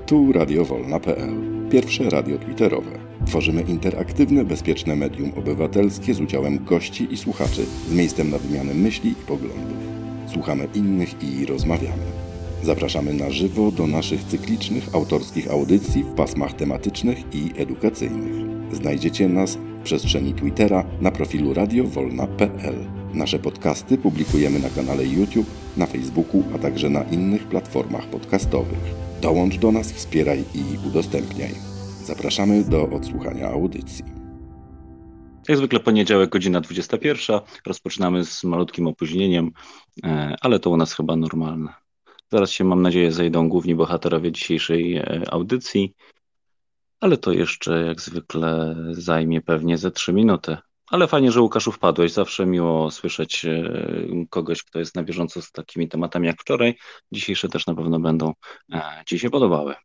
Tu Radio Wolna.pl, pierwsze radio twitterowe. Tworzymy interaktywne, bezpieczne medium obywatelskie z udziałem gości i słuchaczy, z miejscem na wymianę myśli i poglądów. Słuchamy innych i rozmawiamy. Zapraszamy na żywo do naszych cyklicznych, autorskich audycji w pasmach tematycznych i edukacyjnych. Znajdziecie nas w przestrzeni Twittera na profilu radiowolna.pl. Nasze podcasty publikujemy na kanale YouTube, na Facebooku, a także na innych platformach podcastowych. Dołącz do nas, wspieraj i udostępniaj. Zapraszamy do odsłuchania audycji. Jak zwykle poniedziałek, godzina 21. Rozpoczynamy z malutkim opóźnieniem, ale to u nas chyba normalne. Zaraz się, mam nadzieję, zejdą główni bohaterowie dzisiejszej audycji, ale to jeszcze jak zwykle zajmie pewnie ze 3 minuty. Ale fajnie, że Łukaszu wpadłeś. Zawsze miło słyszeć kogoś, kto jest na bieżąco z takimi tematami jak wczoraj. Dzisiejsze też na pewno będą Ci się podobały.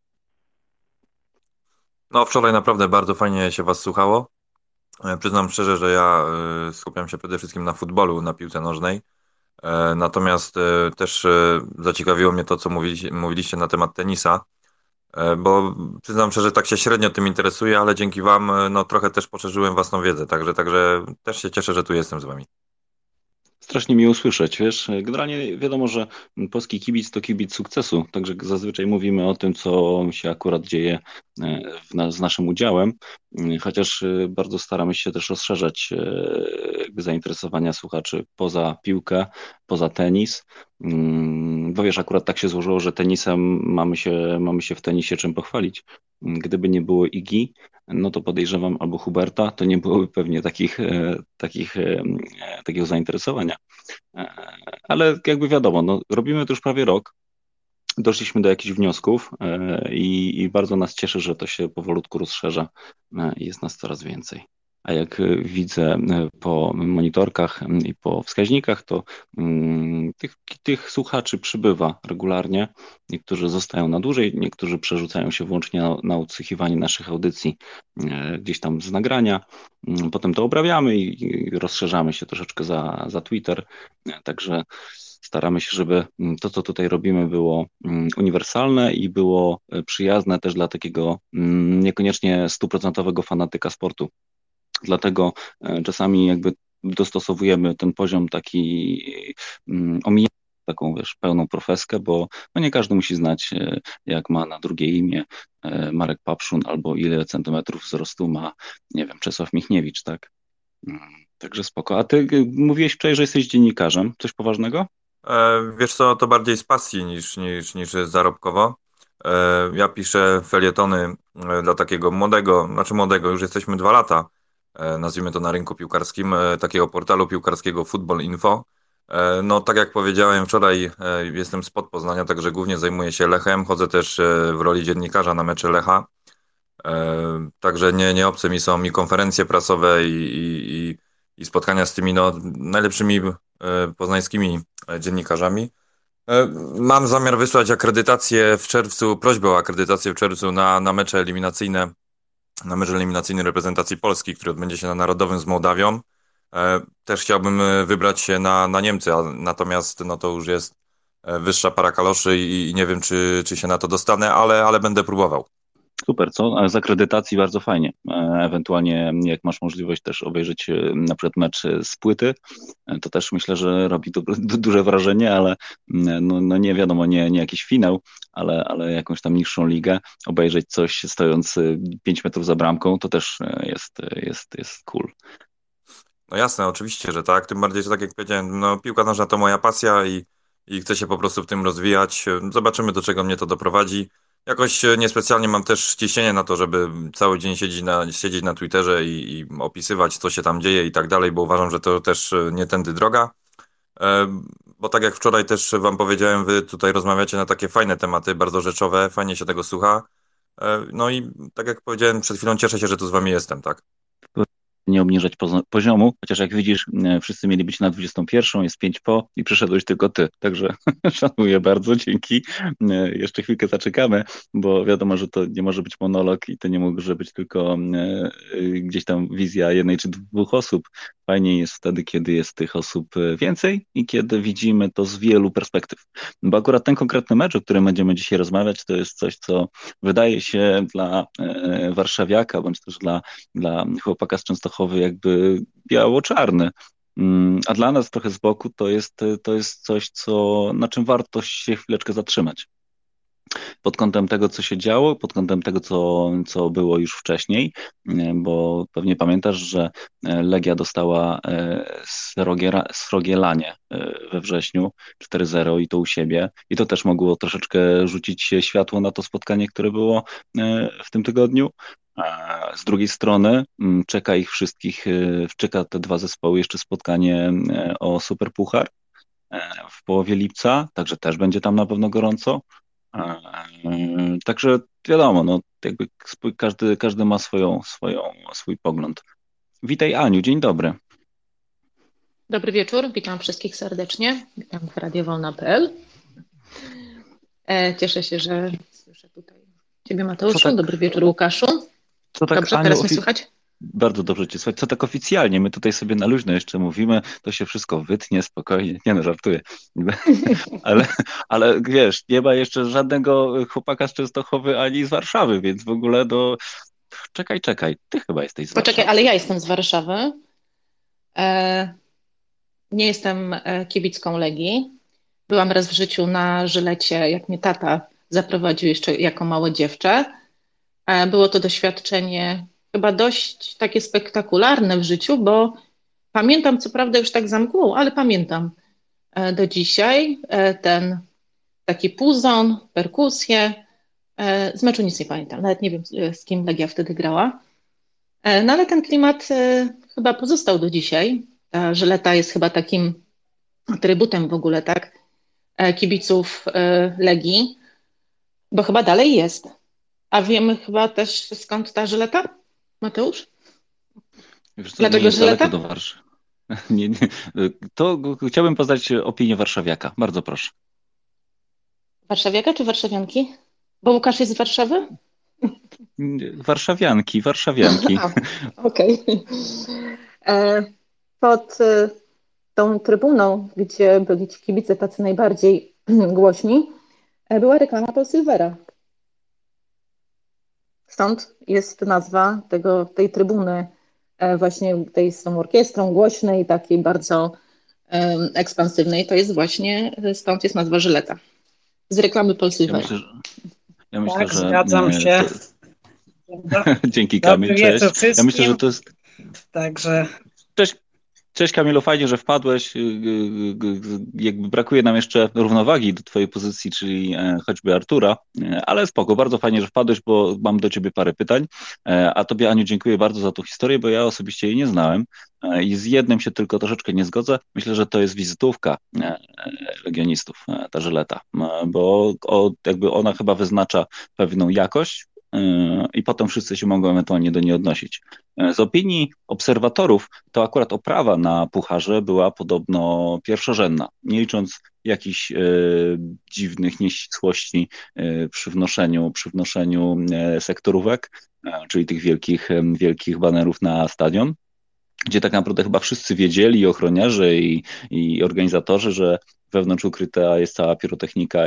No, wczoraj naprawdę bardzo fajnie się Was słuchało. Przyznam szczerze, że ja skupiam się przede wszystkim na futbolu, na piłce nożnej. Natomiast też zaciekawiło mnie to, co mówiliście na temat tenisa, bo przyznam szczerze, że tak się średnio tym interesuję, ale dzięki Wam no, trochę też poszerzyłem własną wiedzę, także też się cieszę, że tu jestem z Wami. Strasznie miło słyszeć, wiesz, generalnie wiadomo, że polski kibic to kibic sukcesu, także zazwyczaj mówimy o tym, co się akurat dzieje z naszym udziałem, chociaż bardzo staramy się też rozszerzać jakby zainteresowania słuchaczy poza piłkę, poza tenis, bo wiesz, akurat tak się złożyło, że tenisem mamy się w tenisie czym pochwalić. Gdyby nie było Igi, no to podejrzewam, albo Huberta, to nie byłoby pewnie takiego zainteresowania. Ale jakby wiadomo, no, robimy to już prawie rok, doszliśmy do jakichś wniosków i bardzo nas cieszy, że to się powolutku rozszerza i jest nas coraz więcej. A jak widzę po monitorkach i po wskaźnikach, to tych słuchaczy przybywa regularnie. Niektórzy zostają na dłużej, niektórzy przerzucają się wyłącznie na odsłuchiwanie naszych audycji gdzieś tam z nagrania. Potem to obrabiamy i rozszerzamy się troszeczkę za Twitter. Także staramy się, żeby to, co tutaj robimy, było uniwersalne i było przyjazne też dla takiego niekoniecznie 100% fanatyka sportu. Dlatego czasami jakby dostosowujemy ten poziom taki, omijamy taką, wiesz, pełną profeskę, bo no nie każdy musi znać, jak ma na drugie imię Marek Papszun, albo ile centymetrów wzrostu ma, nie wiem, Czesław Michniewicz, tak? Także spoko. A ty mówiłeś wczoraj, że jesteś dziennikarzem. Coś poważnego? Wiesz co, to bardziej z pasji niż zarobkowo. Ja piszę felietony dla takiego młodego, już jesteśmy 2 lata, nazwijmy to na rynku piłkarskim, takiego portalu piłkarskiego Football Info. No tak jak powiedziałem wczoraj, jestem spod Poznania, także głównie zajmuję się Lechem, chodzę też w roli dziennikarza na mecze Lecha, także nie obce mi są i konferencje prasowe i spotkania z tymi no, najlepszymi poznańskimi dziennikarzami. Mam zamiar wysłać akredytację w czerwcu, prośbę o akredytację w czerwcu na mecze eliminacyjne, na mecz eliminacyjny reprezentacji Polski, który odbędzie się na Narodowym z Mołdawią. Też chciałbym wybrać się na Niemcy, natomiast no to już jest wyższa para kaloszy i nie wiem, czy się na to dostanę, ale będę próbował. Super, co? Ale z akredytacji bardzo fajnie. Ewentualnie jak masz możliwość też obejrzeć na przykład mecz z płyty, to też myślę, że robi to duże wrażenie, ale no nie wiadomo, nie jakiś finał, ale jakąś tam niższą ligę, obejrzeć coś stojąc 5 metrów za bramką, to też jest cool. No jasne, oczywiście, że tak. Tym bardziej, że tak jak powiedziałem, no piłka nożna to moja pasja i chcę się po prostu w tym rozwijać. Zobaczymy, do czego mnie to doprowadzi. Jakoś niespecjalnie mam też ciśnienie na to, żeby cały dzień siedzieć na Twitterze i opisywać, co się tam dzieje i tak dalej, bo uważam, że to też nie tędy droga. Bo tak jak wczoraj też Wam powiedziałem, Wy tutaj rozmawiacie na takie fajne tematy, bardzo rzeczowe, fajnie się tego słucha. No i tak jak powiedziałem przed chwilą, cieszę się, że tu z Wami jestem, tak? Nie obniżać poziomu, chociaż jak widzisz, wszyscy mieli być na 21, jest 5 po i przyszedłeś tylko ty. Także szanuję bardzo, dzięki. Jeszcze chwilkę zaczekamy, bo wiadomo, że to nie może być monolog i to nie może być tylko gdzieś tam wizja jednej czy 2 osób. Fajniej jest wtedy, kiedy jest tych osób więcej i kiedy widzimy to z wielu perspektyw. Bo akurat ten konkretny mecz, o którym będziemy dzisiaj rozmawiać, to jest coś, co wydaje się dla warszawiaka, bądź też dla chłopaka z Częstochowy jakby biało-czarny. A dla nas trochę z boku to jest coś, na czym warto się chwileczkę zatrzymać. Pod kątem tego, co się działo, pod kątem tego, co było już wcześniej, bo pewnie pamiętasz, że Legia dostała Srogielanie we wrześniu 4-0 i to u siebie. I to też mogło troszeczkę rzucić światło na to spotkanie, które było w tym tygodniu. A z drugiej strony czeka ich wszystkich, czeka te dwa zespoły jeszcze spotkanie o Superpuchar w połowie lipca, także też będzie tam na pewno gorąco. Także wiadomo, no, jakby każdy ma swój pogląd. Witaj Aniu, dzień dobry. Dobry wieczór, witam wszystkich serdecznie. Witam w radiowolna.pl. Cieszę się, że słyszę tutaj Ciebie, Mateuszu. Tak, dobry wieczór, Łukaszu. Dobrze, Aniu, teraz mnie słychać? Bardzo dobrze Cię słychać. Co tak oficjalnie? My tutaj sobie na luźno jeszcze mówimy, to się wszystko wytnie spokojnie. Nie no, żartuję. Ale wiesz, nie ma jeszcze żadnego chłopaka z Częstochowy ani z Warszawy, więc w ogóle Czekaj, ty chyba jesteś z Poczekaj, Warszawy. ale ja jestem z Warszawy. Nie jestem kibicką Legii. Byłam raz w życiu na Żylecie, jak mnie tata zaprowadził jeszcze jako małe dziewczę. Było to doświadczenie chyba dość takie spektakularne w życiu, bo pamiętam, co prawda już tak za mgłą, ale pamiętam do dzisiaj ten taki puzon, perkusję. Z meczu nic nie pamiętam, nawet nie wiem, z kim Legia wtedy grała. No ale ten klimat chyba pozostał do dzisiaj. Ta Żyleta jest chyba takim atrybutem w ogóle, tak, kibiców Legii, bo chyba dalej jest. A wiemy chyba też skąd ta Żyleta, Mateusz? Wiesz co, Dlaczego nie jest Żyleta? daleko do Warszawy. Nie. To chciałbym poznać opinię warszawiaka. Bardzo proszę. Warszawiaka czy warszawianki? Bo Łukasz jest z Warszawy? Warszawianki. Okej. Pod tą trybuną, gdzie byli ci kibice tacy najbardziej głośni, była reklama Paul Silvera. Stąd jest nazwa tej trybuny, właśnie tej z tą orkiestrą głośnej, takiej bardzo ekspansywnej. To jest właśnie, stąd jest nazwa Żyleta. Z reklamy Paul Ja Silvera. myślę, Tak, że zgadzam się. Dzięki Dobry Kamil, wieczór cześć. Ja myślę, że wszystkim. to jest... Także Cześć Kamilu, fajnie, że wpadłeś. Jakby brakuje nam jeszcze równowagi do twojej pozycji, czyli choćby Artura, ale spoko, bardzo fajnie, że wpadłeś, bo mam do ciebie parę pytań. A tobie, Aniu, dziękuję bardzo za tą historię, bo ja osobiście jej nie znałem i z jednym się tylko troszeczkę nie zgodzę. Myślę, że to jest wizytówka legionistów, ta Żyleta, bo jakby ona chyba wyznacza pewną jakość, i potem wszyscy się mogą ewentualnie do niej odnosić. Z opinii obserwatorów to akurat oprawa na pucharze była podobno pierwszorzędna, nie licząc jakichś dziwnych nieścisłości przy wnoszeniu sektorówek, czyli tych wielkich banerów na stadion, gdzie tak naprawdę chyba wszyscy wiedzieli, i ochroniarze, i organizatorzy, że wewnątrz ukryta jest cała pirotechnika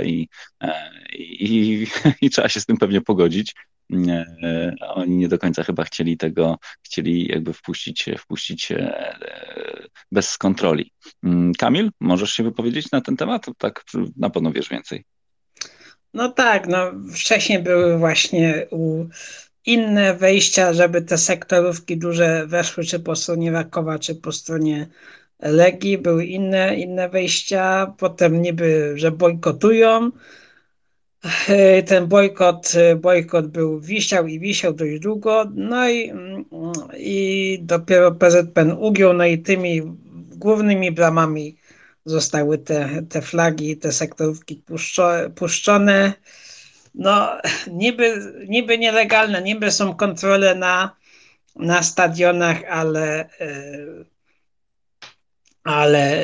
i trzeba się z tym pewnie pogodzić. Oni nie do końca chyba chcieli jakby wpuścić bez kontroli. Kamil, możesz się wypowiedzieć na ten temat? Tak, na pewno wiesz więcej. no tak, wcześniej były właśnie inne wejścia, żeby te sektorówki duże weszły, czy po stronie Rakowa, czy po stronie Legii. Były inne wejścia, potem niby, że bojkotują. Ten bojkot wisiał dość długo, i dopiero PZPN ugiął, no i tymi głównymi bramami zostały te flagi, te sektorówki puszczone. No niby nielegalne, niby są kontrole na stadionach, ale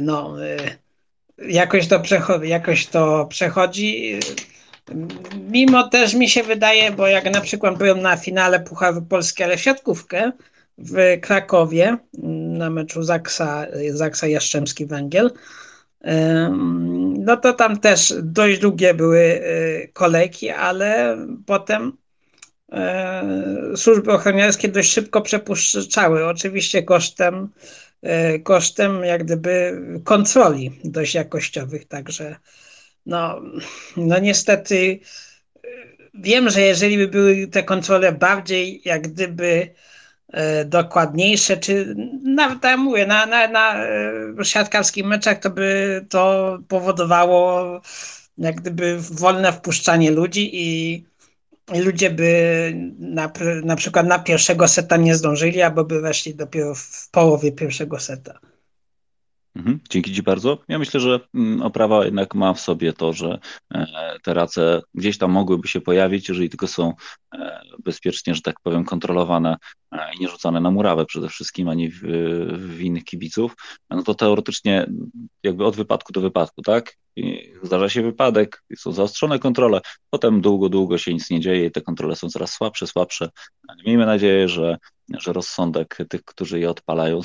jakoś to przechodzi. Mimo też mi się wydaje, bo jak na przykład byłem na finale Pucharu Polski, ale w siatkówkę w Krakowie na meczu Zaksa Jastrzębski-Węgiel. No to tam też dość długie były kolejki, ale potem służby ochroniarskie dość szybko przepuszczały, oczywiście kosztem jak gdyby kontroli dość jakościowych, także no niestety wiem, że jeżeli by były te kontrole bardziej jak gdyby dokładniejsze, czy nawet tak jak mówię, na siatkarskich meczach to by to powodowało jak gdyby wolne wpuszczanie ludzi i ludzie by na przykład na pierwszego seta nie zdążyli, albo by weszli dopiero w połowie pierwszego seta. Dzięki Ci bardzo. Ja myślę, że oprawa jednak ma w sobie to, że te race gdzieś tam mogłyby się pojawić, jeżeli tylko są bezpiecznie, że tak powiem, kontrolowane i nie rzucane na murawę przede wszystkim, ani w innych kibiców, no to teoretycznie jakby od wypadku do wypadku, tak? I zdarza się wypadek, są zaostrzone kontrole, potem długo się nic nie dzieje i te kontrole są coraz słabsze. Miejmy nadzieję, że rozsądek tych, którzy je odpalają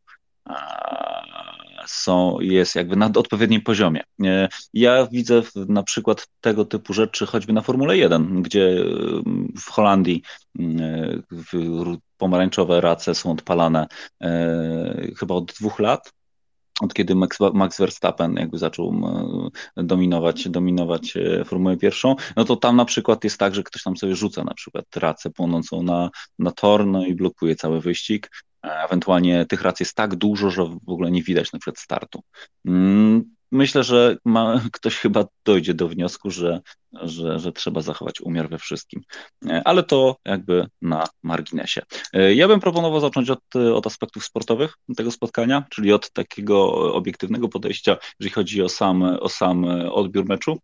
jest jakby na odpowiednim poziomie. Ja widzę na przykład tego typu rzeczy choćby na Formule 1, gdzie w Holandii pomarańczowe race są odpalane chyba od 2 lat, od kiedy Max Verstappen jakby zaczął dominować Formułę 1, no to tam na przykład jest tak, że ktoś tam sobie rzuca na przykład racę płonącą na tor, no i blokuje cały wyścig. Ewentualnie tych rac jest tak dużo, że w ogóle nie widać na przykład startu. Myślę, że ktoś chyba dojdzie do wniosku, że trzeba zachować umiar we wszystkim. Ale to jakby na marginesie. Ja bym proponował zacząć od aspektów sportowych tego spotkania, czyli od takiego obiektywnego podejścia, jeżeli chodzi o sam odbiór meczu.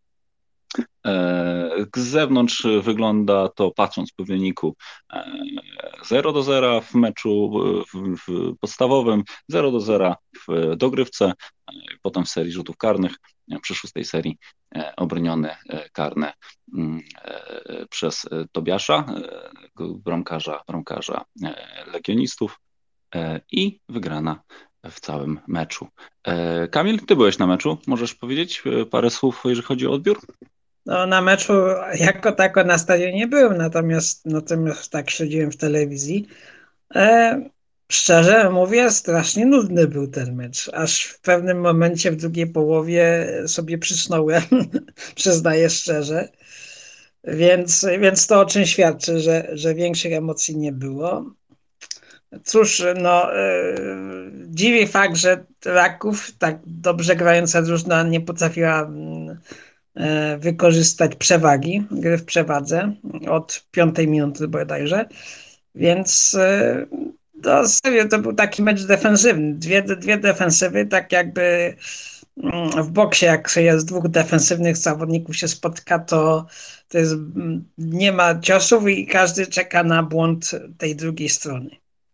Z zewnątrz wygląda to, patrząc po wyniku, 0-0 w meczu w podstawowym, 0-0 w dogrywce, potem w serii rzutów karnych, przy 6. serii obroniony karne przez Tobiasza, bramkarza Legionistów, i wygrana w całym meczu. Kamil, ty byłeś na meczu, możesz powiedzieć parę słów, jeżeli chodzi o odbiór? No, na meczu jako tako na stadionie nie byłem, natomiast tak śledziłem w telewizji. Szczerze mówię, strasznie nudny był ten mecz, aż w pewnym momencie w drugiej połowie sobie przysnąłem, przyznaję szczerze, więc to o czym świadczy, że większych emocji nie było. Cóż, dziwi fakt, że Raków, tak dobrze grająca drużyna, nie potrafiła wykorzystać przewagi, gry w przewadze od 5 minuty bodajże, więc serio to był taki mecz defensywny, dwie defensywy, tak jakby w boksie, jak jest 2 defensywnych zawodników się spotka, to jest, nie ma ciosów i każdy czeka na błąd tej drugiej strony.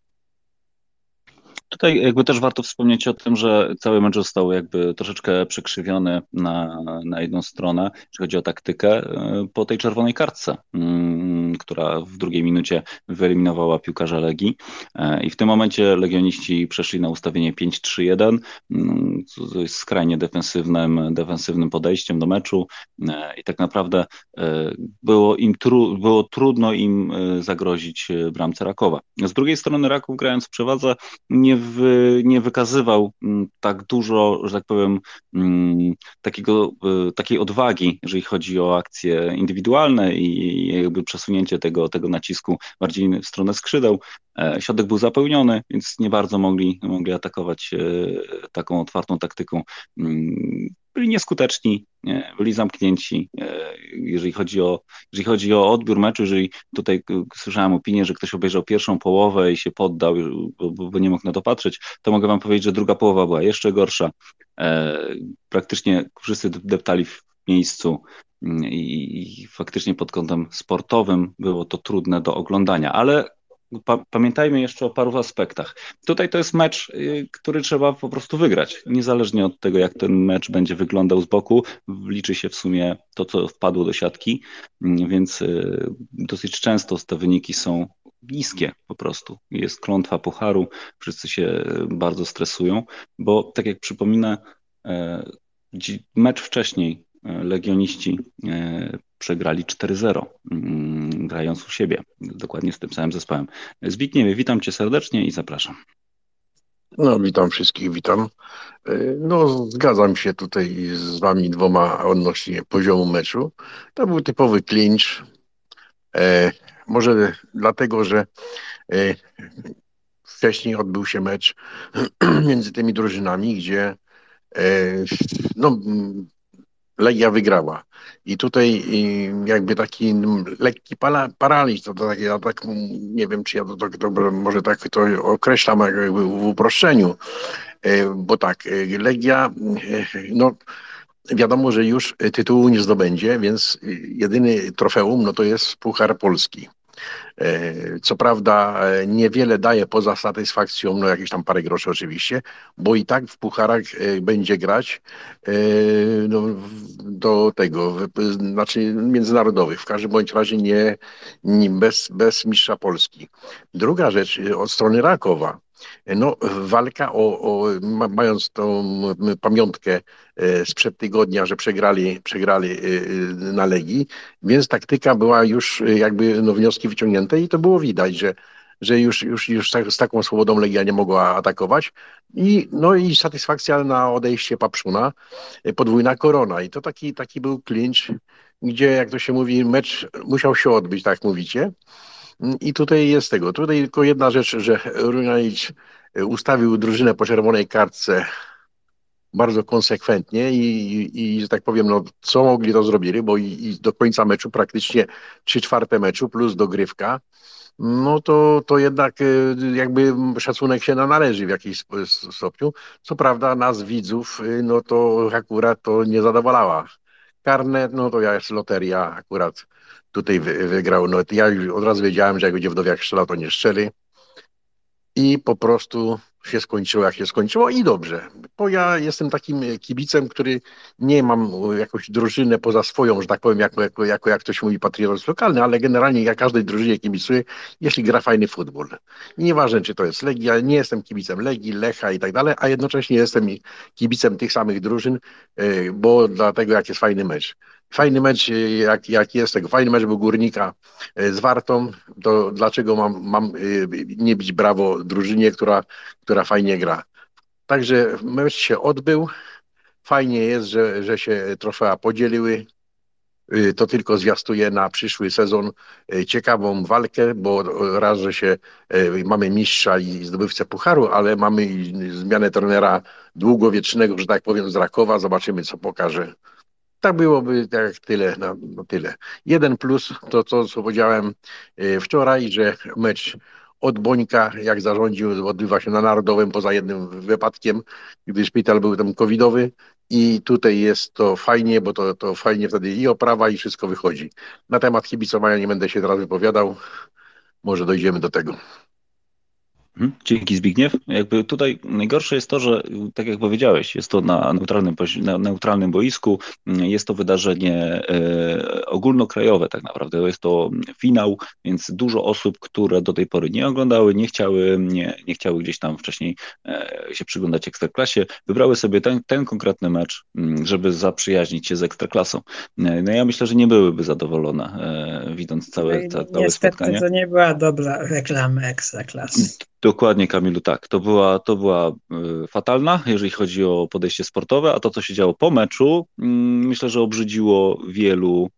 Tutaj jakby też warto wspomnieć o tym, że cały mecz został jakby troszeczkę przekrzywiony na jedną stronę, jeśli chodzi o taktykę, po tej czerwonej kartce, która w 2 minucie wyeliminowała piłkarza Legii. I w tym momencie legioniści przeszli na ustawienie 5-3-1, co jest skrajnie defensywnym podejściem do meczu i tak naprawdę było trudno im zagrozić bramce Rakowa. Z drugiej strony Raków, grając w przewadze, nie wykazywał tak dużo, że tak powiem, takiej odwagi, jeżeli chodzi o akcje indywidualne i jakby przesunięcie tego nacisku bardziej w stronę skrzydeł. Środek był zapełniony, więc nie bardzo mogli atakować taką otwartą taktyką. Byli nieskuteczni, byli zamknięci. Jeżeli chodzi o odbiór meczu, jeżeli tutaj słyszałem opinię, że ktoś obejrzał pierwszą połowę i się poddał, bo nie mógł na to patrzeć, to mogę wam powiedzieć, że druga połowa była jeszcze gorsza. Praktycznie wszyscy deptali w miejscu i faktycznie pod kątem sportowym było to trudne do oglądania, ale pamiętajmy jeszcze o paru aspektach. Tutaj to jest mecz, który trzeba po prostu wygrać. Niezależnie od tego, jak ten mecz będzie wyglądał z boku, liczy się w sumie to, co wpadło do siatki, więc dosyć często te wyniki są niskie po prostu. Jest klątwa pucharu, wszyscy się bardzo stresują, bo tak jak przypominę, mecz wcześniej legioniści przegrali 4-0, grając u siebie, dokładnie z tym samym zespołem. Zbigniewie, witam cię serdecznie i zapraszam. No, witam wszystkich, witam. No, zgadzam się tutaj z wami dwoma odnośnie poziomu meczu. To był typowy clinch. Może dlatego, że e, wcześniej odbył się mecz między tymi drużynami, gdzie e, no, Legia wygrała. I tutaj jakby taki lekki paraliż, ja tak nie wiem, czy ja to dobrze, może tak to określam jakby w uproszczeniu, bo tak, Legia, no wiadomo, że już tytułu nie zdobędzie, więc jedyny trofeum, no to jest Puchar Polski. Co prawda niewiele daje poza satysfakcją, no jakieś tam parę groszy oczywiście, bo i tak w pucharach będzie grać no, do tego, znaczy międzynarodowych, w każdym bądź razie nie bez mistrza Polski. Druga rzecz od strony Rakowa. No, walka mając tą pamiątkę sprzed tygodnia, że przegrali na Legii, więc taktyka była już jakby no, wnioski wyciągnięte i to było widać, że już z taką swobodą Legia nie mogła atakować. No i satysfakcja na odejście Papszuna, podwójna korona. I to taki był clinch, gdzie jak to się mówi, mecz musiał się odbyć, tak jak mówicie. I tutaj jest tego. Tutaj tylko jedna rzecz, że Runajcz ustawił drużynę po czerwonej kartce bardzo konsekwentnie i że tak powiem, no co mogli, to zrobili, bo i do końca meczu praktycznie 3/4 meczu plus dogrywka, no to jednak jakby szacunek się należy w jakimś stopniu. Co prawda nas widzów, no to akurat to nie zadowalała. Karne, no to jest loteria akurat tutaj wygrał. No ja już od razu wiedziałem, że jak będzie Wdowiak strzelał, to nie strzeli. I po prostu się skończyło, jak się skończyło i dobrze. Bo ja jestem takim kibicem, który nie mam jakąś drużynę poza swoją, że tak powiem, jak to się mówi, patriotyzm lokalny, ale generalnie ja każdej drużynie kibicuję, jeśli gra fajny futbol. I nieważne, czy to jest Legia, nie jestem kibicem Legii, Lecha i tak dalej, a jednocześnie jestem kibicem tych samych drużyn, bo dlatego jak jest fajny mecz. Fajny mecz, jak jest tego, fajny mecz był Górnika z Wartą, to dlaczego mam nie bić brawo drużynie, która fajnie gra. Także mecz się odbył. Fajnie jest, że się trofea podzieliły. To tylko zwiastuje na przyszły sezon ciekawą walkę, bo raz, że się mamy mistrza i zdobywcę pucharu, ale mamy i zmianę trenera długowiecznego, że tak powiem, z Rakowa. Zobaczymy, co pokaże. Tak byłoby tak tyle, no tyle. Jeden plus to, co powiedziałem wczoraj, że mecz od Bońka, jak zarządził, odbywa się na Narodowym, poza jednym wypadkiem, gdy szpital był tam covidowy i tutaj jest to fajnie, bo to fajnie wtedy i oprawa i wszystko wychodzi. Na temat kibicowania nie będę się teraz wypowiadał, może dojdziemy do tego. Dzięki Zbigniew. Jakby tutaj najgorsze jest to, że tak jak powiedziałeś, jest to na neutralnym boisku, jest to wydarzenie ogólnokrajowe tak naprawdę, jest to finał, więc dużo osób, które do tej pory nie oglądały, nie chciały gdzieś tam wcześniej się przyglądać Ekstraklasie, wybrały sobie ten konkretny mecz, żeby zaprzyjaźnić się z Ekstraklasą. No ja myślę, że nie byłyby zadowolone, widząc całe Niestety spotkanie. to nie była dobra reklama Ekstraklasy. Dokładnie, Kamilu, tak. To była fatalna, jeżeli chodzi o podejście sportowe, a to, co się działo po meczu, myślę, że obrzydziło wielu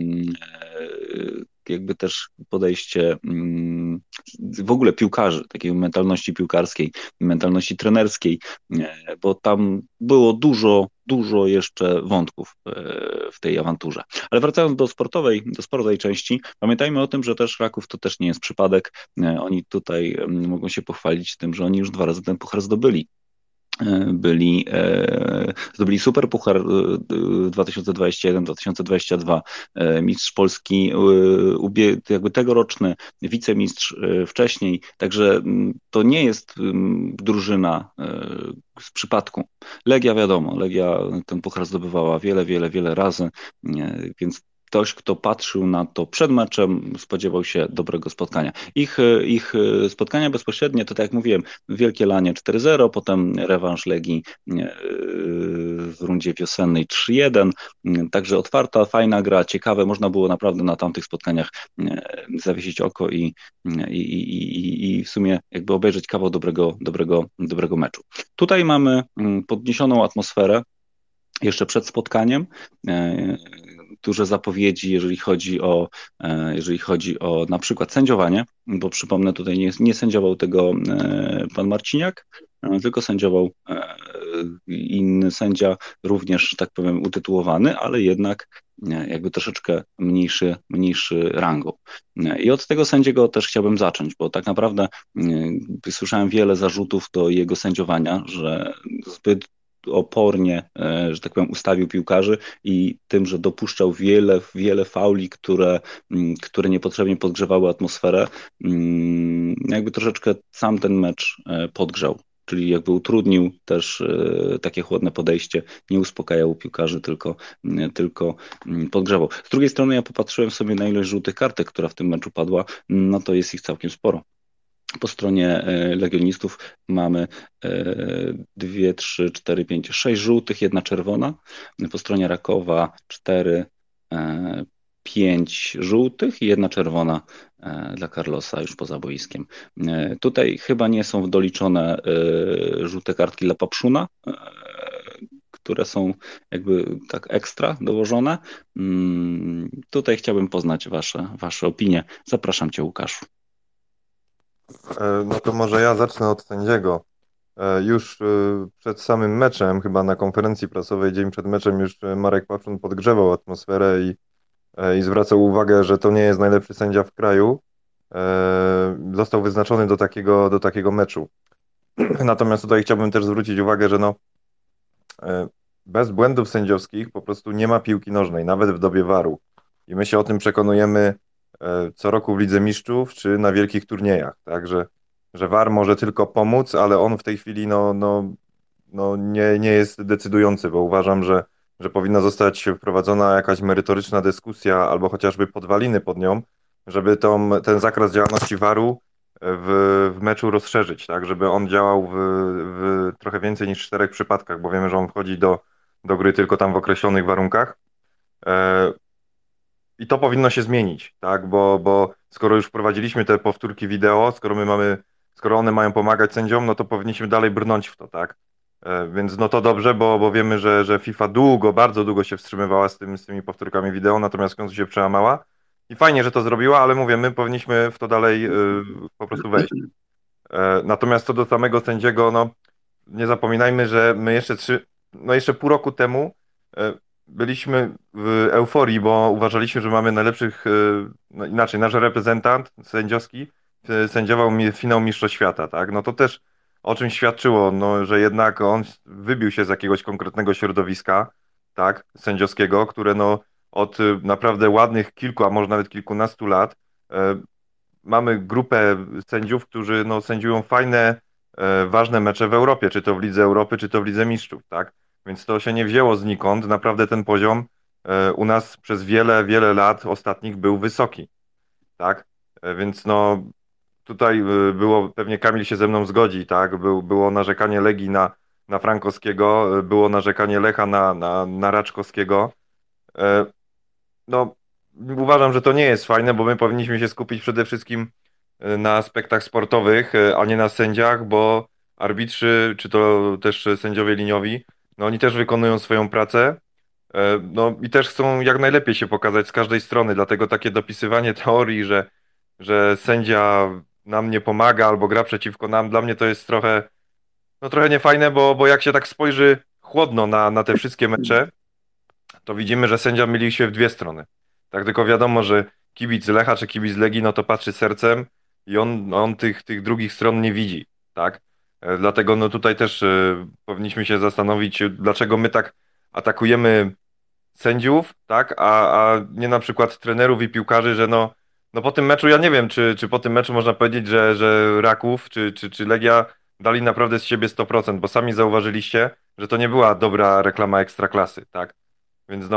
jakby też podejście w ogóle piłkarzy, takiej mentalności piłkarskiej, mentalności trenerskiej, bo tam było dużo jeszcze wątków w tej awanturze. Ale wracając do sportowej części, pamiętajmy o tym, że też Raków to też nie jest przypadek. Oni tutaj mogą się pochwalić tym, że oni już 2 razy ten puchar zdobyli. Zdobyli Super Puchar 2021-2022, mistrz Polski jakby tegoroczny, wicemistrz wcześniej, także to nie jest drużyna z przypadku. Legia wiadomo, Legia ten puchar zdobywała wiele razy, więc ktoś, kto patrzył na to przed meczem, spodziewał się dobrego spotkania. Ich spotkania bezpośrednie, to tak jak mówiłem, Wielkie Lanie 4-0, potem rewanż Legii w rundzie wiosennej 3-1, także otwarta, fajna gra, ciekawe, można było naprawdę na tamtych spotkaniach zawiesić oko i w sumie jakby obejrzeć kawał dobrego meczu. Tutaj mamy podniesioną atmosferę jeszcze przed spotkaniem. Duże zapowiedzi, jeżeli chodzi o na przykład sędziowanie, bo przypomnę, tutaj nie sędziował tego pan Marciniak, tylko sędziował inny sędzia, również, tak powiem, utytułowany, ale jednak jakby troszeczkę mniejszy rangą. I od tego sędziego też chciałbym zacząć, bo tak naprawdę słyszałem wiele zarzutów do jego sędziowania, że zbyt opornie, że tak powiem, ustawił piłkarzy i tym, że dopuszczał wiele fauli, które niepotrzebnie podgrzewały atmosferę, jakby troszeczkę sam ten mecz podgrzał. Czyli jakby utrudnił też takie chłodne podejście, nie uspokajał piłkarzy, tylko podgrzewał. Z drugiej strony ja popatrzyłem sobie na ilość żółtych kartek, która w tym meczu padła, no to jest ich całkiem sporo. Po stronie legionistów mamy 2, 3, 4, 5, 6 żółtych, 1 czerwona. Po stronie Rakowa 4, 5 żółtych i 1 czerwona dla Carlosa już poza boiskiem. Tutaj chyba nie są doliczone żółte kartki dla Papszuna, które są jakby tak ekstra dołożone. Tutaj chciałbym poznać wasze opinie. Zapraszam Cię, Łukaszu. No to może ja zacznę od sędziego. Już przed samym meczem, chyba na konferencji prasowej, dzień przed meczem, już Marek Papszun podgrzewał atmosferę i zwracał uwagę, że to nie jest najlepszy sędzia w kraju. Został wyznaczony do takiego meczu. Natomiast tutaj chciałbym też zwrócić uwagę, że bez błędów sędziowskich po prostu nie ma piłki nożnej, nawet w dobie VAR-u. I my się o tym przekonujemy co roku w Lidze Mistrzów czy na wielkich turniejach, tak, że VAR może tylko pomóc, ale on w tej chwili nie jest decydujący, bo uważam, że powinna zostać wprowadzona jakaś merytoryczna dyskusja albo chociażby podwaliny pod nią, żeby ten zakres działalności VAR-u w meczu rozszerzyć, tak, żeby on działał w trochę więcej niż 4 przypadkach, bo wiemy, że on wchodzi do gry tylko tam w określonych warunkach. I to powinno się zmienić, tak, bo skoro już wprowadziliśmy te powtórki wideo, skoro one mają pomagać sędziom, no to powinniśmy dalej brnąć w to, tak. Więc no to dobrze, bo wiemy, że FIFA bardzo długo się wstrzymywała z tymi powtórkami wideo, natomiast w końcu się przełamała. I fajnie, że to zrobiła, ale mówię, my powinniśmy w to dalej po prostu wejść. Natomiast co do samego sędziego, no nie zapominajmy, że my jeszcze pół roku temu byliśmy w euforii, bo uważaliśmy, że mamy najlepszych, no inaczej, nasz reprezentant sędziowski sędziował finał Mistrzostw Świata, tak? No to też o czym świadczyło, no, że jednak on wybił się z jakiegoś konkretnego środowiska, tak, sędziowskiego, które no od naprawdę ładnych kilku, a może nawet kilkunastu lat mamy grupę sędziów, którzy no, sędziują fajne, ważne mecze w Europie, czy to w Lidze Europy, czy to w Lidze Mistrzów, tak? Więc to się nie wzięło znikąd. Naprawdę ten poziom u nas przez wiele lat ostatnich był wysoki, tak? Więc no tutaj było, pewnie Kamil się ze mną zgodzi, tak? Było narzekanie Legii na Frankowskiego, było narzekanie Lecha na Raczkowskiego. No uważam, że to nie jest fajne, bo my powinniśmy się skupić przede wszystkim na aspektach sportowych, a nie na sędziach, bo arbitrzy, czy to też sędziowie liniowi, no oni też wykonują swoją pracę, no i też chcą jak najlepiej się pokazać z każdej strony, dlatego takie dopisywanie teorii, że sędzia nam nie pomaga albo gra przeciwko nam, dla mnie to jest trochę niefajne, bo jak się tak spojrzy chłodno na te wszystkie mecze, to widzimy, że sędzia mylił się w dwie strony. Tak, tylko wiadomo, że kibic Lecha czy kibic Legii, no to patrzy sercem i on tych drugich stron nie widzi, tak? Dlatego no tutaj też powinniśmy się zastanowić, dlaczego my tak atakujemy sędziów, tak? A nie na przykład trenerów i piłkarzy, że no po tym meczu, ja nie wiem, czy po tym meczu można powiedzieć, że Raków czy Legia dali naprawdę z siebie 100%, bo sami zauważyliście, że to nie była dobra reklama Ekstraklasy, tak? Więc no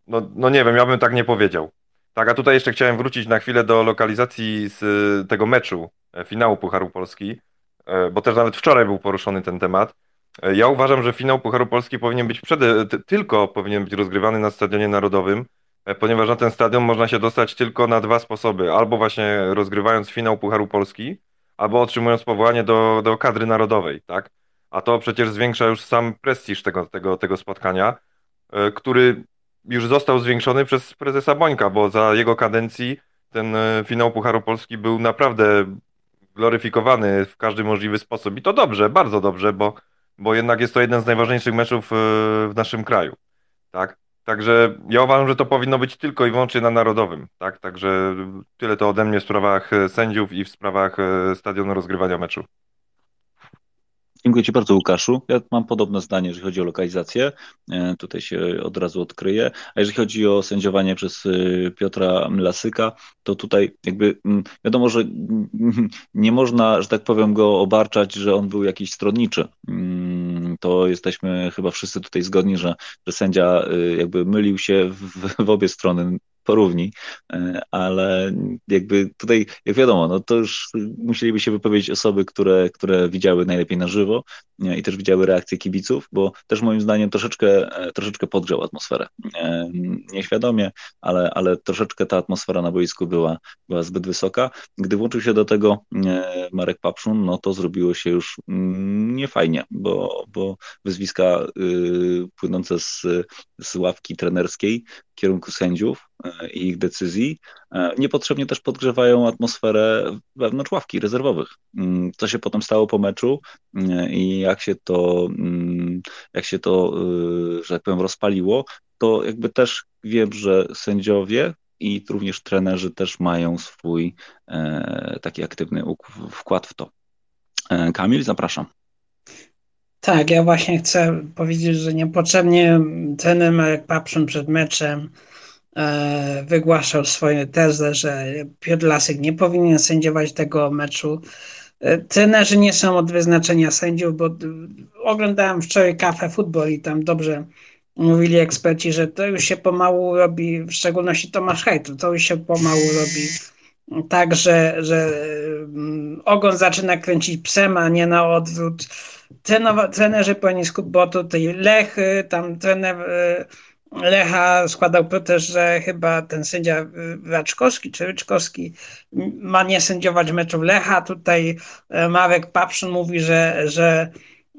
no nie wiem, ja bym tak nie powiedział. Tak, a tutaj jeszcze chciałem wrócić na chwilę do lokalizacji z tego meczu, finału Pucharu Polski, bo też nawet wczoraj był poruszony ten temat. Ja uważam, że finał Pucharu Polski powinien być tylko powinien być rozgrywany na Stadionie Narodowym, ponieważ na ten stadion można się dostać tylko na dwa sposoby. Albo właśnie rozgrywając finał Pucharu Polski, albo otrzymując powołanie do kadry narodowej, tak? A to przecież zwiększa już sam prestiż tego spotkania, który już został zwiększony przez prezesa Bońka, bo za jego kadencji ten finał Pucharu Polski był naprawdę gloryfikowany w każdy możliwy sposób. I to dobrze, bardzo dobrze, bo jednak jest to jeden z najważniejszych meczów w naszym kraju. Tak? Także ja uważam, że to powinno być tylko i wyłącznie na Narodowym. Tak? Także tyle to ode mnie w sprawach sędziów i w sprawach stadionu rozgrywania meczu. Dziękuję Ci bardzo, Łukaszu. Ja mam podobne zdanie, jeżeli chodzi o lokalizację. Tutaj się od razu odkryję. A jeżeli chodzi o sędziowanie przez Piotra Lasyka, to tutaj jakby wiadomo, że nie można, że tak powiem, go obarczać, że on był jakiś stronniczy. To jesteśmy chyba wszyscy tutaj zgodni, że sędzia jakby mylił się w obie strony porówni, ale jakby tutaj, jak wiadomo, no to już musieliby się wypowiedzieć osoby, które widziały najlepiej na żywo i też widziały reakcje kibiców, bo też moim zdaniem troszeczkę podgrzał atmosferę. Nieświadomie, ale troszeczkę ta atmosfera na boisku była zbyt wysoka. Gdy włączył się do tego Marek Papszun, no to zrobiło się już niefajnie, bo wyzwiska płynące z ławki trenerskiej w kierunku sędziów i ich decyzji niepotrzebnie też podgrzewają atmosferę wewnątrz ławki rezerwowych. Co się potem stało po meczu i jak się to, że tak powiem, rozpaliło, to jakby też wiem, że sędziowie i również trenerzy też mają swój taki aktywny wkład w to. Kamil, zapraszam. Tak, ja właśnie chcę powiedzieć, że niepotrzebnie trener Marek Papszun przed meczem wygłaszał swoją tezę, że Piotr Lasek nie powinien sędziować tego meczu. Trenerzy nie są od wyznaczenia sędziów, bo oglądałem wczoraj Cafe Football i tam dobrze mówili eksperci, że to już się pomału robi, w szczególności Tomasz Hajtl, to już się pomału robi tak, że ogon zaczyna kręcić psem, a nie na odwrót. Trenerzy powinni skupić, bo tutaj Lech, tam trener Lecha składał protest, że chyba ten sędzia Raczkowski czy Ryczkowski ma nie sędziować meczów Lecha. Tutaj Marek Papszun mówi, że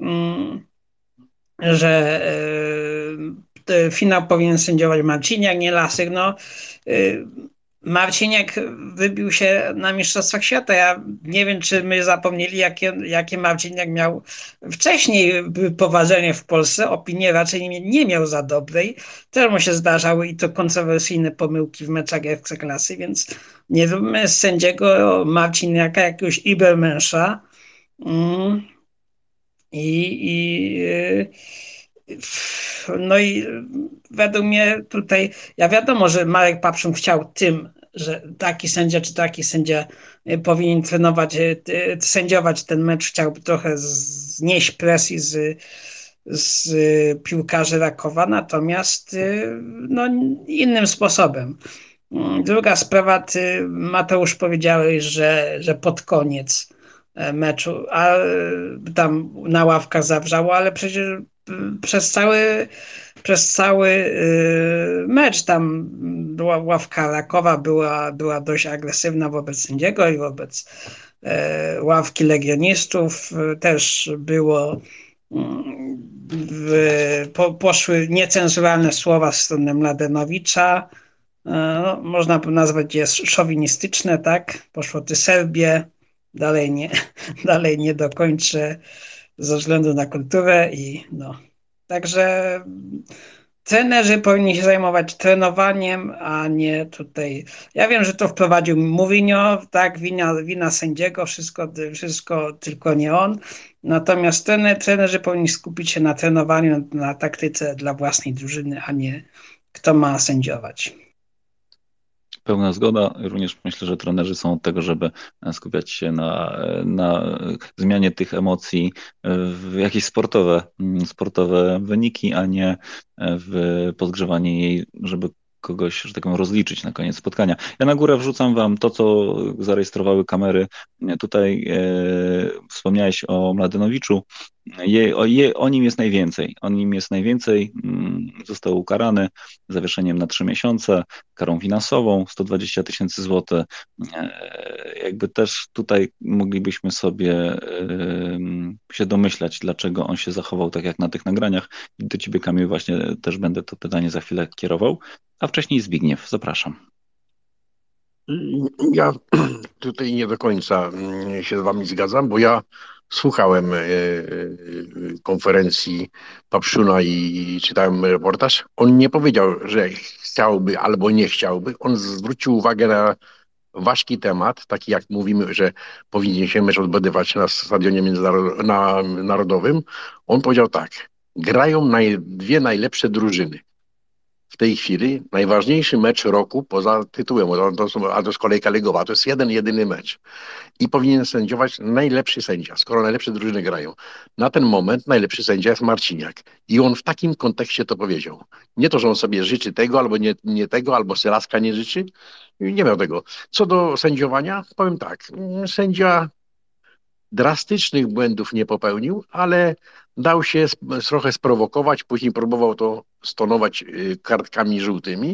finał powinien sędziować Marciniak, nie Lasyk. No, Marciniak wybił się na Mistrzostwach Świata. Ja nie wiem, czy my zapomnieli, jakie Marciniak miał wcześniej poważenie w Polsce. Opinii raczej nie miał za dobrej. Też mu się zdarzały i to kontrowersyjne pomyłki w meczach Ekstraklasy, więc nie róbmy z sędziego Marciniaka jakiegoś Ibermensza. No i według mnie tutaj, ja wiadomo, że Marek Papszun chciał tym, że taki sędzia czy taki sędzia powinien sędziować ten mecz, chciał trochę znieść presji z piłkarzy Rakowa, natomiast no, innym sposobem. Druga sprawa, ty, Mateusz, powiedziałeś, że pod koniec meczu, a tam na ławkach zawrzało, ale przecież przez cały mecz tam ławka Rakowa była dość agresywna wobec sędziego i wobec ławki legionistów. Też było poszły niecenzuralne słowa z strony Mladenowicza. No, można by nazwać je szowinistyczne, tak? Poszło ty Serbię, dalej nie dokończę ze względu na kulturę i no. Także trenerzy powinni się zajmować trenowaniem, a nie tutaj. Ja wiem, że to wprowadził Mourinho, tak, wina sędziego, wszystko tylko nie on. Natomiast trenerzy powinni skupić się na trenowaniu, na taktyce dla własnej drużyny, a nie kto ma sędziować. Pełna zgoda. Również myślę, że trenerzy są od tego, żeby skupiać się na zmianie tych emocji w jakieś sportowe wyniki, a nie w podgrzewanie jej, żeby kogoś, że tak powiem, rozliczyć na koniec spotkania. Ja na górę wrzucam wam to, co zarejestrowały kamery. Tutaj wspomniałeś o Mladenowiczu. O nim jest najwięcej. O nim jest najwięcej. Został ukarany zawieszeniem na 3 miesiące, karą finansową 120 000 złotych. Jakby też tutaj moglibyśmy sobie się domyślać, dlaczego on się zachował tak jak na tych nagraniach. I do ciebie, Kamil, właśnie też będę to pytanie za chwilę kierował. A wcześniej Zbigniew, zapraszam. Ja tutaj nie do końca się z wami zgadzam, bo ja słuchałem konferencji Papszuna i czytałem reportaż. On nie powiedział, że chciałby albo nie chciałby. On zwrócił uwagę na ważki temat, taki jak mówimy, że powinien się mecz odbywać na stadionie narodowym. On powiedział tak, grają dwie najlepsze drużyny. W tej chwili najważniejszy mecz roku poza tytułem, a to jest kolejka ligowa, to jest jedyny mecz. I powinien sędziować najlepszy sędzia, skoro najlepsze drużyny grają. Na ten moment najlepszy sędzia jest Marciniak. I on w takim kontekście to powiedział. Nie to, że on sobie życzy tego, albo nie tego, albo Sylaska nie życzy. Nie miał tego. Co do sędziowania, powiem tak. Sędzia drastycznych błędów nie popełnił, ale dał się trochę sprowokować, później próbował to stonować kartkami żółtymi,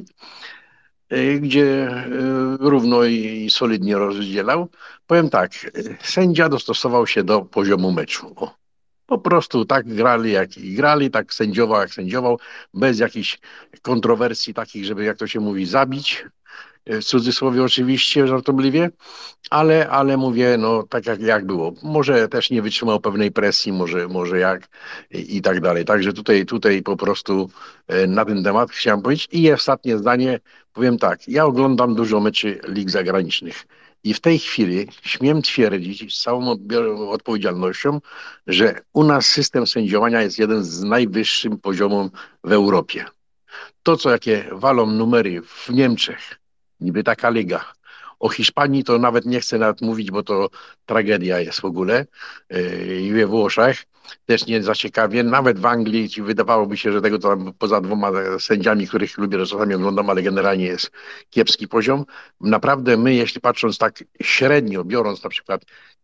gdzie równo i solidnie rozdzielał. Powiem tak, sędzia dostosował się do poziomu meczu. Po prostu tak grali, jak i grali, tak sędziował, jak sędziował, bez jakichś kontrowersji takich, żeby, jak to się mówi, zabić. W cudzysłowie oczywiście, żartobliwie, ale mówię, no tak jak było. Może też nie wytrzymał pewnej presji, może jak i tak dalej. Także tutaj po prostu na ten temat chciałem powiedzieć. I ostatnie zdanie, powiem tak, ja oglądam dużo meczy lig zagranicznych i w tej chwili śmiem twierdzić z całą odpowiedzialnością, że u nas system sędziowania jest jeden z najwyższym poziomem w Europie. To, co jakie walą numery w Niemczech, niby taka liga. O Hiszpanii to nawet nie chcę nawet mówić, bo to tragedia jest w ogóle. I we Włoszech też nie za ciekawie. Nawet w Anglii wydawałoby się, że tego to poza dwoma sędziami, których lubię, że czasami oglądam, ale generalnie jest kiepski poziom. Naprawdę my, jeśli patrząc tak średnio, biorąc na przykład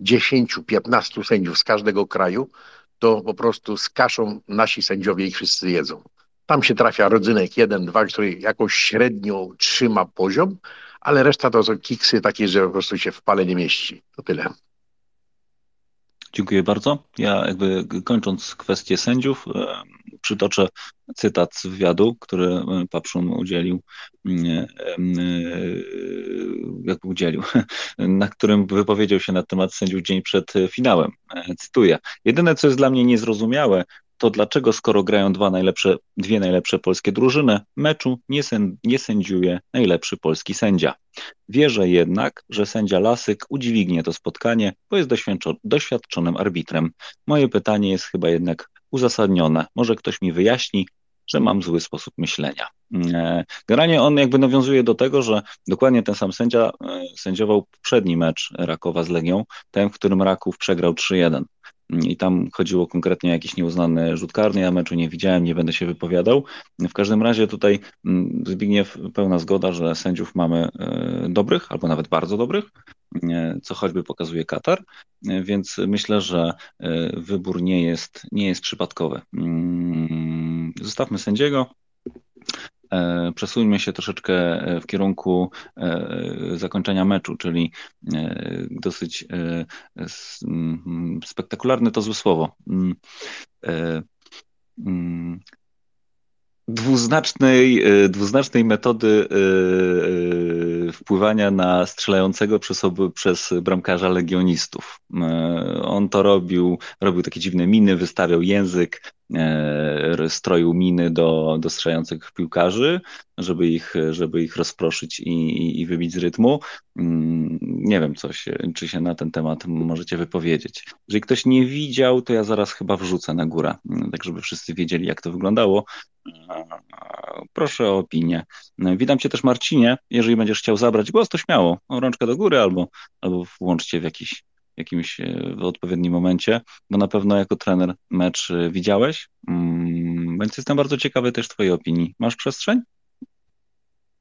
10-15 sędziów z każdego kraju, to po prostu z kaszą nasi sędziowie ich wszyscy jedzą. Tam się trafia rodzynek 1-2, który jakoś średnio trzyma poziom, ale reszta to są kiksy takie, że po prostu się w pale nie mieści. To tyle. Dziękuję bardzo. Ja jakby kończąc kwestię sędziów, przytoczę cytat z wywiadu, który Papszun udzielił, na którym wypowiedział się na temat sędziów dzień przed finałem. Cytuję. Jedyne, co jest dla mnie niezrozumiałe, to dlaczego, skoro grają dwie najlepsze polskie drużyny, meczu nie sędziuje najlepszy polski sędzia. Wierzę jednak, że sędzia Lasyk udźwignie to spotkanie, bo jest doświadczonym arbitrem. Moje pytanie jest chyba jednak uzasadnione. Może ktoś mi wyjaśni, że mam zły sposób myślenia. Generalnie on jakby nawiązuje do tego, że dokładnie ten sam sędzia sędziował poprzedni mecz Rakowa z Legią, ten, w którym Raków przegrał 3-1. I tam chodziło konkretnie o jakiś nieuznany rzut karny. Ja meczu nie widziałem, nie będę się wypowiadał. W każdym razie tutaj Zbigniew, pełna zgoda, że sędziów mamy dobrych, albo nawet bardzo dobrych, co choćby pokazuje Katar, więc myślę, że wybór nie jest przypadkowy. Zostawmy sędziego. Przesuńmy się troszeczkę w kierunku zakończenia meczu, czyli dosyć spektakularne to złe słowo. Dwuznacznej metody wpływania na strzelającego przez bramkarza legionistów. On to robił takie dziwne miny, wystawiał język, stroił miny do strzelających piłkarzy, żeby ich rozproszyć i wybić z rytmu. Nie wiem, czy się na ten temat możecie wypowiedzieć. Jeżeli ktoś nie widział, to ja zaraz chyba wrzucę na górę, tak żeby wszyscy wiedzieli, jak to wyglądało. Proszę o opinię. Witam cię też, Marcinie. Jeżeli będziesz chciał zabrać głos, to śmiało. Rączkę do góry albo włączcie w jakimś w odpowiednim momencie, bo na pewno jako trener mecz widziałeś, więc jestem bardzo ciekawy też twojej opinii. Masz przestrzeń?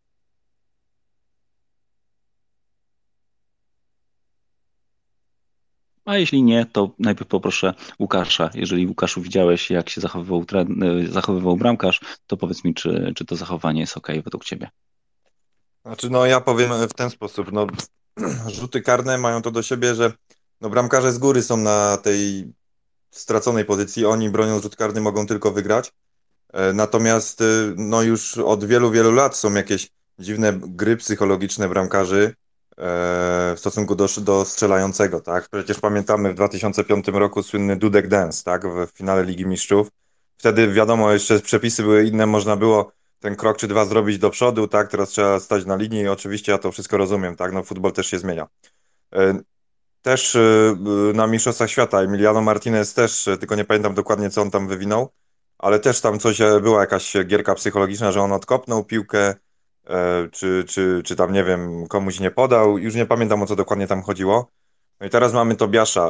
A jeśli nie, to najpierw poproszę Łukasza. Jeżeli Łukaszu widziałeś, jak się zachowywał bramkarz, to powiedz mi, czy to zachowanie jest ok według ciebie. Znaczy, no ja powiem w ten sposób, no rzuty karne mają to do siebie, że no bramkarze z góry są na tej straconej pozycji, oni broniąc rzut karny mogą tylko wygrać. Natomiast no już od wielu, wielu lat są jakieś dziwne gry psychologiczne bramkarzy w stosunku do strzelającego, tak? Przecież pamiętamy w 2005 roku słynny Dudek Dance, tak? W finale Ligi Mistrzów. Wtedy wiadomo, jeszcze przepisy były inne, można było ten krok czy dwa zrobić do przodu, tak? Teraz trzeba stać na linii i oczywiście ja to wszystko rozumiem, tak? No futbol też się zmienia. E, Też na Mistrzostwach Świata Emiliano Martinez też, tylko nie pamiętam dokładnie co on tam wywinął, ale też tam coś, była jakaś gierka psychologiczna, że on odkopnął piłkę, czy tam nie wiem, komuś nie podał, już nie pamiętam o co dokładnie tam chodziło. No i teraz mamy Tobiasza.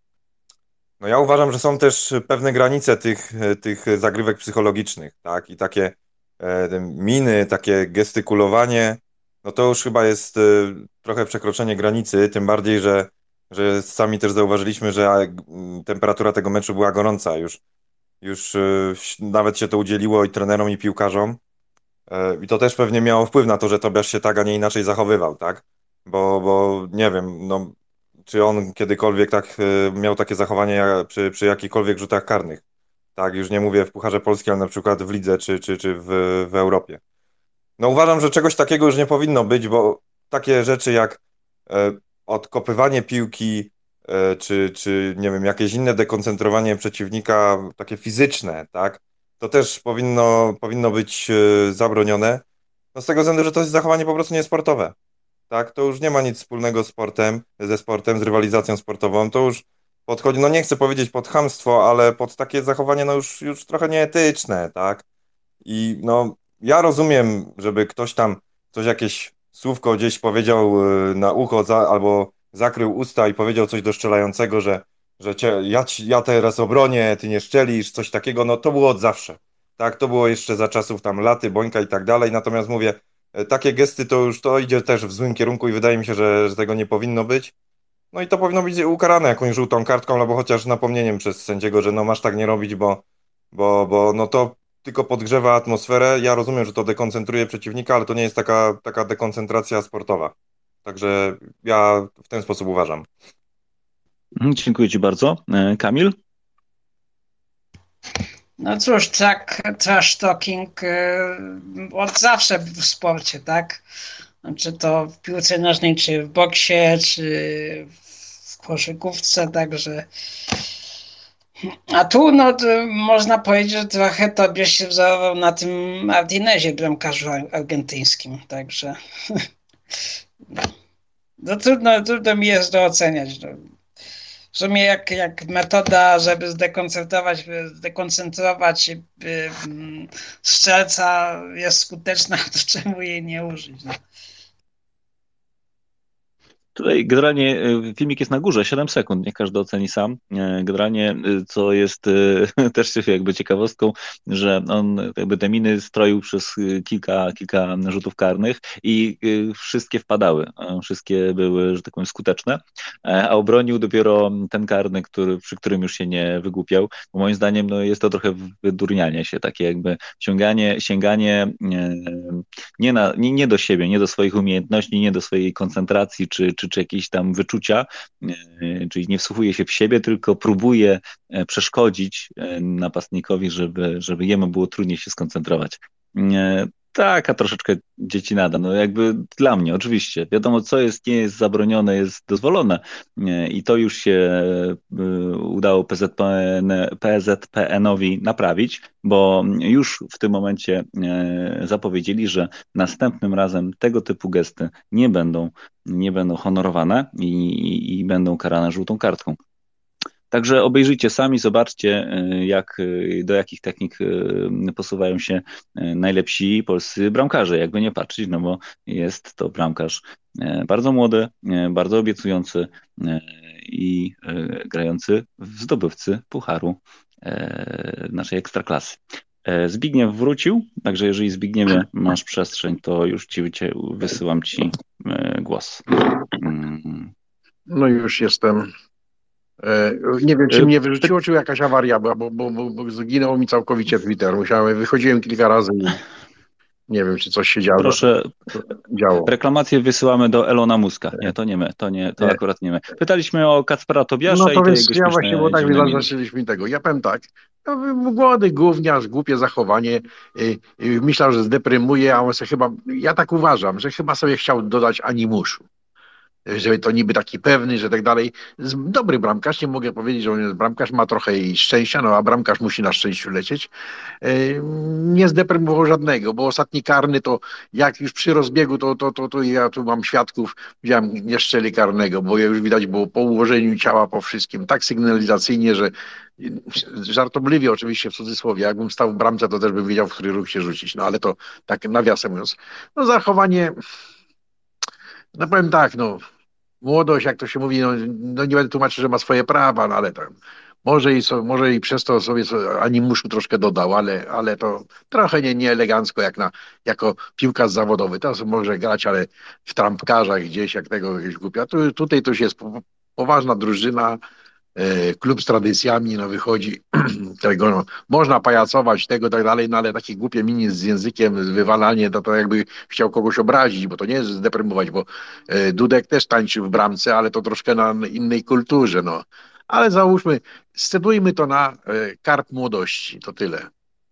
No ja uważam, że są też pewne granice tych zagrywek psychologicznych, tak? I takie te miny, takie gestykulowanie, no to już chyba jest trochę przekroczenie granicy, tym bardziej, że sami też zauważyliśmy, że temperatura tego meczu była gorąca. Już nawet się to udzieliło i trenerom, i piłkarzom. I to też pewnie miało wpływ na to, że Tobiasz się tak, a nie inaczej zachowywał, tak? Bo nie wiem, no, czy on kiedykolwiek tak miał takie zachowanie przy jakichkolwiek rzutach karnych. Tak, już nie mówię w Pucharze Polskim, ale na przykład w lidze czy w Europie. No uważam, że czegoś takiego już nie powinno być, bo takie rzeczy jak odkopywanie piłki, czy nie wiem, jakieś inne dekoncentrowanie przeciwnika, takie fizyczne, tak? To też powinno być zabronione. No z tego względu, że to jest zachowanie po prostu niesportowe. Tak? To już nie ma nic wspólnego z sportem, z rywalizacją sportową. To już podchodzi, no nie chcę powiedzieć pod chamstwo, ale pod takie zachowanie no już trochę nieetyczne, tak? I no, ja rozumiem, żeby ktoś tam coś, jakieś słówko gdzieś powiedział na ucho albo zakrył usta i powiedział coś do strzelającego, że ja teraz obronię, ty nie szczelisz, coś takiego, no to było od zawsze. Tak, to było jeszcze za czasów tam Laty, Bońka i tak dalej, natomiast mówię, takie gesty to już to idzie też w złym kierunku i wydaje mi się, że tego nie powinno być. No i to powinno być ukarane jakąś żółtą kartką, albo chociaż napomnieniem przez sędziego, że no masz tak nie robić, bo no to tylko podgrzewa atmosferę. Ja rozumiem, że to dekoncentruje przeciwnika, ale to nie jest taka dekoncentracja sportowa. Także ja w ten sposób uważam. Dziękuję Ci bardzo. Kamil? No cóż, trash talking od zawsze w sporcie, tak? Czy to w piłce nożnej, czy w boksie, czy w koszykówce, także. A tu no, można powiedzieć, że trochę Tobiasz się wzorował na tym Martinezie, bramkarzu argentyńskim, także no, trudno mi jest to oceniać. No. W sumie jak metoda, żeby zdekoncentrować strzelca jest skuteczna, to czemu jej nie użyć? No. Tutaj generalnie filmik jest na górze, 7 sekund, nie każdy oceni sam. Generalnie, co jest też jakby ciekawostką, że on jakby te miny stroił przez kilka rzutów karnych i wszystkie wpadały, wszystkie były, że tak powiem, skuteczne, a obronił dopiero ten karny, przy którym już się nie wygłupiał, bo moim zdaniem no, jest to trochę wydurnianie się, takie jakby sięganie nie do siebie, nie do swoich umiejętności, nie do swojej koncentracji czy jakieś tam wyczucia, czyli nie wsłuchuje się w siebie, tylko próbuje przeszkodzić napastnikowi, żeby jemu było trudniej się skoncentrować. Taka troszeczkę dziecinada, no jakby dla mnie oczywiście. Wiadomo, co nie jest zabronione, jest dozwolone i to już się udało PZPN-owi naprawić, bo już w tym momencie zapowiedzieli, że następnym razem tego typu gesty nie będą honorowane i będą karane żółtą kartką. Także obejrzyjcie sami, zobaczcie, do jakich technik posuwają się najlepsi polscy bramkarze, jakby nie patrzeć, no bo jest to bramkarz bardzo młody, bardzo obiecujący i grający w zdobywcy pucharu naszej ekstraklasy. Zbigniew wrócił, także jeżeli Zbigniewie masz przestrzeń, to już wysyłam ci głos. No już jestem. Nie wiem, czy Y, mnie wyrzuciło, czy jakaś awaria była, bo zginęło mi całkowicie Twitter. Wychodziłem kilka razy i nie wiem, czy coś się Proszę, działo. reklamacje wysyłamy do Elona Muska. Nie, to nie my, to Nie. akurat nie my. Pytaliśmy o Kacpera No Tobiasza i to te więc jego ja właśnie, bo śmieszne, tak dziwne miny. zaczęliśmy tego. Ja powiem tak, no, młody gówniarz, głupie zachowanie, myślał, że zdeprymuje, a on sobie chyba, ja tak uważam, że chyba sobie chciał dodać animuszu. Żeby to niby taki pewny, że tak dalej. Dobry bramkarz, nie mogę powiedzieć, że on jest bramkarz, ma trochę i szczęścia, no a bramkarz musi na szczęściu lecieć. Nie zdeprymował żadnego, bo ostatni karny to jak już przy rozbiegu, to ja tu mam świadków, widziałem, nie strzeli karnego, bo już widać było po ułożeniu ciała, po wszystkim, tak sygnalizacyjnie, że żartobliwie oczywiście w cudzysłowie, jakbym stał w bramce, to też bym wiedział, w który ruch się rzucić, no ale to tak nawiasem mówiąc. No zachowanie, no powiem tak, no młodość, jak to się mówi, no nie będę tłumaczył, że ma swoje prawa, no ale tam może i przez to sobie animuszu troszkę dodał, ale to trochę nie elegancko jako piłkarz zawodowy. Teraz może grać, ale w trampkarzach gdzieś, jak tego jakiegoś głupia. Tutaj to już jest poważna drużyna, klub z tradycjami, no wychodzi tego, no, można pajacować tego i tak dalej, no ale takie głupie miny z językiem, wywalanie, to jakby chciał kogoś obrazić, bo to nie jest zdeprymować, bo Dudek też tańczył w bramce, ale to troszkę na innej kulturze, no. Ale załóżmy, scedujmy to na karp młodości, to tyle.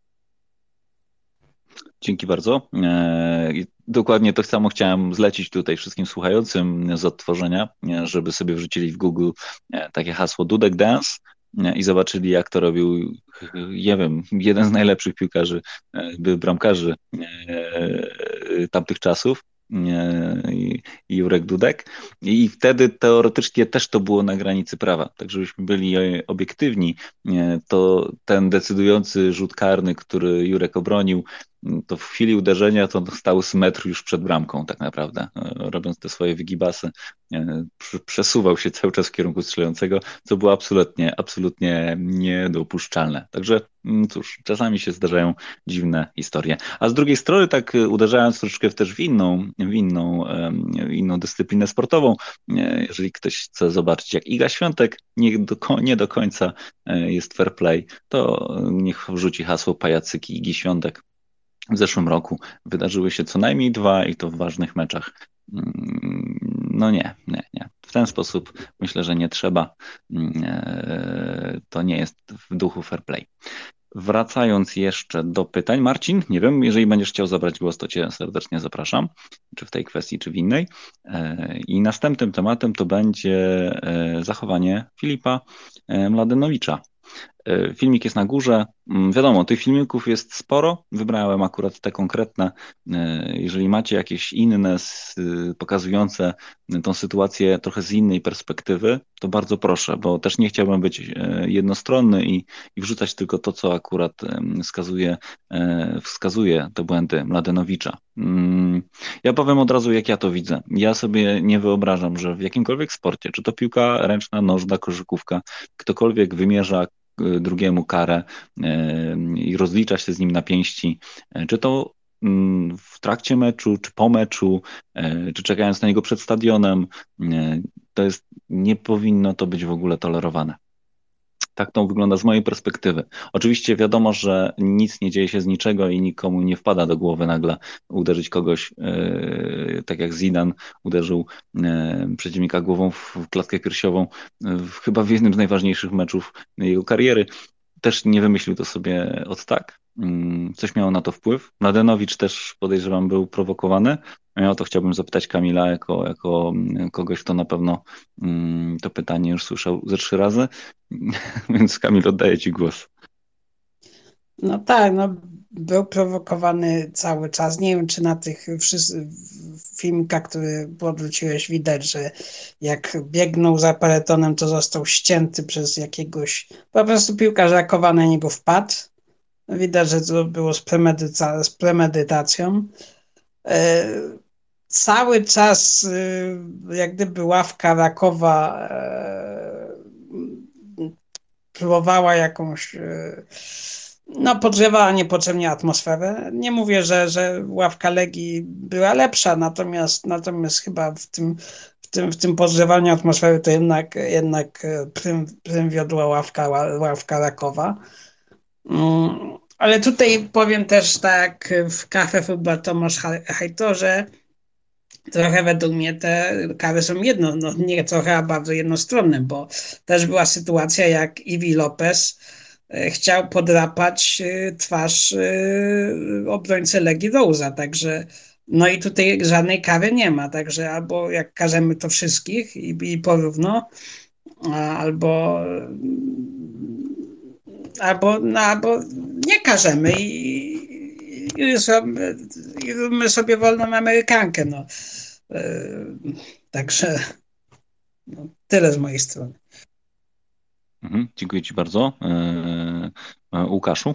Dzięki bardzo. Dokładnie to samo chciałem zlecić tutaj wszystkim słuchającym z odtworzenia, żeby sobie wrzucili w Google takie hasło Dudek Dance i zobaczyli, jak to robił, nie wiem, jeden z najlepszych piłkarzy, bramkarzy tamtych czasów. Jurek Dudek i wtedy teoretycznie też to było na granicy prawa, tak żebyśmy byli obiektywni, to ten decydujący rzut karny, który Jurek obronił, to w chwili uderzenia to stał z metru już przed bramką tak naprawdę, robiąc te swoje wygibasy, przesuwał się cały czas w kierunku strzelającego, co było absolutnie niedopuszczalne. Także cóż, czasami się zdarzają dziwne historie. A z drugiej strony, tak uderzając troszeczkę też w inną dyscyplinę sportową, jeżeli ktoś chce zobaczyć, jak Iga Świątek nie do końca jest fair play, to niech wrzuci hasło pajacyki Igi Świątek. W zeszłym roku wydarzyły się co najmniej 2 i to w ważnych meczach. No nie. W ten sposób myślę, że nie trzeba. To nie jest w duchu fair play. Wracając jeszcze do pytań, Marcin, nie wiem, jeżeli będziesz chciał zabrać głos, to Cię serdecznie zapraszam, czy w tej kwestii, czy w innej. I następnym tematem to będzie zachowanie Filipa Mladenowicza. Filmik jest na górze. Wiadomo, tych filmików jest sporo. Wybrałem akurat te konkretne. Jeżeli macie jakieś inne pokazujące tą sytuację trochę z innej perspektywy, to bardzo proszę, bo też nie chciałbym być jednostronny i wrzucać tylko to, co akurat wskazuje te błędy Mladenowicza. Ja powiem od razu, jak ja to widzę. Ja sobie nie wyobrażam, że w jakimkolwiek sporcie, czy to piłka ręczna, nożna, koszykówka, ktokolwiek wymierza drugiemu karę i rozlicza się z nim na pięści, czy to w trakcie meczu, czy po meczu, czy czekając na niego przed stadionem, nie powinno to być w ogóle tolerowane. Tak to wygląda z mojej perspektywy. Oczywiście wiadomo, że nic nie dzieje się z niczego i nikomu nie wpada do głowy nagle uderzyć kogoś, tak jak Zidane uderzył przeciwnika głową w klatkę piersiową, chyba w jednym z najważniejszych meczów jego kariery. Też nie wymyślił to sobie od tak. Coś miało na to wpływ. Mladenowicz też, podejrzewam, był prowokowany. Ja o to chciałbym zapytać Kamila, jako kogoś, kto na pewno to pytanie już słyszał ze 3 razy. Więc Kamil, oddaję Ci głos. No tak, no był prowokowany cały czas. Nie wiem, czy na tych filmikach, które podrzuciłeś, widać, że jak biegnął za peletonem, to został ścięty przez jakiegoś po prostu piłkarza Kowanej niby wpadł. Widać, że to było z premedytacją. Cały czas jak gdyby ławka Rakowa próbowała jakąś podgrzewała niepotrzebnie atmosferę. Nie mówię, że ławka Legii była lepsza, natomiast chyba w w tym podgrzewaniu atmosfery to jednak prym wiodła ławka Rakowa. Ale tutaj powiem też tak, w Cafe Football Tomasz Hajtorze trochę według mnie te kary są nie trochę, a bardzo jednostronne, bo też była sytuacja, jak Iwi Lopez chciał podrapać twarz obrońcy Legii Rose'a, także no i tutaj żadnej kary nie ma, także albo jak karzemy to wszystkich i porówno, albo nie karzemy i my sobie wolną Amerykankę. No. Także tyle z mojej strony. Dziękuję Ci bardzo. Łukaszu?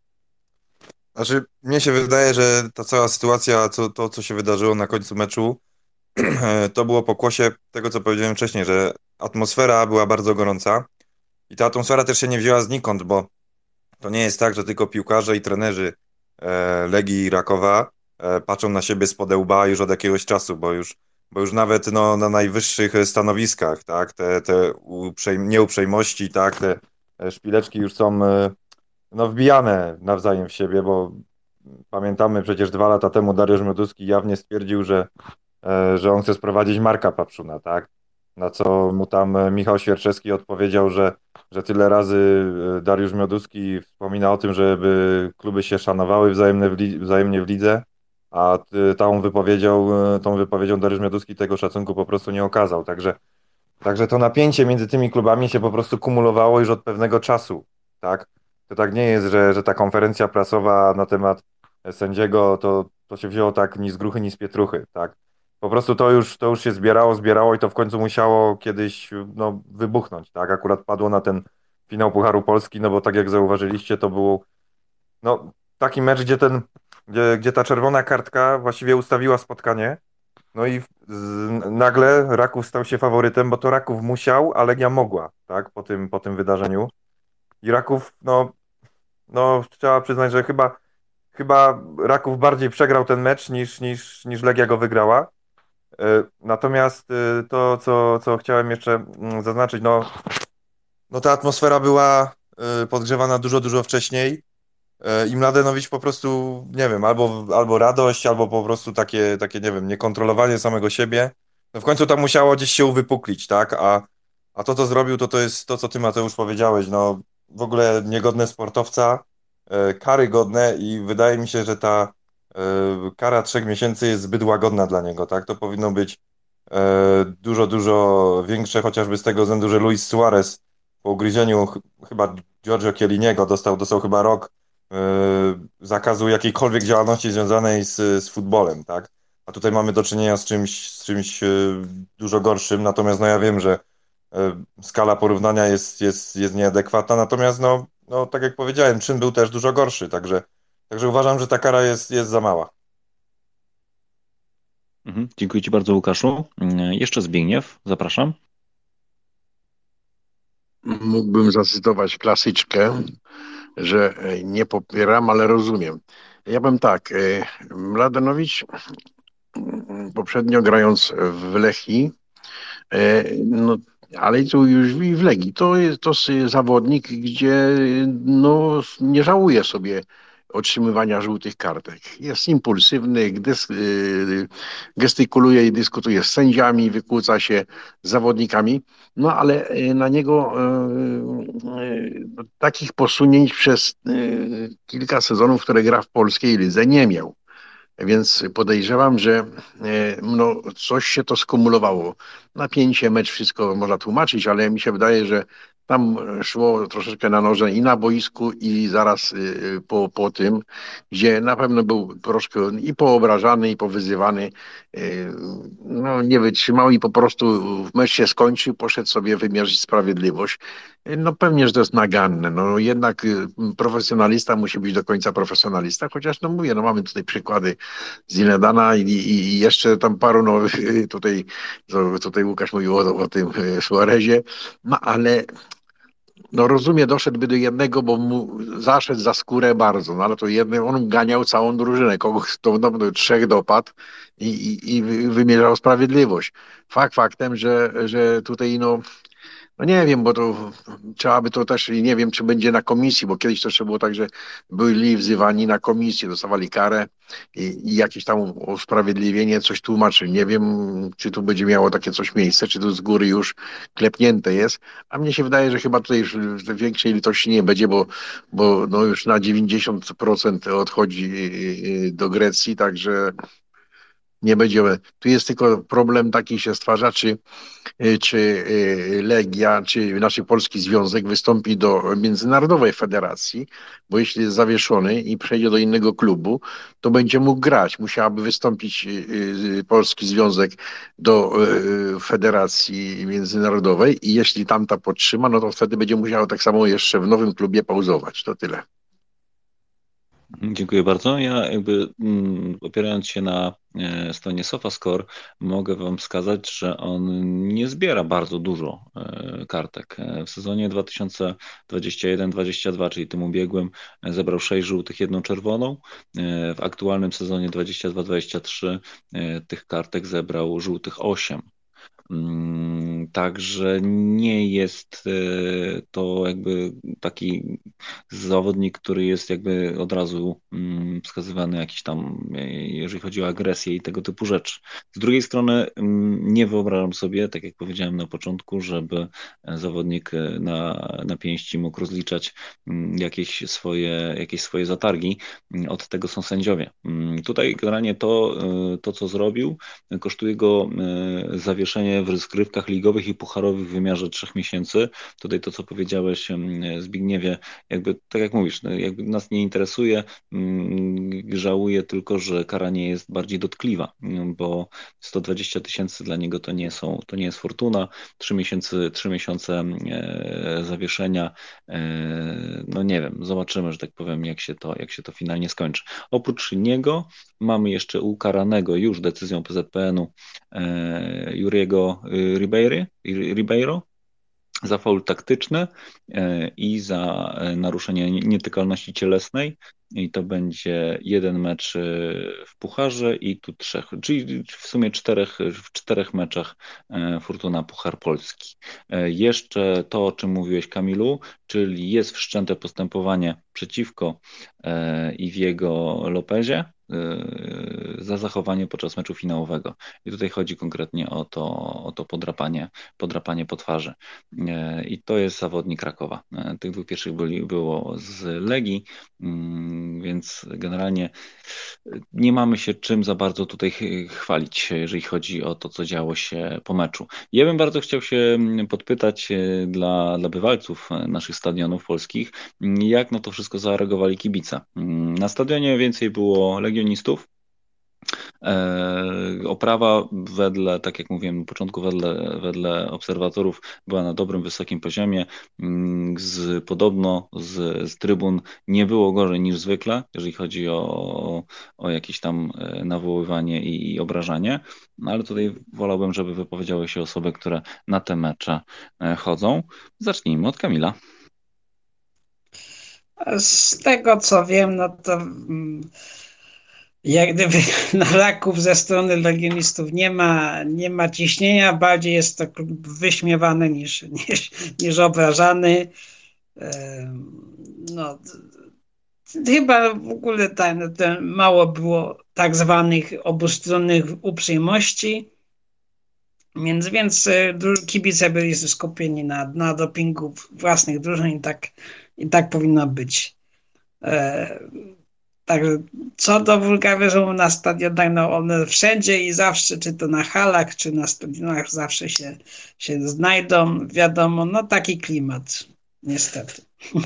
Znaczy, mnie się wydaje, że ta cała sytuacja, co się wydarzyło na końcu meczu, to było pokłosie tego, co powiedziałem wcześniej, że atmosfera była bardzo gorąca i ta atmosfera też się nie wzięła znikąd, bo to nie jest tak, że tylko piłkarze i trenerzy Legii Rakowa patrzą na siebie spod łba już od jakiegoś czasu, bo już nawet na najwyższych stanowiskach, tak, te nieuprzejmości, tak, te szpileczki już są wbijane nawzajem w siebie, bo pamiętamy przecież 2 lata temu Dariusz Mioduski jawnie stwierdził, że on chce sprowadzić Marka Papszuna, tak? Na co mu tam Michał Świerczewski odpowiedział, że tyle razy Dariusz Mioduski wspomina o tym, żeby kluby się szanowały wzajemnie w lidze, a tą wypowiedzią Dariusz Mioduski tego szacunku po prostu nie okazał. Także to napięcie między tymi klubami się po prostu kumulowało już od pewnego czasu, tak? To tak nie jest, że ta konferencja prasowa na temat sędziego to się wzięło tak ni z gruchy, ni z pietruchy, tak? Po prostu to już się zbierało i to w końcu musiało kiedyś wybuchnąć, tak? Akurat padło na ten finał Pucharu Polski, no bo tak jak zauważyliście, to był taki mecz, gdzie ta czerwona kartka właściwie ustawiła spotkanie, no i nagle Raków stał się faworytem, bo to Raków musiał, a Legia mogła, tak? Po tym wydarzeniu. I Raków, trzeba przyznać, że chyba Raków bardziej przegrał ten mecz niż Legia go wygrała. Natomiast to, co chciałem jeszcze zaznaczyć, ta atmosfera była podgrzewana dużo wcześniej i Mladenowicz po prostu, nie wiem, albo radość, albo po prostu takie, nie wiem, niekontrolowanie samego siebie. No w końcu tam musiało gdzieś się uwypuklić, tak? A to, co zrobił, to jest to, co ty, Mateusz, powiedziałeś. W ogóle niegodne sportowca, karygodne i wydaje mi się, że ta kara 3 miesięcy jest zbyt łagodna dla niego, tak? To powinno być dużo większe, chociażby z tego względu, że Luis Suarez po ugryzieniu chyba Giorgio Chielliniego dostał chyba rok zakazu jakiejkolwiek działalności związanej z futbolem, tak? A tutaj mamy do czynienia z czymś dużo gorszym, natomiast ja wiem, że skala porównania jest nieadekwatna, natomiast tak jak powiedziałem, czyn był też dużo gorszy, także uważam, że ta kara jest za mała. Dziękuję Ci bardzo, Łukaszu. Jeszcze Zbigniew, zapraszam. Mógłbym zacytować klasyczkę, że nie popieram, ale rozumiem. Ja bym tak, Mladenowicz poprzednio grając w Lechii, ale tu już w Legii, to jest zawodnik, gdzie nie żałuje sobie otrzymywania żółtych kartek. Jest impulsywny, gestykuluje i dyskutuje z sędziami, wykłóca się z zawodnikami, ale na niego takich posunięć przez kilka sezonów, które gra w polskiej lidze, nie miał. Więc podejrzewam, że coś się to skumulowało. Napięcie, mecz, wszystko można tłumaczyć, ale mi się wydaje, że tam szło troszeczkę na noże i na boisku, i zaraz po tym, gdzie na pewno był troszkę i poobrażany, i powyzywany. Nie wytrzymał i po prostu mecz się skończył, poszedł sobie wymierzyć sprawiedliwość. Pewnie, że to jest naganne. Jednak profesjonalista musi być do końca profesjonalista, chociaż mówię, mamy tutaj przykłady Zinedana i jeszcze tam paru, tutaj Łukasz mówił o tym Suarezie, ale no rozumie, doszedłby do jednego, bo mu zaszedł za skórę bardzo, no ale to jedny, on ganiał całą drużynę, kogoś to no, trzech dopadł i wymierzał sprawiedliwość. Faktem, że tutaj no nie wiem, bo to trzeba by to też, i nie wiem, czy będzie na komisji, bo kiedyś to jeszcze było tak, że byli wzywani na komisję, dostawali karę i jakieś tam usprawiedliwienie, coś tłumaczy. Nie wiem, czy tu będzie miało takie coś miejsce, czy to z góry już klepnięte jest, a mnie się wydaje, że chyba tutaj już większej litości nie będzie, bo no już na 90% odchodzi do Grecji, także nie będziemy. Tu jest tylko problem taki się stwarza, czy Legia, czy nasz polski związek wystąpi do Międzynarodowej Federacji, bo jeśli jest zawieszony i przejdzie do innego klubu, to będzie mógł grać. Musiałaby wystąpić polski związek do Federacji Międzynarodowej i jeśli tamta podtrzyma, no to wtedy będzie musiał tak samo jeszcze w nowym klubie pauzować. To tyle. Dziękuję bardzo. Ja opierając się na stronie SofaScore, mogę Wam wskazać, że on nie zbiera bardzo dużo kartek. W sezonie 2021-22, czyli tym ubiegłym, zebrał 6 żółtych, 1 czerwoną. W aktualnym sezonie 22-23 tych kartek zebrał żółtych 8. Także nie jest to jakby taki zawodnik, który jest jakby od razu wskazywany jakiś tam, jeżeli chodzi o agresję i tego typu rzeczy. Z drugiej strony nie wyobrażam sobie, tak jak powiedziałem na początku, żeby zawodnik na pięści mógł rozliczać jakieś swoje zatargi. Od tego są sędziowie. Tutaj generalnie to co zrobił, kosztuje go zawieszenie w rozgrywkach ligowych i pucharowych w wymiarze 3 miesięcy. Tutaj to, co powiedziałeś, Zbigniewie, jakby tak jak mówisz, jakby nas nie interesuje. Żałuję tylko, że kara nie jest bardziej dotkliwa, bo 120 000 dla niego to nie jest fortuna. 3 miesiące zawieszenia. No nie wiem, zobaczymy, że tak powiem, jak się to finalnie skończy. Oprócz niego mamy jeszcze ukaranego już decyzją PZPN-u Juriego Ribeiro za faul taktyczny i za naruszenie nietykalności cielesnej. I to będzie 1 mecz w pucharze i tu 3, czyli w sumie w 4 meczach Fortuna Puchar Polski. Jeszcze to, o czym mówiłeś, Kamilu, czyli jest wszczęte postępowanie przeciwko Iwiego Lopezie za zachowanie podczas meczu finałowego. I tutaj chodzi konkretnie o to podrapanie po twarzy. I to jest zawodnik Krakowa. Tych 2 pierwszych było z Legii, więc generalnie nie mamy się czym za bardzo tutaj chwalić, jeżeli chodzi o to, co działo się po meczu. Ja bym bardzo chciał się podpytać dla bywalców naszych stadionów polskich, jak na to wszystko zareagowali kibice. Na stadionie więcej było legionistów. Oprawa tak jak mówiłem na początku, wedle obserwatorów była na dobrym, wysokim poziomie. Podobno z trybun nie było gorzej niż zwykle, jeżeli chodzi o jakieś tam nawoływanie i obrażanie. No ale tutaj wolałbym, żeby wypowiedziały się osoby, które na te mecze chodzą. Zacznijmy od Kamila. Z tego co wiem, no to jak gdyby raków ze strony legionistów nie ma ciśnienia, bardziej jest to klub wyśmiewany niż obrażany. No, chyba w ogóle mało było tak zwanych obustronnych uprzejmości, więc kibice byli skupieni na dopingu własnych drużyn i tak powinno być. Także co do wulgaryzmu na stadionach, no one wszędzie i zawsze, czy to na halach, czy na stadionach zawsze się znajdą, wiadomo, no taki klimat, niestety.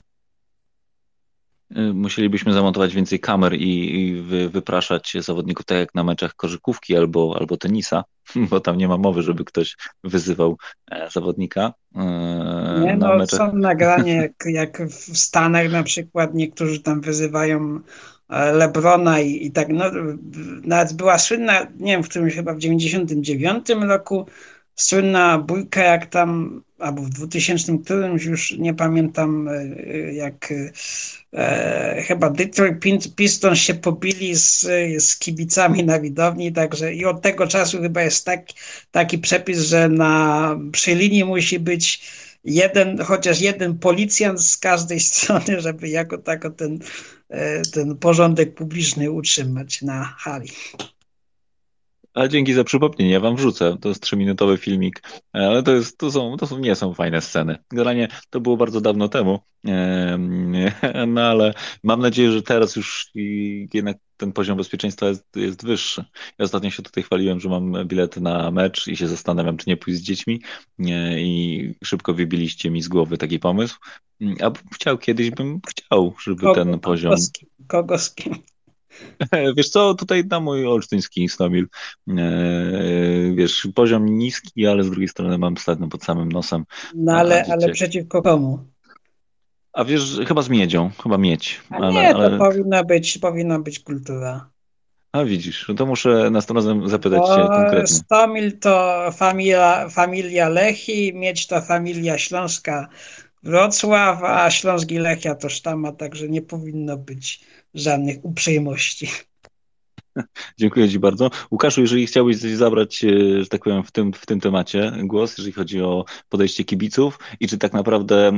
Musielibyśmy zamontować więcej kamer i wypraszać zawodników, tak jak na meczach koszykówki albo tenisa, bo tam nie ma mowy, żeby ktoś wyzywał zawodnika. Nie, na no meczach... są nagrania, jak w Stanach na przykład niektórzy tam wyzywają LeBrona i tak, no nawet była słynna, nie wiem, w którymś chyba w 99 roku słynna bójka, jak tam, albo w 2000 którymś, już nie pamiętam, jak chyba Detroit Pistons się pobili z kibicami na widowni, także i od tego czasu chyba jest taki przepis, że przy linii musi być chociaż jeden policjant z każdej strony, żeby jako tako ten porządek publiczny utrzymać na hali. A dzięki za przypomnienie, ja wam wrzucę. To jest 3-minutowy filmik, ale nie są fajne sceny. Generalnie to było bardzo dawno temu, no ale mam nadzieję, że teraz już jednak ten poziom bezpieczeństwa jest wyższy. Ja ostatnio się tutaj chwaliłem, że mam bilety na mecz i się zastanawiam, czy nie pójść z dziećmi, i szybko wybiliście mi z głowy taki pomysł. A kiedyś bym chciał, żeby ten poziom... Kogo z kim? Wiesz co, tutaj na mój olsztyński Stomil, wiesz, poziom niski, ale z drugiej strony mam stadną pod samym nosem. No ale przeciwko komu? A wiesz, chyba z miedzią, chyba miedź. To powinna być kultura. A widzisz, to muszę następnym razem zapytać cię konkretnie. Stomil to familia Lechi, miedź to familia Śląska Wrocław, a Śląsk i Lechia to sztama, także nie powinno być żadnych uprzejmości. Dziękuję ci bardzo. Łukaszu, jeżeli chciałbyś coś zabrać, że tak powiem, w tym temacie głos, jeżeli chodzi o podejście kibiców i czy tak naprawdę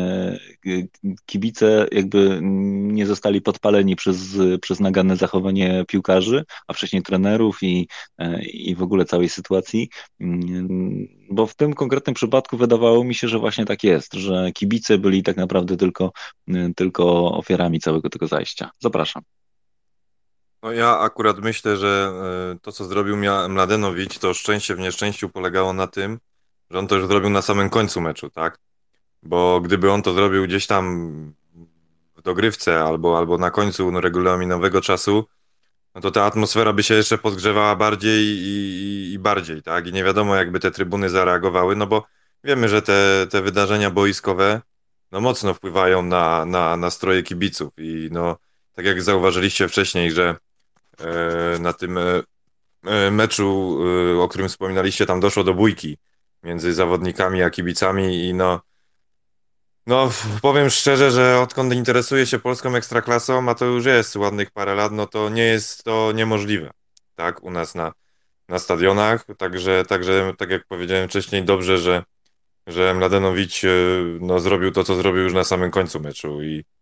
kibice jakby nie zostali podpaleni przez naganne zachowanie piłkarzy, a wcześniej trenerów i w ogóle całej sytuacji. Bo w tym konkretnym przypadku wydawało mi się, że właśnie tak jest, że kibice byli tak naprawdę tylko ofiarami całego tego zajścia. Zapraszam. No ja akurat myślę, że to, co zrobił Mladenowicz, to szczęście w nieszczęściu polegało na tym, że on to już zrobił na samym końcu meczu, tak? Bo gdyby on to zrobił gdzieś tam w dogrywce albo na końcu regulaminowego czasu, no to ta atmosfera by się jeszcze podgrzewała bardziej i bardziej, tak? I nie wiadomo, jakby te trybuny zareagowały, no bo wiemy, że te wydarzenia boiskowe no mocno wpływają na nastroje kibiców i no tak jak zauważyliście wcześniej, że na tym meczu, o którym wspominaliście, tam doszło do bójki między zawodnikami a kibicami i no powiem szczerze, że odkąd interesuję się polską ekstraklasą, a to już jest ładnych parę lat, no to nie jest to niemożliwe, tak, u nas na stadionach, także tak jak powiedziałem wcześniej, dobrze, że Mladenowicz no, zrobił to, co zrobił już na samym końcu meczu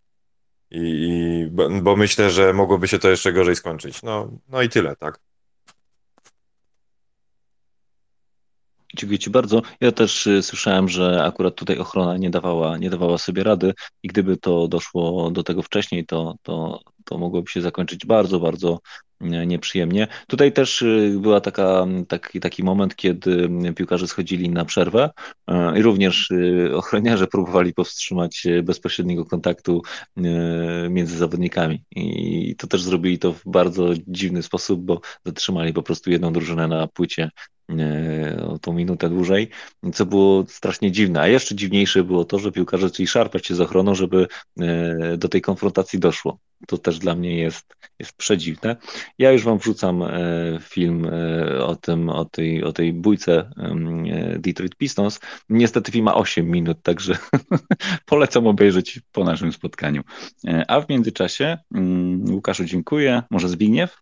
bo myślę, że mogłoby się to jeszcze gorzej skończyć. No i tyle, tak. Dziękuję ci bardzo. Ja też słyszałem, że akurat tutaj ochrona nie dawała sobie rady i gdyby to doszło do tego wcześniej, to mogłoby się zakończyć bardzo, bardzo nieprzyjemnie. Tutaj też była taki moment, kiedy piłkarze schodzili na przerwę i również ochroniarze próbowali powstrzymać bezpośredniego kontaktu między zawodnikami. I to też zrobili to w bardzo dziwny sposób, bo zatrzymali po prostu jedną drużynę na płycie o tą minutę dłużej, co było strasznie dziwne. A jeszcze dziwniejsze było to, że piłkarze zaczęli szarpać się z ochroną, żeby do tej konfrontacji doszło. To też dla mnie jest przedziwne. Ja już wam wrzucam film o tej bójce Detroit Pistons. Niestety film ma 8 minut, także polecam obejrzeć po naszym spotkaniu. A w międzyczasie Łukaszu dziękuję. Może Zbigniew?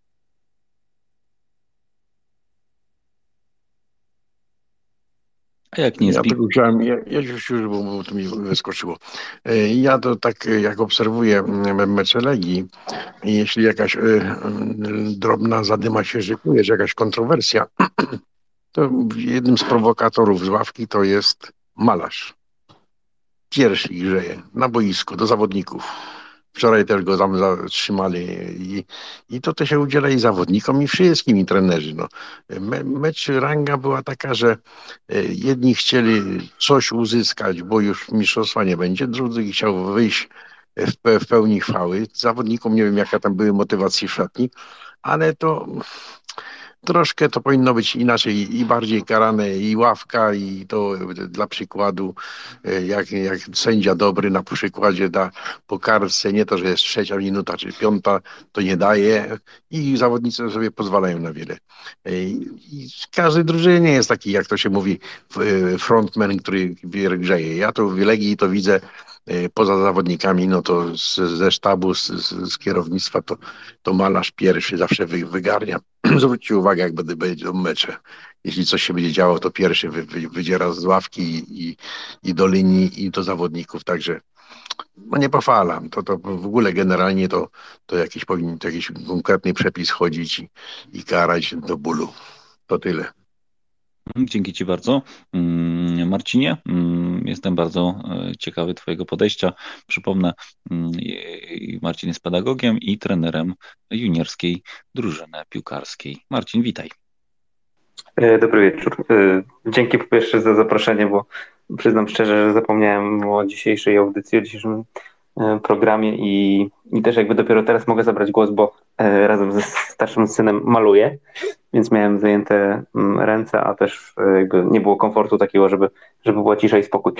A jak nie Ja tylko chciałem, ja już, bo to mi wyskoczyło. Ja to tak jak obserwuję mecze Legii i jeśli jakaś drobna zadyma się szykuje, czy jakaś kontrowersja, to jednym z prowokatorów z ławki to jest malarz. Pierwszy ich grzeje na boisku do zawodników. Wczoraj też go tam zatrzymali i to się udziela i zawodnikom, i wszystkim, i trenerzy. No. Mecz ranga była taka, że jedni chcieli coś uzyskać, bo już mistrzostwa nie będzie, drudzy chciał wyjść w pełni chwały. Zawodnikom nie wiem, jaka tam były motywacje w szatni, ale to troszkę to powinno być inaczej i bardziej karane i ławka i to dla przykładu jak sędzia dobry na przykładzie da po kartce, nie to, że jest 3. minuta czy 5, to nie daje i zawodnicy sobie pozwalają na wiele. I w każdej drużynie jest taki, jak to się mówi, frontman, który grzeje. Ja to w Legii to widzę poza zawodnikami, no to ze sztabu, z kierownictwa to malarz pierwszy zawsze wygarnia. Zwróćcie uwagę, jak będą mecze. Jeśli coś się będzie działo, to pierwszy wydziera z ławki i do linii, i do zawodników. Także no nie pochwalam. To w ogóle generalnie to powinien jakiś konkretny przepis chodzić i karać do bólu. To tyle. Dzięki Ci bardzo. Marcinie, jestem bardzo ciekawy Twojego podejścia. Przypomnę, Marcin jest pedagogiem i trenerem juniorskiej drużyny piłkarskiej. Marcin, witaj. Dobry wieczór. Dzięki po pierwsze za zaproszenie, bo przyznam szczerze, że zapomniałem o dzisiejszej audycji, o dzisiejszym programie i też jakby dopiero teraz mogę zabrać głos, bo razem ze starszym synem maluję, więc miałem zajęte ręce, a też jakby nie było komfortu takiego, żeby była cisza i spokój.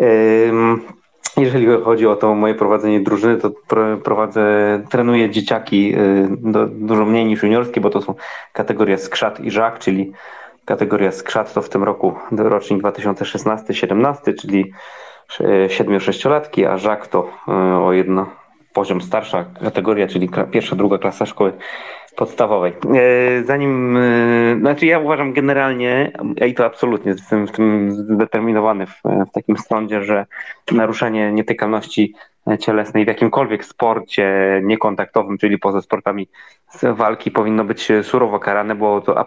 Jeżeli chodzi o to moje prowadzenie drużyny, to trenuję dzieciaki dużo mniej niż juniorskie, bo to są kategoria skrzat i żak, czyli kategoria skrzat to w tym roku rocznik 2016-17, czyli 7-6-latki, a żak to o jedno poziom starsza kategoria, czyli pierwsza, druga klasa szkoły podstawowej. Znaczy ja uważam generalnie, i to absolutnie jestem w tym zdeterminowany w takim sądzie, że naruszenie nietykalności cielesnej w jakimkolwiek sporcie niekontaktowym, czyli poza sportami walki, powinno być surowo karane, bo to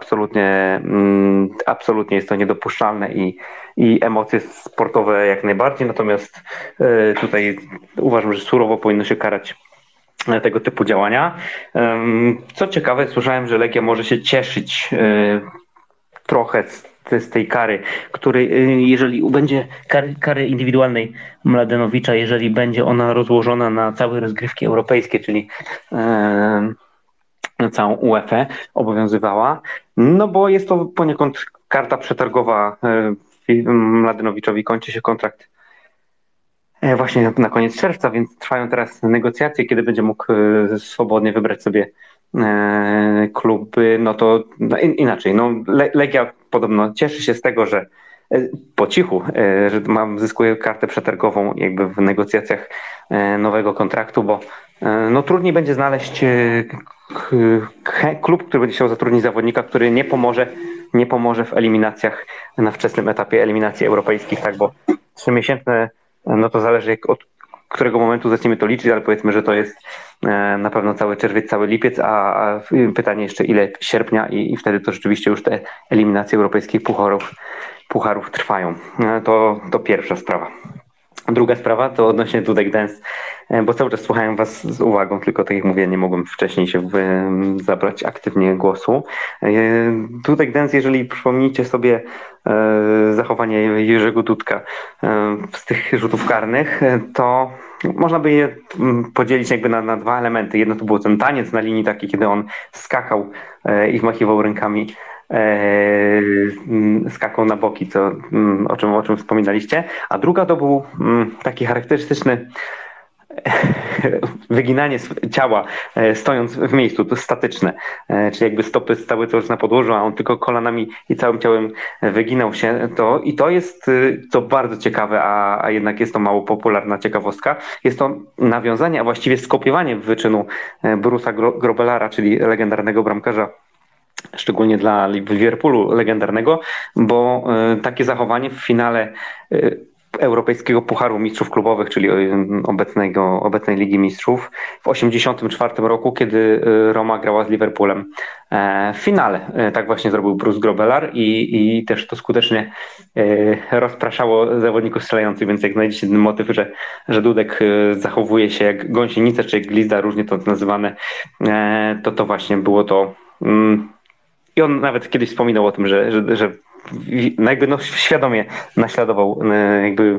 absolutnie jest to niedopuszczalne i emocje sportowe jak najbardziej, natomiast tutaj uważam, że surowo powinno się karać tego typu działania. Co ciekawe, słyszałem, że Legia może się cieszyć trochę z tej kary, jeżeli będzie kary indywidualnej Mladenowicza, jeżeli będzie ona rozłożona na całe rozgrywki europejskie, czyli na całą UEFA obowiązywała, no bo jest to poniekąd karta przetargowa. Mladenowiczowi kończy się kontrakt właśnie na koniec czerwca, więc trwają teraz negocjacje, kiedy będzie mógł swobodnie wybrać sobie kluby, no to inaczej. No, Legia podobno cieszy się z tego, że po cichu, że zyskuje kartę przetargową jakby w negocjacjach nowego kontraktu, bo no trudniej będzie znaleźć klub, który będzie chciał zatrudnić zawodnika, który nie pomoże w eliminacjach na wczesnym etapie eliminacji europejskich, tak, bo 3-miesięczne, no to zależy od którego momentu zaczniemy to liczyć, ale powiedzmy, że to jest na pewno cały czerwiec, cały lipiec, a pytanie jeszcze ile sierpnia i wtedy to rzeczywiście już te eliminacje europejskich pucharów trwają. To pierwsza sprawa. Druga sprawa to odnośnie Dudek Dance, bo cały czas słuchałem Was z uwagą, tylko tak jak mówię, nie mogłem wcześniej się zabrać aktywnie głosu. Dudek Dance, jeżeli przypomnicie sobie zachowanie Jerzego Dudka z tych rzutów karnych, to można by je podzielić jakby na dwa elementy. Jedno to był ten taniec na linii taki, kiedy on skakał i wmachiwał rękami, skakał na boki, o czym wspominaliście, a druga to był taki charakterystyczny wyginanie ciała stojąc w miejscu, to statyczne, czyli jakby stopy stały cały czas na podłożu, a on tylko kolanami i całym ciałem wyginał się. To jest to bardzo ciekawe, a jednak jest to mało popularna ciekawostka. Jest to nawiązanie, a właściwie skopiowanie wyczynu Bruce'a Grobelara, czyli legendarnego bramkarza, szczególnie dla Liverpoolu legendarnego, bo takie zachowanie w finale Europejskiego Pucharu Mistrzów Klubowych, czyli obecnej Ligi Mistrzów w 1984 roku, kiedy Roma grała z Liverpoolem w finale. Tak właśnie zrobił Bruce Grobelar i też to skutecznie rozpraszało zawodników strzelających, więc jak znajdziecie ten motyw, że Dudek zachowuje się jak gąsienica czy jak glizda, różnie to nazywane, to właśnie było to. I on nawet kiedyś wspominał o tym, że no jakby no świadomie naśladował jakby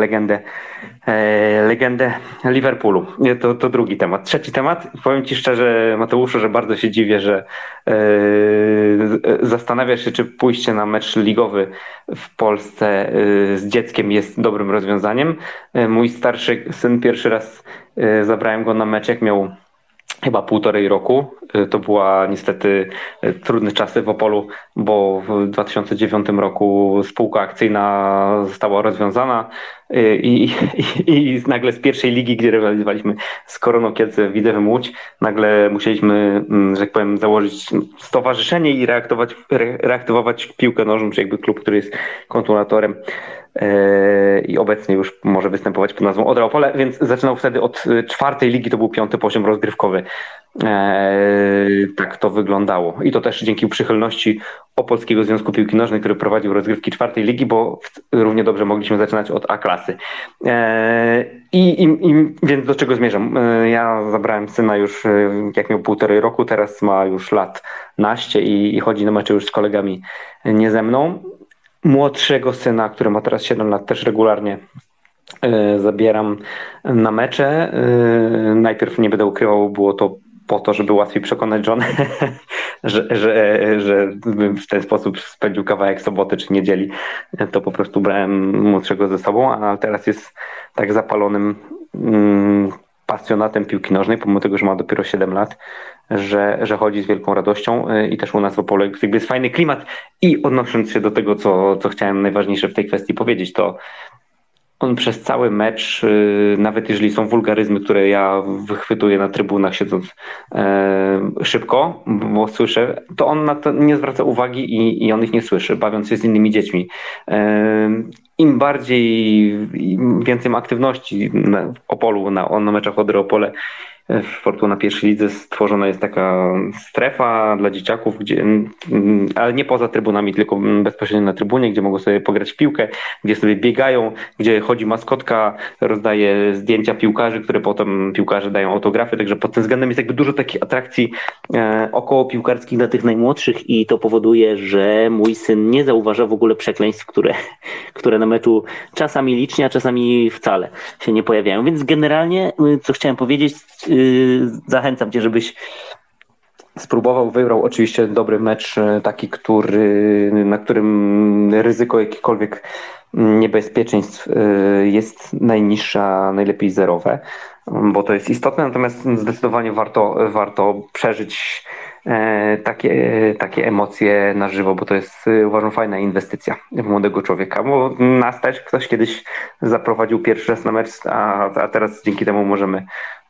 legendę Liverpoolu. To drugi temat. Trzeci temat. Powiem Ci szczerze, Mateuszu, że bardzo się dziwię, że zastanawiasz się, czy pójście na mecz ligowy w Polsce z dzieckiem jest dobrym rozwiązaniem. Mój starszy syn pierwszy raz zabrałem go na mecz, jak miał chyba 1,5 roku. To była niestety trudne czasy w Opolu, bo w 2009 roku spółka akcyjna została rozwiązana i nagle z pierwszej ligi, gdzie rywalizowaliśmy z Koroną Kielce, Widzewem Łódź, nagle musieliśmy, że tak powiem, założyć stowarzyszenie i reaktywować piłkę nożną, czy jakby klub, który jest kontynuatorem i obecnie już może występować pod nazwą Odra Opole, więc zaczynał wtedy od 4. ligi, to był 5. poziom rozgrywkowy. Tak to wyglądało. I to też dzięki przychylności Opolskiego Związku Piłki Nożnej, który prowadził rozgrywki 4. ligi, bo równie dobrze mogliśmy zaczynać od A klasy. Więc do czego zmierzam? Ja zabrałem syna już jak miał 1,5 roku, teraz ma już lat naście i chodzi na mecze już z kolegami, nie ze mną. Młodszego syna, który ma teraz 7 lat, też regularnie zabieram na mecze. Najpierw, nie będę ukrywał, było to po to, żeby łatwiej przekonać żonę, że w ten sposób spędził kawałek soboty czy niedzieli. To po prostu brałem młodszego ze sobą, a teraz jest tak zapalonym pasjonatem piłki nożnej, pomimo tego, że ma dopiero 7 lat, że chodzi z wielką radością i też u nas w Opole jakby jest fajny klimat. I odnosząc się do tego, co chciałem najważniejsze w tej kwestii powiedzieć, to on przez cały mecz, nawet jeżeli są wulgaryzmy, które ja wychwytuję na trybunach siedząc szybko, bo słyszę, to on na to nie zwraca uwagi i on ich nie słyszy, bawiąc się z innymi dziećmi. Im więcej ma aktywności w Opolu, na meczach Odry Opole, w Fortuna pierwszej lidze stworzona jest taka strefa dla dzieciaków, ale nie poza trybunami, tylko bezpośrednio na trybunie, gdzie mogą sobie pograć w piłkę, gdzie sobie biegają, gdzie chodzi maskotka, rozdaje zdjęcia piłkarzy, które potem piłkarze dają autografy, także pod tym względem jest jakby dużo takich atrakcji około piłkarskich dla tych najmłodszych i to powoduje, że mój syn nie zauważa w ogóle przekleństw, które na meczu czasami licznie, a czasami wcale się nie pojawiają. Więc generalnie, co chciałem powiedzieć, zachęcam Cię, żebyś spróbował, wybrał oczywiście dobry mecz, taki, na którym ryzyko jakichkolwiek niebezpieczeństw jest najniższe, a najlepiej zerowe, bo to jest istotne, natomiast zdecydowanie warto przeżyć takie emocje na żywo, bo to jest, uważam, fajna inwestycja w młodego człowieka, bo nas też ktoś kiedyś zaprowadził pierwszy raz na mecz, a teraz dzięki temu możemy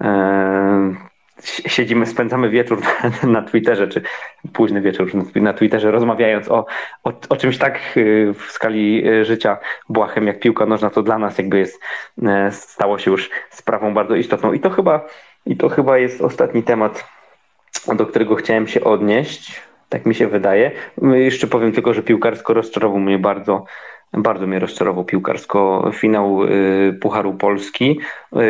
spędzamy wieczór na Twitterze, czy późny wieczór na Twitterze, rozmawiając o czymś tak w skali życia błahym jak piłka nożna, to dla nas jakby stało się już sprawą bardzo istotną. I to chyba jest ostatni temat, do którego chciałem się odnieść, tak mi się wydaje. Jeszcze powiem tylko, że piłkarsko rozczarował mnie bardzo mnie rozczarował piłkarsko finał Pucharu Polski.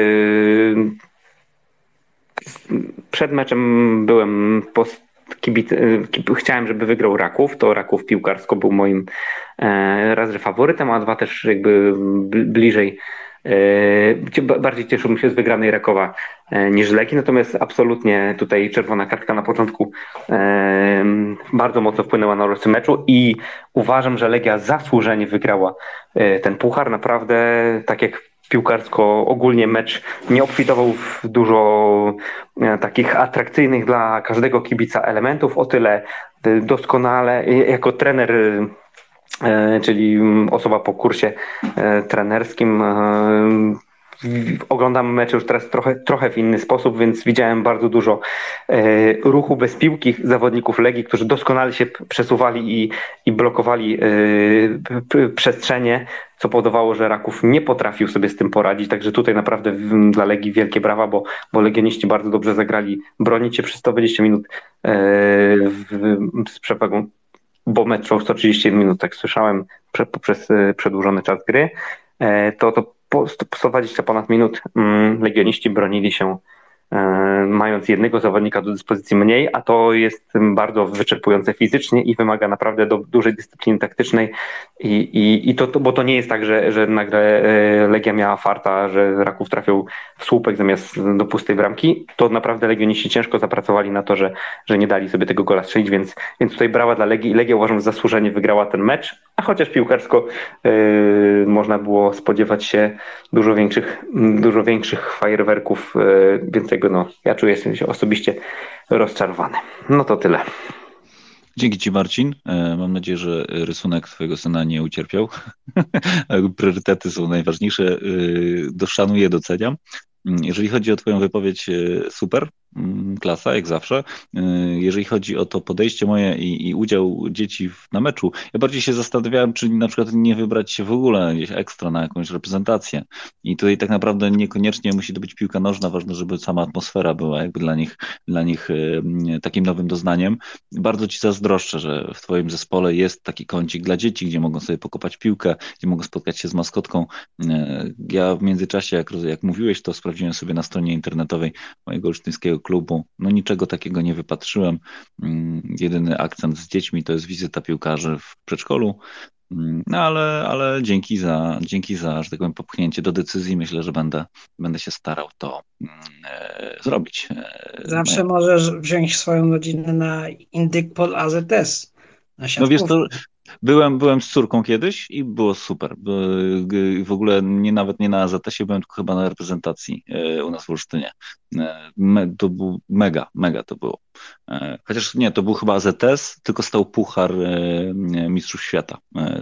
Przed meczem byłem chciałem, żeby wygrał Raków. To Raków piłkarsko był moim raz, że faworytem, a dwa też jakby bliżej. Bardziej cieszyłbym się z wygranej Rakowa niż Legii, natomiast absolutnie tutaj czerwona kartka na początku bardzo mocno wpłynęła na losy meczu i uważam, że Legia zasłużenie wygrała ten puchar. Naprawdę, tak jak piłkarsko ogólnie mecz nie obfitował w dużo takich atrakcyjnych dla każdego kibica elementów, o tyle doskonale jako trener, czyli osoba po kursie trenerskim, oglądam mecze już teraz trochę w inny sposób, więc widziałem bardzo dużo ruchu bez piłki zawodników Legii, którzy doskonale się przesuwali i blokowali przestrzenie, co powodowało, że Raków nie potrafił sobie z tym poradzić. Także tutaj naprawdę dla Legii wielkie brawa, bo legioniści bardzo dobrze zagrali, bronić się przez 120 minut z przewagą, bo mecz trwał 131 minut, tak słyszałem, poprzez przedłużony czas gry. To po 120 ponad minut legioniści bronili się mając jednego zawodnika do dyspozycji mniej, a to jest bardzo wyczerpujące fizycznie i wymaga naprawdę dużej dyscypliny taktycznej bo to nie jest tak, że nagle Legia miała farta, że Raków trafił w słupek zamiast do pustej bramki. To naprawdę legioniści ciężko zapracowali na to, że nie dali sobie tego gola strzelić, więc tutaj brawa dla Legii. Legia, uważam, że zasłużenie wygrała ten mecz, a chociaż piłkarsko można było spodziewać się dużo większych fajerwerków, więc tego ja czuję się osobiście rozczarowany. No to tyle. Dzięki Ci, Marcin. Mam nadzieję, że rysunek Twojego syna nie ucierpiał. Priorytety są najważniejsze. Szanuję, doceniam. Jeżeli chodzi o Twoją wypowiedź, super, klasa, jak zawsze. Jeżeli chodzi o to podejście moje i udział dzieci na meczu, ja bardziej się zastanawiałem, czy na przykład nie wybrać się w ogóle gdzieś ekstra na jakąś reprezentację. I tutaj tak naprawdę niekoniecznie musi to być piłka nożna, ważne, żeby sama atmosfera była jakby dla nich takim nowym doznaniem. Bardzo Ci zazdroszczę, że w Twoim zespole jest taki kącik dla dzieci, gdzie mogą sobie pokopać piłkę, gdzie mogą spotkać się z maskotką. Ja w międzyczasie, jak mówiłeś, to sprawdziłem sobie na stronie internetowej mojego olsztyńskiego klubu. No niczego takiego nie wypatrzyłem. Jedyny akcent z dziećmi to jest wizyta piłkarzy w przedszkolu. No ale dzięki za, że tak powiem, popchnięcie do decyzji. Myślę, że będę się starał to zrobić. Zawsze możesz wziąć swoją rodzinę na Indykpol AZS. Na No wiesz siatkówkę. to, byłem z córką kiedyś i było super. W ogóle nawet nie na AZS-ie, byłem tylko chyba na reprezentacji u nas w Olsztynie. To był mega to było. Chociaż nie, to był chyba AZS, tylko stał puchar Mistrzów Świata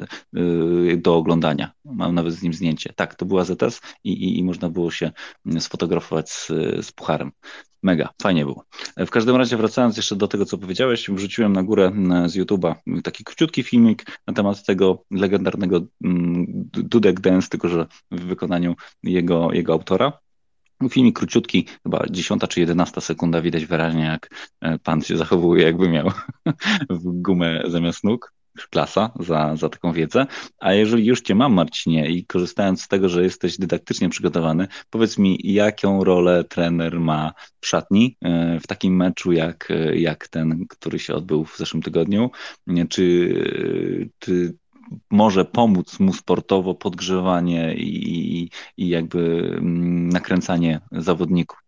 do oglądania. Mam nawet z nim zdjęcie. Tak, to był AZS i można było się sfotografować z pucharem. Mega, fajnie było. W każdym razie, wracając jeszcze do tego, co powiedziałeś, wrzuciłem na górę z YouTube'a taki króciutki filmik na temat tego legendarnego Dudek Dance, tylko że w wykonaniu jego autora. Filmik króciutki, chyba 10 czy 11 sekunda, widać wyraźnie, jak pan się zachowuje, jakby miał w gumę zamiast nóg. Klasa za taką wiedzę. A jeżeli już Cię mam, Marcinie, i korzystając z tego, że jesteś dydaktycznie przygotowany, powiedz mi, jaką rolę trener ma w szatni w takim meczu jak ten, który się odbył w zeszłym tygodniu? Czy może pomóc mu sportowo podgrzewanie i jakby nakręcanie zawodników?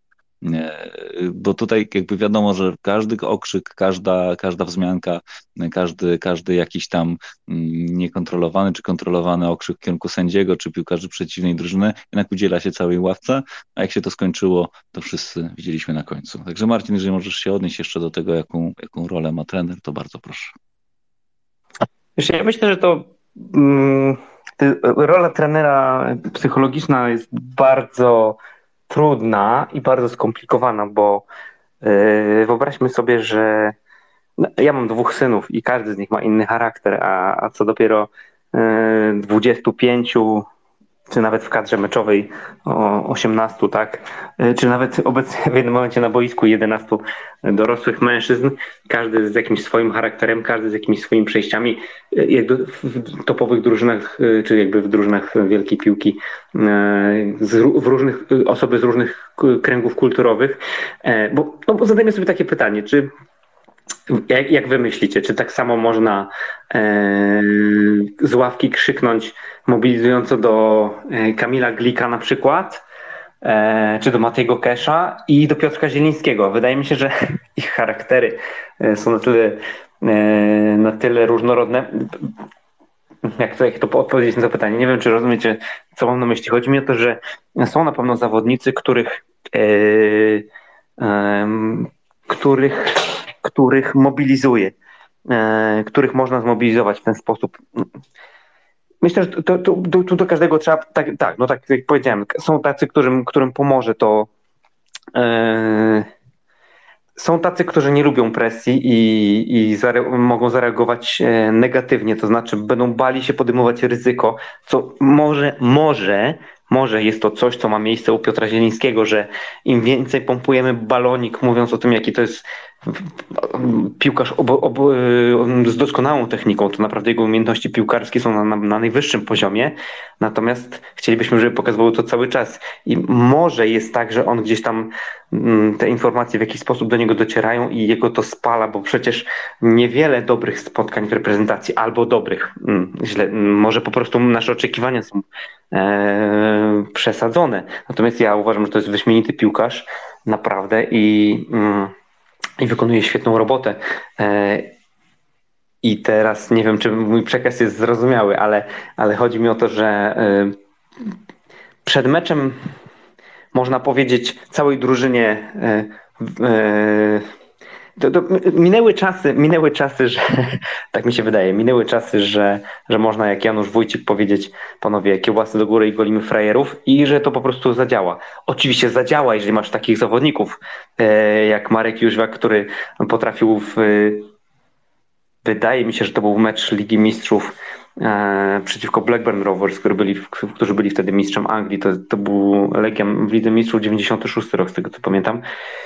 Bo tutaj jakby wiadomo, że każdy okrzyk, każda wzmianka, każdy jakiś tam niekontrolowany czy kontrolowany okrzyk w kierunku sędziego czy piłkarzy przeciwnej drużyny jednak udziela się całej ławce, a jak się to skończyło, to wszyscy widzieliśmy na końcu. Także Marcin, jeżeli możesz się odnieść jeszcze do tego, jaką rolę ma trener, to bardzo proszę. Wiesz, ja myślę, że to rola trenera psychologiczna jest bardzo trudna i bardzo skomplikowana, bo wyobraźmy sobie, że ja mam 2 synów i każdy z nich ma inny charakter, a co dopiero 25 czy nawet w kadrze meczowej o 18, tak? Czy nawet obecnie w jednym momencie na boisku 11 dorosłych mężczyzn, każdy z jakimś swoim charakterem, każdy z jakimiś swoimi przejściami, jakby w topowych drużynach, czy jakby w drużynach wielkiej piłki, osoby z różnych kręgów kulturowych. Bo zadajmy sobie takie pytanie, czy jak wy myślicie, czy tak samo można z ławki krzyknąć mobilizująco do Kamila Glika na przykład, czy do Matejego Kesza i do Piotrka Zielińskiego? Wydaje mi się, że ich charaktery są na tyle różnorodne. Jak to odpowiedzieć na to pytanie? Nie wiem, czy rozumiecie, co mam na myśli. Chodzi mi o to, że są na pewno zawodnicy, których mobilizuje, których można zmobilizować w ten sposób. Myślę, że tu do każdego trzeba, tak jak powiedziałem, są tacy, którym pomoże to. Są tacy, którzy nie lubią presji i mogą zareagować negatywnie, to znaczy będą bali się podejmować ryzyko, co może jest to coś, co ma miejsce u Piotra Zielińskiego, że im więcej pompujemy balonik, mówiąc o tym, jaki to jest piłkarz z doskonałą techniką, to naprawdę jego umiejętności piłkarskie są na najwyższym poziomie, natomiast chcielibyśmy, żeby pokazywał to cały czas i może jest tak, że on gdzieś tam te informacje w jakiś sposób do niego docierają i jego to spala, bo przecież niewiele dobrych spotkań w reprezentacji, albo dobrych, może po prostu nasze oczekiwania są przesadzone, natomiast ja uważam, że to jest wyśmienity piłkarz, naprawdę i wykonuje świetną robotę. I teraz nie wiem, czy mój przekaz jest zrozumiały, ale chodzi mi o to, że przed meczem można powiedzieć całej drużynie minęły czasy, że tak mi się wydaje, że można jak Janusz Wójcik powiedzieć, panowie, kiełbasy do góry i golimy frajerów i że to po prostu zadziała. Oczywiście zadziała, jeżeli masz takich zawodników jak Marek Jóźwiak, który potrafił wydaje mi się, że to był mecz Ligi Mistrzów przeciwko Blackburn Rovers, którzy byli wtedy mistrzem Anglii. To był Legia w Lidze Mistrzów 96 rok, z tego co pamiętam.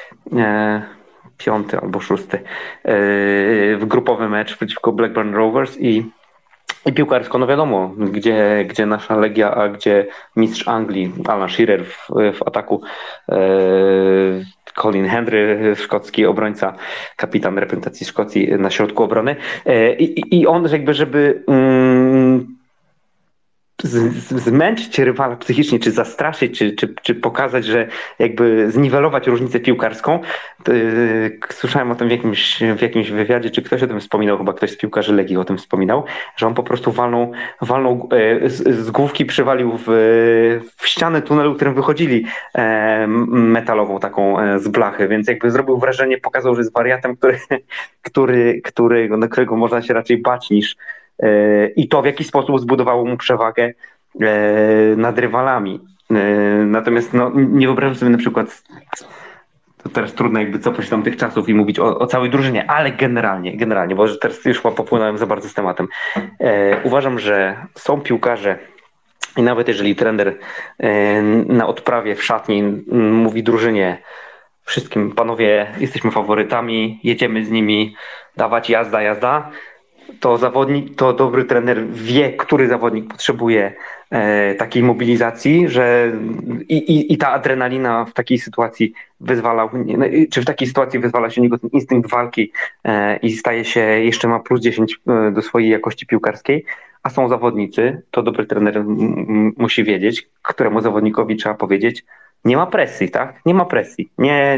5. albo 6. W grupowy mecz przeciwko Blackburn Rovers i piłkarsko, no wiadomo, gdzie nasza Legia, a gdzie mistrz Anglii, Alan Shearer w ataku, Colin Hendry, szkocki obrońca, kapitan reprezentacji Szkocji na środku obrony. I on jakby, żeby zmęczyć rywala psychicznie, czy zastraszyć, czy pokazać, że jakby zniwelować różnicę piłkarską. Słyszałem o tym w jakimś wywiadzie, czy ktoś o tym wspominał, chyba ktoś z piłkarzy Legii o tym wspominał, że on po prostu walnął z główki przywalił w ścianę tunelu, którym wychodzili metalową taką z blachy, więc jakby zrobił wrażenie, pokazał, że jest wariatem, którego można się raczej bać i to w jakiś sposób zbudowało mu przewagę nad rywalami. Natomiast nie wyobrażam sobie na przykład, to teraz trudno jakby cofać tamtych czasów i mówić o całej drużynie, ale generalnie, bo teraz już popłynąłem za bardzo z tematem. Uważam, że są piłkarze i nawet jeżeli trener na odprawie w szatni mówi drużynie, wszystkim panowie, jesteśmy faworytami, jedziemy z nimi, dawać jazda, to dobry trener wie, który zawodnik potrzebuje takiej mobilizacji, że i ta adrenalina w takiej sytuacji wyzwala się u niego ten instynkt walki i staje się, jeszcze ma plus 10 do swojej jakości piłkarskiej, a są zawodnicy, to dobry trener musi wiedzieć, któremu zawodnikowi trzeba powiedzieć, nie ma presji, tak? Nie ma presji.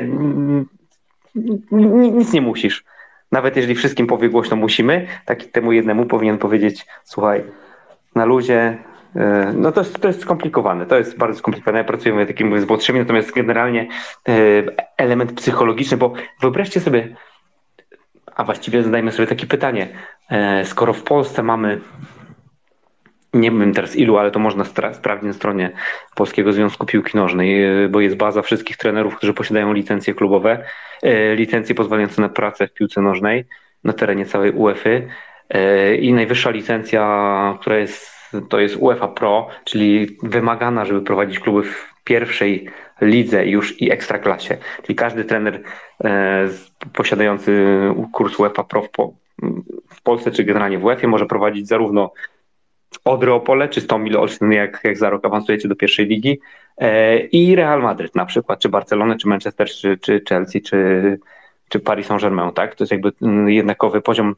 Nic nie musisz. Nawet jeżeli wszystkim powie głośno musimy, tak temu jednemu powinien powiedzieć, słuchaj, na luzie, no to jest skomplikowane, to jest bardzo skomplikowane, ja pracuję takim z młodszymi, natomiast generalnie element psychologiczny, bo wyobraźcie sobie, a właściwie zadajmy sobie takie pytanie, skoro w Polsce mamy, nie wiem teraz ilu, ale to można sprawdzić na stronie Polskiego Związku Piłki Nożnej, bo jest baza wszystkich trenerów, którzy posiadają licencje klubowe, licencje pozwalające na pracę w piłce nożnej na terenie całej UEFA i najwyższa licencja, to jest UEFA Pro, czyli wymagana, żeby prowadzić kluby w pierwszej lidze i ekstraklasie. Czyli każdy trener posiadający kurs UEFA Pro w Polsce czy generalnie w UEFA może prowadzić zarówno Odry Opole, czy Stomil Olsztyn, jak za rok awansujecie do pierwszej ligi, i Real Madryt na przykład, czy Barcelonę, czy Manchester, czy Chelsea, czy Paris Saint-Germain, tak? To jest jakby jednakowy poziom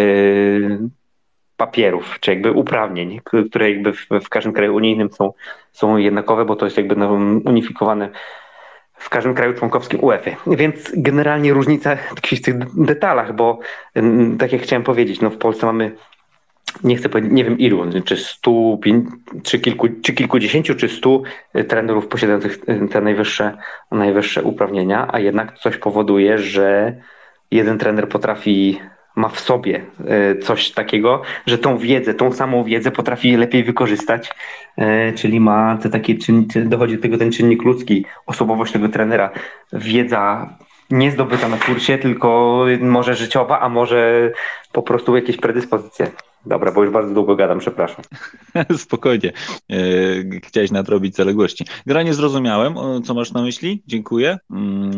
papierów, czy jakby uprawnień, które jakby w każdym kraju unijnym są jednakowe, bo to jest jakby unifikowane w każdym kraju członkowskim UEFA. Więc generalnie różnica tkwi w tych detalach, bo tak jak chciałem powiedzieć, w Polsce mamy, nie chcę powiedzieć, nie wiem ilu, czy 100, czy kilkudziesięciu, czy 100 trenerów posiadających te najwyższe uprawnienia, a jednak coś powoduje, że jeden trener ma w sobie coś takiego, że tą samą wiedzę potrafi lepiej wykorzystać, czyli ma te takie dochodzi do tego ten czynnik ludzki, osobowość tego trenera, wiedza nie zdobyta na kursie, tylko może życiowa, a może po prostu jakieś predyspozycje. Dobra, bo już bardzo długo gadam, przepraszam. Spokojnie. Chciałeś nadrobić zaległości. Generalnie zrozumiałem, co masz na myśli. Dziękuję.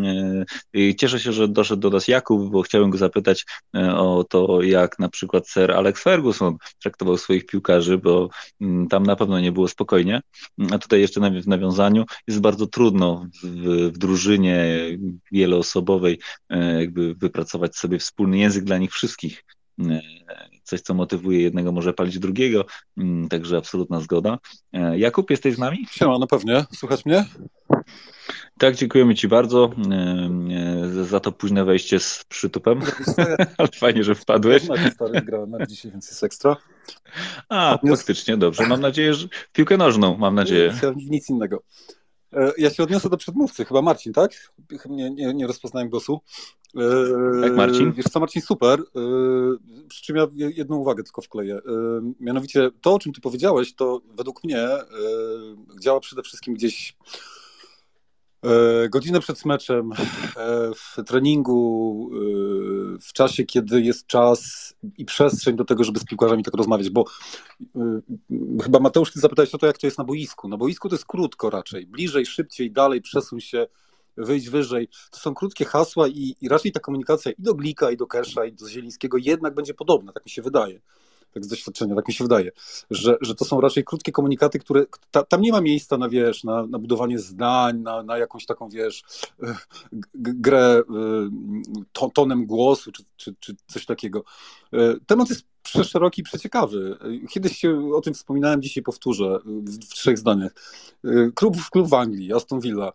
Cieszę się, że doszedł do nas Jakub, bo chciałem go zapytać o to, jak na przykład Sir Alex Ferguson traktował swoich piłkarzy, bo tam na pewno nie było spokojnie. A tutaj jeszcze w nawiązaniu jest bardzo trudno w drużynie wieloosobowej jakby wypracować sobie wspólny język dla nich wszystkich. Coś, co motywuje jednego, może palić drugiego, także absolutna zgoda. Jakub, jesteś z nami? Siema, no pewnie. Słychać mnie? Tak, dziękujemy Ci bardzo za to późne wejście z przytupem, ale fajnie, że wpadłeś. Stary, grałem mecz dzisiaj, więc jest ekstra. Faktycznie, dobrze. Mam nadzieję, że piłkę nożną, mam nadzieję. Nic innego. Ja się odniosę do przedmówcy, chyba Marcin, tak? Nie rozpoznałem głosu. Tak, Marcin? Wiesz co, Marcin, super. Przy czym ja jedną uwagę tylko wkleję. Mianowicie to, o czym ty powiedziałeś, to według mnie działa przede wszystkim gdzieś godzinę przed meczem, w treningu, w czasie, kiedy jest czas i przestrzeń do tego, żeby z piłkarzami tak rozmawiać, bo chyba Mateusz, ty zapytałeś o to, jak to jest na boisku. Na boisku to jest krótko raczej, bliżej, szybciej, dalej, przesuń się, wyjść wyżej. To są krótkie hasła i raczej ta komunikacja i do Glika, i do Kesza, i do Zielińskiego jednak będzie podobna, tak mi się wydaje. Tak z doświadczenia, tak mi się wydaje, że to są raczej krótkie komunikaty, które tam nie ma miejsca na, wiesz, na budowanie zdań, na jakąś taką, wiesz, grę tonem głosu, czy coś takiego. Temat jest szeroki i przeciekawy. Kiedyś się o tym wspominałem, dzisiaj powtórzę w 3 zdaniach. Klub w Anglii, Aston Villa.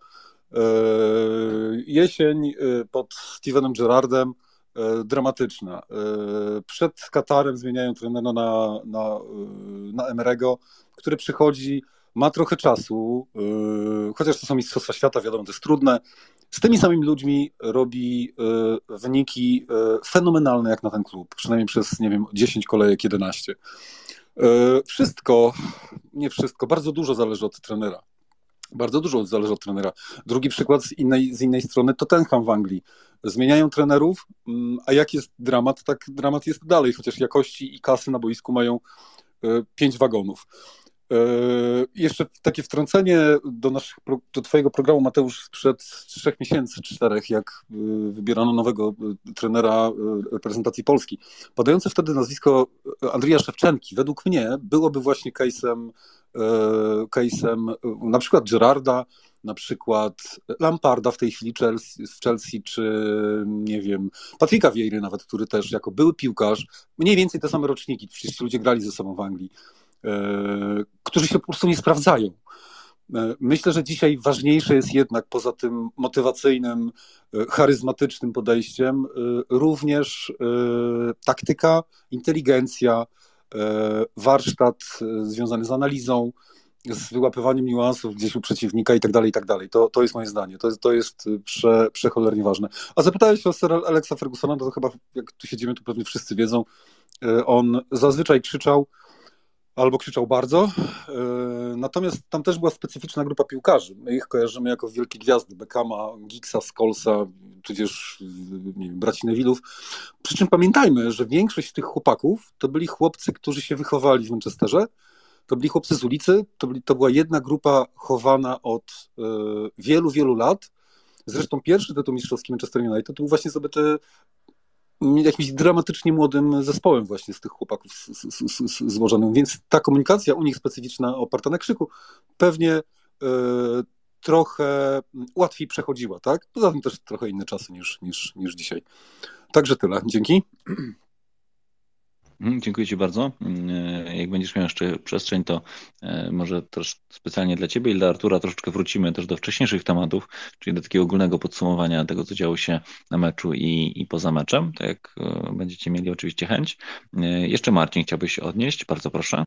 Jesień pod Stevenem Gerrardem, dramatyczna. Przed Katarem zmieniają trenera na Emery'ego, który przychodzi, ma trochę czasu, chociaż to są mistrzostwa świata, wiadomo, to jest trudne. Z tymi samymi ludźmi robi wyniki fenomenalne jak na ten klub, przynajmniej przez, nie wiem, 10 kolejek, 11. Nie wszystko, bardzo dużo zależy od trenera. Bardzo dużo zależy od trenera. Drugi przykład z innej strony to Tottenham w Anglii. Zmieniają trenerów, a jak jest dramat, tak dramat jest dalej, chociaż jakości i kasy na boisku mają 5 wagonów. Jeszcze takie wtrącenie do twojego programu, Mateusz, sprzed 3 miesięcy, 4, jak wybierano nowego trenera reprezentacji Polski. Padające wtedy nazwisko Andrija Szewczenki, według mnie byłoby właśnie case'em na przykład Gerrarda, na przykład Lamparda w tej chwili w Chelsea, czy nie wiem, Patryka Vieira nawet, który też jako były piłkarz, mniej więcej te same roczniki, przecież ci ludzie grali ze sobą w Anglii, którzy się po prostu nie sprawdzają. Myślę, że dzisiaj ważniejsze jest jednak poza tym motywacyjnym, charyzmatycznym podejściem również taktyka, inteligencja, warsztat związany z analizą, z wyłapywaniem niuansów gdzieś u przeciwnika i tak dalej, i tak dalej. To jest moje zdanie. To jest przecholernie ważne. A zapytałeś o Sir Alexa Fergusona, to chyba jak tu siedzimy, to pewnie wszyscy wiedzą. On zazwyczaj krzyczał, albo krzyczał bardzo, natomiast tam też była specyficzna grupa piłkarzy. My ich kojarzymy jako wielkie gwiazdy, Beckhama, Giggsa, Scholesa, tudzież nie wiem, braci Neville'ów. Przy czym pamiętajmy, że większość tych chłopaków to byli chłopcy, którzy się wychowali w Manchesterze, to byli chłopcy z ulicy, to była jedna grupa chowana od wielu, wielu lat. Zresztą pierwszy tytuł mistrzowski Manchester United to był właśnie zdobyty jakimś dramatycznie młodym zespołem właśnie z tych chłopaków złożonym, więc ta komunikacja u nich specyficzna, oparta na krzyku, pewnie trochę łatwiej przechodziła, tak? Poza tym też trochę inne czasy niż dzisiaj. Także tyle. Dzięki. Dziękuję Ci bardzo. Jak będziesz miał jeszcze przestrzeń, to może też specjalnie dla Ciebie i dla Artura troszeczkę wrócimy też do wcześniejszych tematów, czyli do takiego ogólnego podsumowania tego, co działo się na meczu i poza meczem, tak jak będziecie mieli oczywiście chęć. Jeszcze Marcin, chciałbyś się odnieść? Bardzo proszę.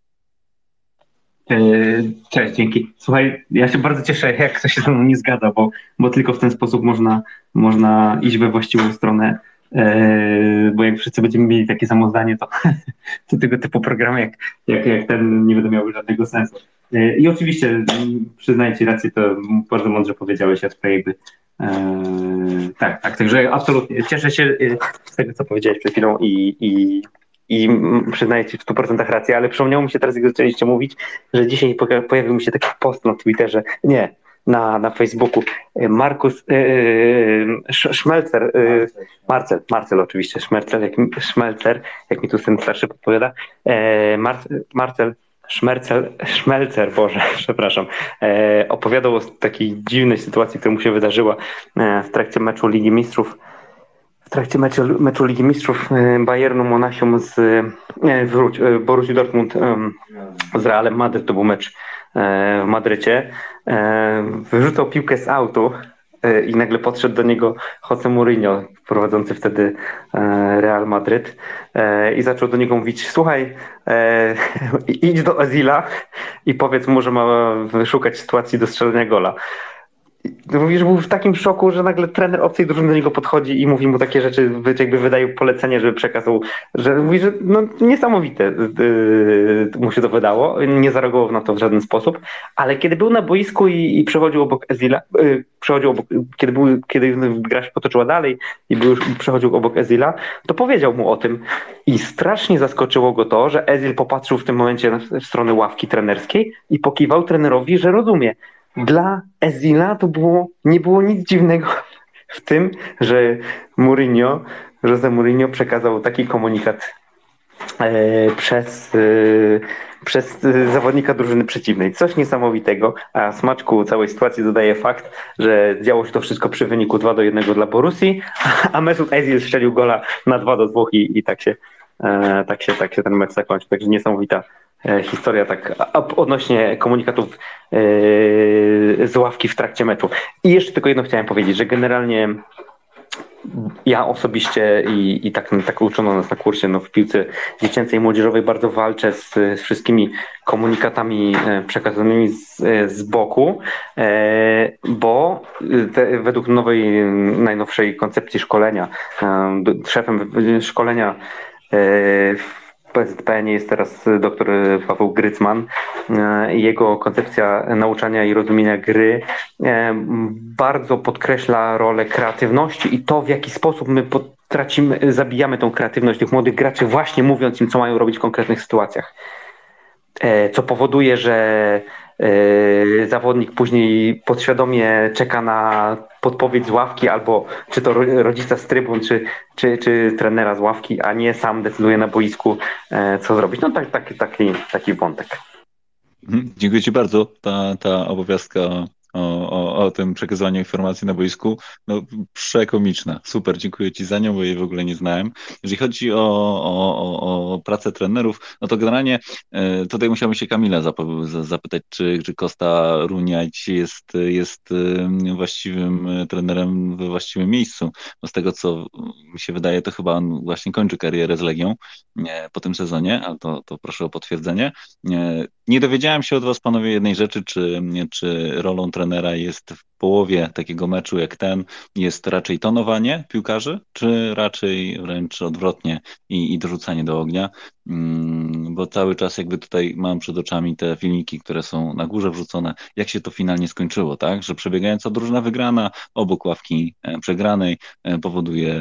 Cześć, dzięki. Słuchaj, ja się bardzo cieszę, jak ktoś się ze mną nie zgadza, bo tylko w ten sposób można iść we właściwą stronę. Bo jak wszyscy będziemy mieli takie samo zdanie, to tego typu programy jak ten nie będą miały żadnego sensu. I oczywiście przyznaję Ci rację, to bardzo mądrze powiedziałeś, Jasper, jakby tak, także absolutnie cieszę się z tego, co powiedziałeś przed chwilą i przyznaję Ci w 100% rację, ale przypomniało mi się teraz, jak zaczęliście mówić, że dzisiaj pojawił mi się taki post na Twitterze, nie, na Facebooku. Markus Szmelcer, Marcel oczywiście, Szmelcer, jak mi tu ten starszy podpowiada, Marcel Szmelcer, Boże, przepraszam, opowiadał o takiej dziwnej sytuacji, która mu się wydarzyła w trakcie meczu Ligi Mistrzów. W trakcie meczu Ligi Mistrzów Bayernu Monachium z Borussii Dortmund z Realem Madryt, to był mecz w Madrycie, wyrzucał piłkę z autu i nagle podszedł do niego Jose Mourinho, prowadzący wtedy Real Madryt, i zaczął do niego mówić: słuchaj, idź do Özila i powiedz mu, że ma wyszukać sytuacji do strzelenia gola. Mówi, że był w takim szoku, że nagle trener obcej drużyny do niego podchodzi i mówi mu takie rzeczy, jakby wydaje polecenie, żeby przekazał, że mówi, że no niesamowite mu się to wydało, nie zareagował na to w żaden sposób, ale kiedy był na boisku i przechodził obok Özila, kiedy gra się potoczyła dalej i przechodził obok Özila, to powiedział mu o tym i strasznie zaskoczyło go to, że Özil popatrzył w tym momencie w stronę ławki trenerskiej i pokiwał trenerowi, że rozumie. Dla Özila to nie było nic dziwnego w tym, że Jose Mourinho przekazał taki komunikat przez zawodnika drużyny przeciwnej. Coś niesamowitego, a smaczku całej sytuacji dodaje fakt, że działo się to wszystko przy wyniku 2-1 dla Borussii, a Mesut Özil strzelił gola na 2-2 i tak się ten mecz zakończył. Także niesamowita historia tak odnośnie komunikatów z ławki w trakcie meczu. I jeszcze tylko jedno chciałem powiedzieć, że generalnie ja osobiście i tak uczono nas na kursie w piłce dziecięcej i młodzieżowej bardzo walczę z wszystkimi komunikatami przekazanymi z boku, bo według najnowszej koncepcji szkolenia, szefem szkolenia w PZPN jest teraz dr Paweł Grycman. Jego koncepcja nauczania i rozumienia gry bardzo podkreśla rolę kreatywności i to, w jaki sposób my zabijamy tą kreatywność tych młodych graczy, właśnie mówiąc im, co mają robić w konkretnych sytuacjach. Co powoduje, że zawodnik później podświadomie czeka na podpowiedź z ławki, albo czy to rodzica z trybun, czy trenera z ławki, a nie sam decyduje na boisku, co zrobić. No taki wątek. Dziękuję Ci bardzo. Ta opowiastka o tym przekazywaniu informacji na boisku, no przekomiczna. Super, dziękuję Ci za nią, bo jej w ogóle nie znałem. Jeżeli chodzi o pracę trenerów, no to generalnie tutaj musiałbym się Kamila zapytać, czy Costa Runjaić jest właściwym trenerem we właściwym miejscu. Bo z tego, co mi się wydaje, to chyba on właśnie kończy karierę z Legią po tym sezonie, ale to proszę o potwierdzenie. Nie dowiedziałem się od Was, panowie, jednej rzeczy, czy rolą trenera jest w połowie takiego meczu jak ten, jest raczej tonowanie piłkarzy, czy raczej wręcz odwrotnie i dorzucanie do ognia, bo cały czas jakby tutaj mam przed oczami te filmiki, które są na górze wrzucone, jak się to finalnie skończyło, tak, że przebiegająca drużyna wygrana obok ławki przegranej powoduje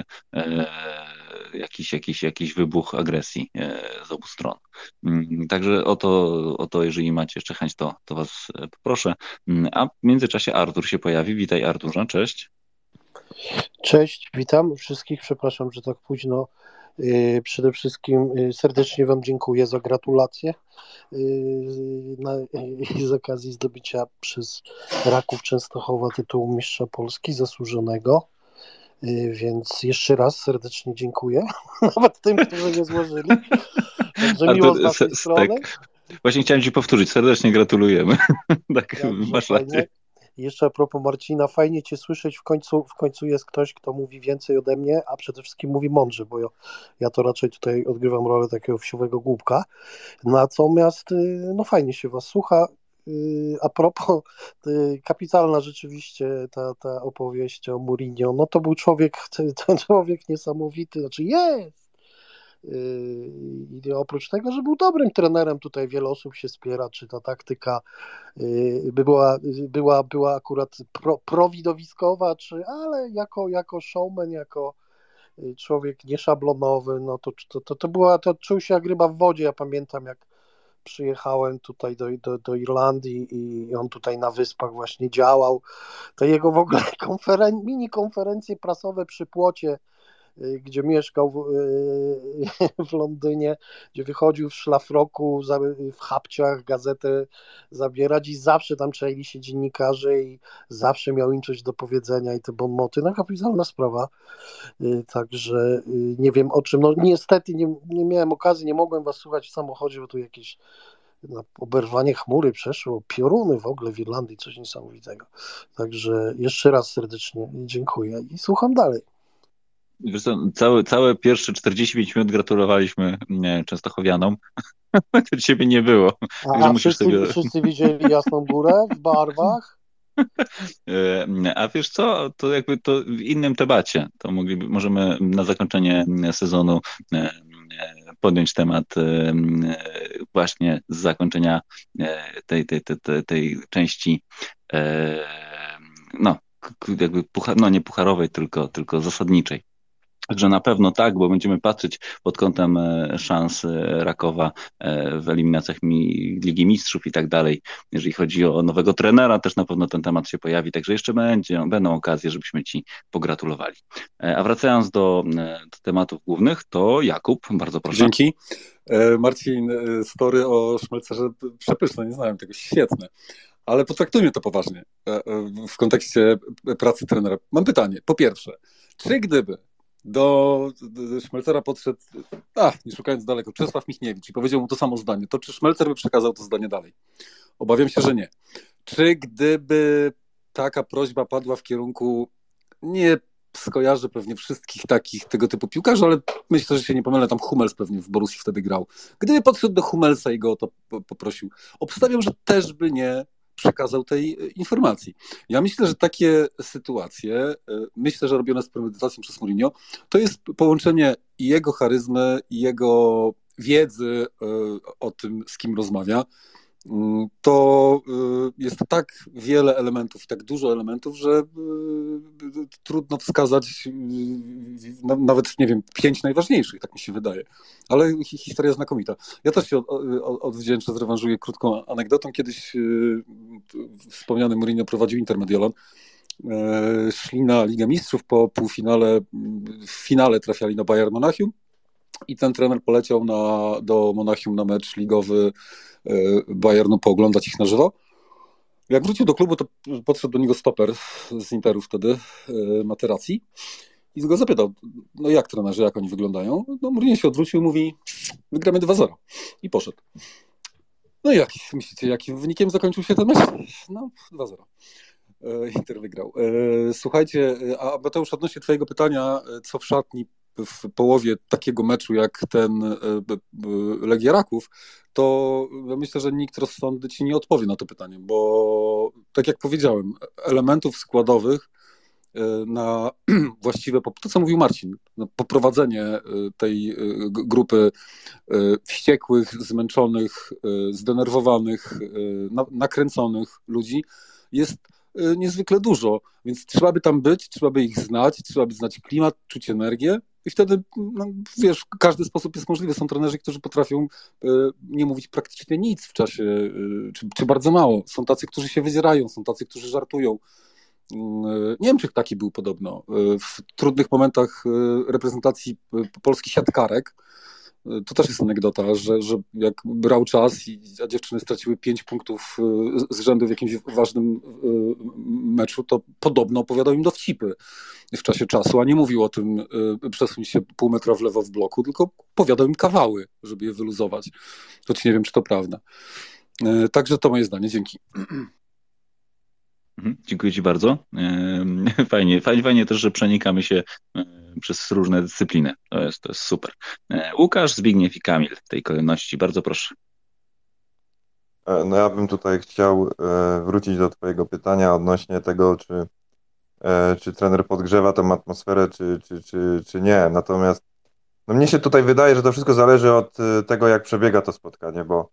jakiś wybuch agresji z obu stron. Także o to, jeżeli macie jeszcze chęć, to Was poproszę. A w międzyczasie Artur się pojawi. Witaj, Arturze, cześć. Cześć, witam wszystkich, przepraszam, że tak późno. Przede wszystkim serdecznie Wam dziękuję za gratulacje z okazji zdobycia przez Raków Częstochowa tytułu mistrza Polski zasłużonego. Więc jeszcze raz serdecznie dziękuję, nawet tym, którzy nie złożyli. Także miło z naszej strony. Tak. Właśnie chciałem Ci powtórzyć, serdecznie gratulujemy. Tak, masz rację. Jeszcze a propos Marcina, fajnie Cię słyszeć, w końcu jest ktoś, kto mówi więcej ode mnie, a przede wszystkim mówi mądrze, bo ja to raczej tutaj odgrywam rolę takiego wsiowego głupka. Natomiast no fajnie się Was słucha. A propos, kapitalna rzeczywiście ta opowieść o Mourinho, no to był ten człowiek niesamowity, znaczy jest! I oprócz tego, że był dobrym trenerem, tutaj wiele osób się spiera, czy ta taktyka była akurat prowidowiskowa, ale jako showman, jako człowiek nieszablonowy, no to czuł się jak ryba w wodzie. Ja pamiętam, jak przyjechałem tutaj do Irlandii i on tutaj na Wyspach właśnie działał, to jego w ogóle mini konferencje prasowe przy płocie, gdzie mieszkał w Londynie, gdzie wychodził w szlafroku, w chapciach gazetę zabierać i zawsze tam czaili się dziennikarze i zawsze miał im coś do powiedzenia i te bonmoty, no kapitalna sprawa. Także nie wiem o czym, no niestety nie miałem okazji, nie mogłem was słuchać w samochodzie, bo tu jakieś oberwanie chmury przeszło, pioruny w ogóle w Irlandii, coś niesamowitego. Także jeszcze raz serdecznie dziękuję i słucham dalej. Wiesz co, całe pierwsze 45 minut gratulowaliśmy częstochowianom. To ciebie nie było. Także musisz wszyscy widzieli Jasną Górę w barwach? A wiesz co, to jakby to w innym temacie. To możemy na zakończenie sezonu podjąć temat właśnie z zakończenia tej części no jakby nie pucharowej, tylko zasadniczej. Także na pewno tak, bo będziemy patrzeć pod kątem szans Rakowa w eliminacjach Ligi Mistrzów i tak dalej. Jeżeli chodzi o nowego trenera, też na pewno ten temat się pojawi, także jeszcze będą okazje, żebyśmy Ci pogratulowali. A wracając do tematów głównych, to Jakub, bardzo proszę. Dzięki. Marcin, story o Szmelcerze przepyszne, nie znałem tego, świetne. Ale potraktujmy to poważnie w kontekście pracy trenera. Mam pytanie. Po pierwsze, czy gdyby do Szmelcera podszedł, nie szukając daleko, Czesław Michniewicz i powiedział mu to samo zdanie, to czy Szmelcer by przekazał to zdanie dalej? Obawiam się, że nie. Czy gdyby taka prośba padła w kierunku, nie skojarzę pewnie wszystkich takich tego typu piłkarzy, ale myślę, że się nie pomylę, tam Hummels pewnie w Borussii wtedy grał. Gdyby podszedł do Hummelsa i go o to poprosił, obstawiam, że też by nie przekazał tej informacji. Ja myślę, że takie sytuacje, myślę, że robione z premedytacją przez Mourinho, to jest połączenie i jego charyzmy, i jego wiedzy o tym, z kim rozmawia. To jest tak wiele elementów i tak dużo elementów, że trudno wskazać nawet, nie wiem, 5 najważniejszych, tak mi się wydaje. Ale historia znakomita. Ja też się odwdzięczę, zrewanżuję krótką anegdotą. Kiedyś wspomniany Mourinho prowadził Inter Mediolan. Szli na Ligę Mistrzów, po półfinale, w finale trafiali na Bayern Monachium i ten trener poleciał do Monachium na mecz ligowy Bayernu pooglądać ich na żywo. Jak wrócił do klubu, to podszedł do niego stoper z Interu wtedy, Materazzi, i go zapytał, no jak trenerzy, jak oni wyglądają? No Mourinho się odwrócił i mówi, wygramy 2-0 i poszedł. No i jak myślicie, jakim wynikiem zakończył się ten mecz? No 2-0. Inter wygrał. Słuchajcie, a Mateusz, odnośnie twojego pytania, co w szatni w połowie takiego meczu jak ten Legia Raków, to myślę, że nikt rozsądny ci nie odpowie na to pytanie, bo tak jak powiedziałem, elementów składowych na właściwe, to co mówił Marcin, na poprowadzenie tej grupy wściekłych, zmęczonych, zdenerwowanych, nakręconych ludzi jest niezwykle dużo, więc trzeba by tam być, trzeba by ich znać, trzeba by znać klimat, czuć energię i wtedy, no, wiesz, każdy sposób jest możliwy. Są trenerzy, którzy potrafią nie mówić praktycznie nic w czasie, czy bardzo mało. Są tacy, którzy się wyzierają, są tacy, którzy żartują. Niemczech taki był podobno. W trudnych momentach reprezentacji polskich siatkarek, to też jest anegdota, że jak brał czas, a dziewczyny straciły 5 punktów z rzędu w jakimś ważnym meczu, to podobno opowiadał im dowcipy w czasie czasu, a nie mówił o tym, przesuń się pół metra w lewo w bloku, tylko opowiadał im kawały, żeby je wyluzować. Choć nie wiem, czy to prawda. Także to moje zdanie. Dzięki. Dziękuję Ci bardzo. Fajnie też, że przenikamy się przez różne dyscypliny. To jest super. Łukasz, Zbigniew i Kamil w tej kolejności. Bardzo proszę. No ja bym tutaj chciał wrócić do Twojego pytania odnośnie tego, czy trener podgrzewa tę atmosferę, czy nie. Natomiast no mnie się tutaj wydaje, że to wszystko zależy od tego, jak przebiega to spotkanie, bo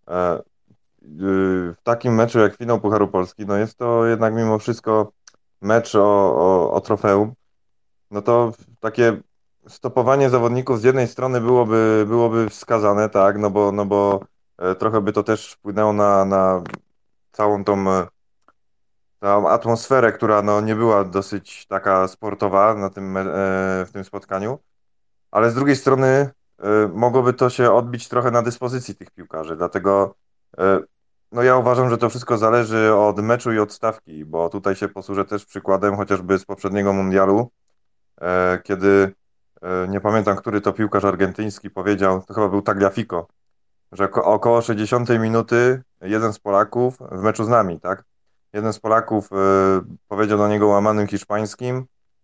w takim meczu jak finał Pucharu Polski, no jest to jednak mimo wszystko mecz o trofeum. No to takie stopowanie zawodników z jednej strony byłoby wskazane, tak, no bo trochę by to też wpłynęło na całą tą atmosferę, która no, nie była dosyć taka sportowa w tym spotkaniu, ale z drugiej strony mogłoby to się odbić trochę na dyspozycji tych piłkarzy, dlatego no ja uważam, że to wszystko zależy od meczu i od stawki, bo tutaj się posłużę też przykładem chociażby z poprzedniego mundialu, kiedy nie pamiętam, który to piłkarz argentyński powiedział, to chyba był Tagliafico, że około 60 minuty jeden z Polaków w meczu z nami, tak? Jeden z Polaków powiedział do niego łamanym hiszpańskim,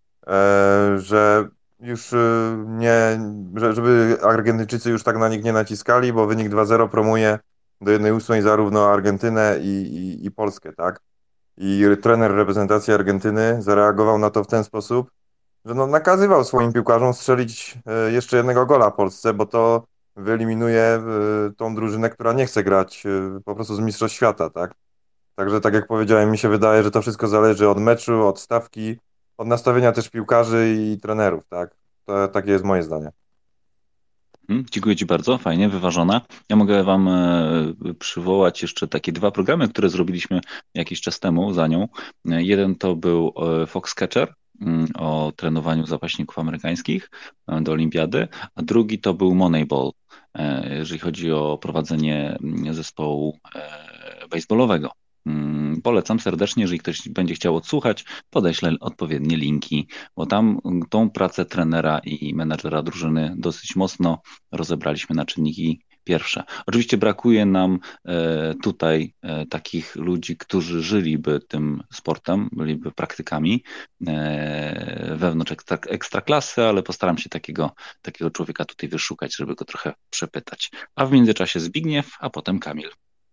że już nie, żeby Argentyńczycy już tak na nich nie naciskali, bo wynik 2-0 promuje do 1/8 zarówno Argentynę i Polskę, tak? I trener reprezentacji Argentyny zareagował na to w ten sposób, że no, nakazywał swoim piłkarzom strzelić jeszcze jednego gola Polsce, bo to wyeliminuje tą drużynę, która nie chce grać po prostu z Mistrzostw Świata, tak? Także tak jak powiedziałem, mi się wydaje, że to wszystko zależy od meczu, od stawki, od nastawienia też piłkarzy i trenerów, tak? Takie jest moje zdanie. Dziękuję Ci bardzo, fajnie, wyważone. Ja mogę Wam przywołać jeszcze takie dwa programy, które zrobiliśmy jakiś czas temu za nią. Jeden to był Foxcatcher o trenowaniu zapaśników amerykańskich do olimpiady, a drugi to był Moneyball, jeżeli chodzi o prowadzenie zespołu baseballowego. Polecam serdecznie, jeżeli ktoś będzie chciał odsłuchać, podeślę odpowiednie linki, bo tam tą pracę trenera i menadżera drużyny dosyć mocno rozebraliśmy na czynniki pierwsze. Oczywiście brakuje nam tutaj takich ludzi, którzy żyliby tym sportem, byliby praktykami wewnątrz ekstraklasy, ale postaram się takiego człowieka tutaj wyszukać, żeby go trochę przepytać. A w międzyczasie Zbigniew, a potem Kamil.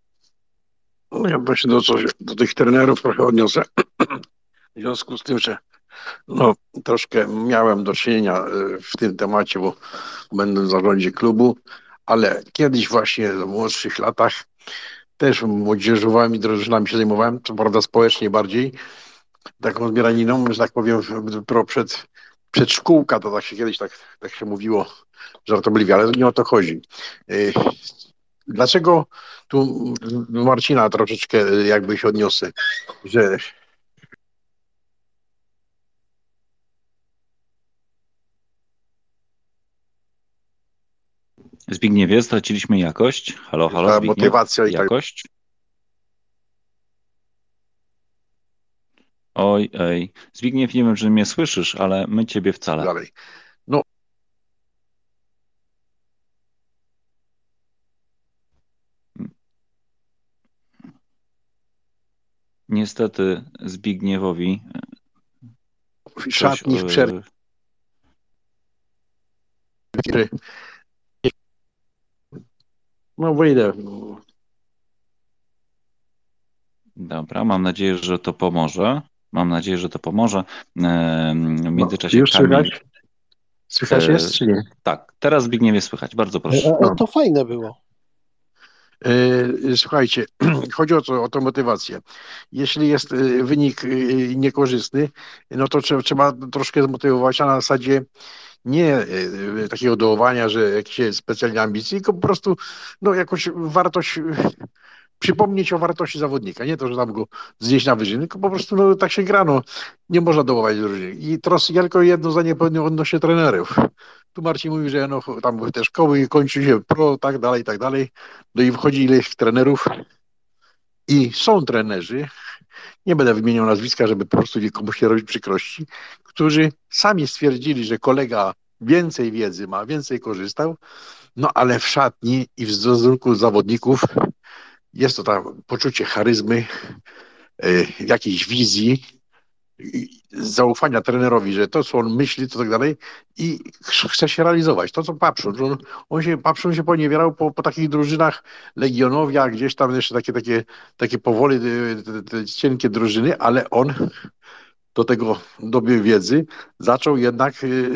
No ja właśnie do tych trenerów trochę odniosę. W związku z tym, że no, troszkę miałem do czynienia w tym temacie, bo będę w zarządzie klubu, ale kiedyś właśnie w młodszych latach też młodzieżowymi drużynami się zajmowałem, co prawda społecznie bardziej, taką zbieraniną, że tak powiem, przedszkółka, to tak się kiedyś tak się mówiło żartobliwie, ale nie o to chodzi. Dlaczego tu do Marcina troszeczkę jakby się odniosę, że Zbigniewie, straciliśmy jakość. Halo, halo, ta Zbigniew. motywacja i tak. Jakość. Oj, ej. Zbigniew, nie wiem, czy mnie słyszysz, ale my ciebie wcale. Dalej. No. Niestety Zbigniewowi W szatni w przerwie. No wyjdę. Dobra, mam nadzieję, że to pomoże. W międzyczasie Już Kamil... słychać? Słychać jest, czy nie? Tak, teraz Zbigniewie słychać, bardzo proszę. To fajne było. Słuchajcie, chodzi o tą motywację. Jeśli jest wynik niekorzystny, no to trzeba troszkę zmotywować, a na zasadzie nie takiego dołowania, że jakieś specjalne ambicje, tylko po prostu no, jakąś wartość, przypomnieć o wartości zawodnika. Nie to, że tam go znieść na wyżyny, tylko po prostu no, tak się gra. No, nie można dołować drużyny. I teraz ja tylko jedno zdanie powiem odnośnie trenerów. Tu Marcin mówi, że no, tam te szkoły kończy się pro, tak dalej, tak dalej. No i wchodzi ileś trenerów i są trenerzy, nie będę wymieniał nazwiska, żeby po prostu komuś nie robić przykrości, którzy sami stwierdzili, że kolega więcej wiedzy ma, więcej korzystał, no ale w szatni i w stosunku zawodników jest to tam poczucie charyzmy, jakiejś wizji, zaufania trenerowi, że to, co on myśli, to tak dalej i chce się realizować. To, co Papszun, Papszun się poniewierał po takich drużynach Legionowia, gdzieś tam jeszcze takie powoli te cienkie drużyny, ale on do tego dobył wiedzy, zaczął jednak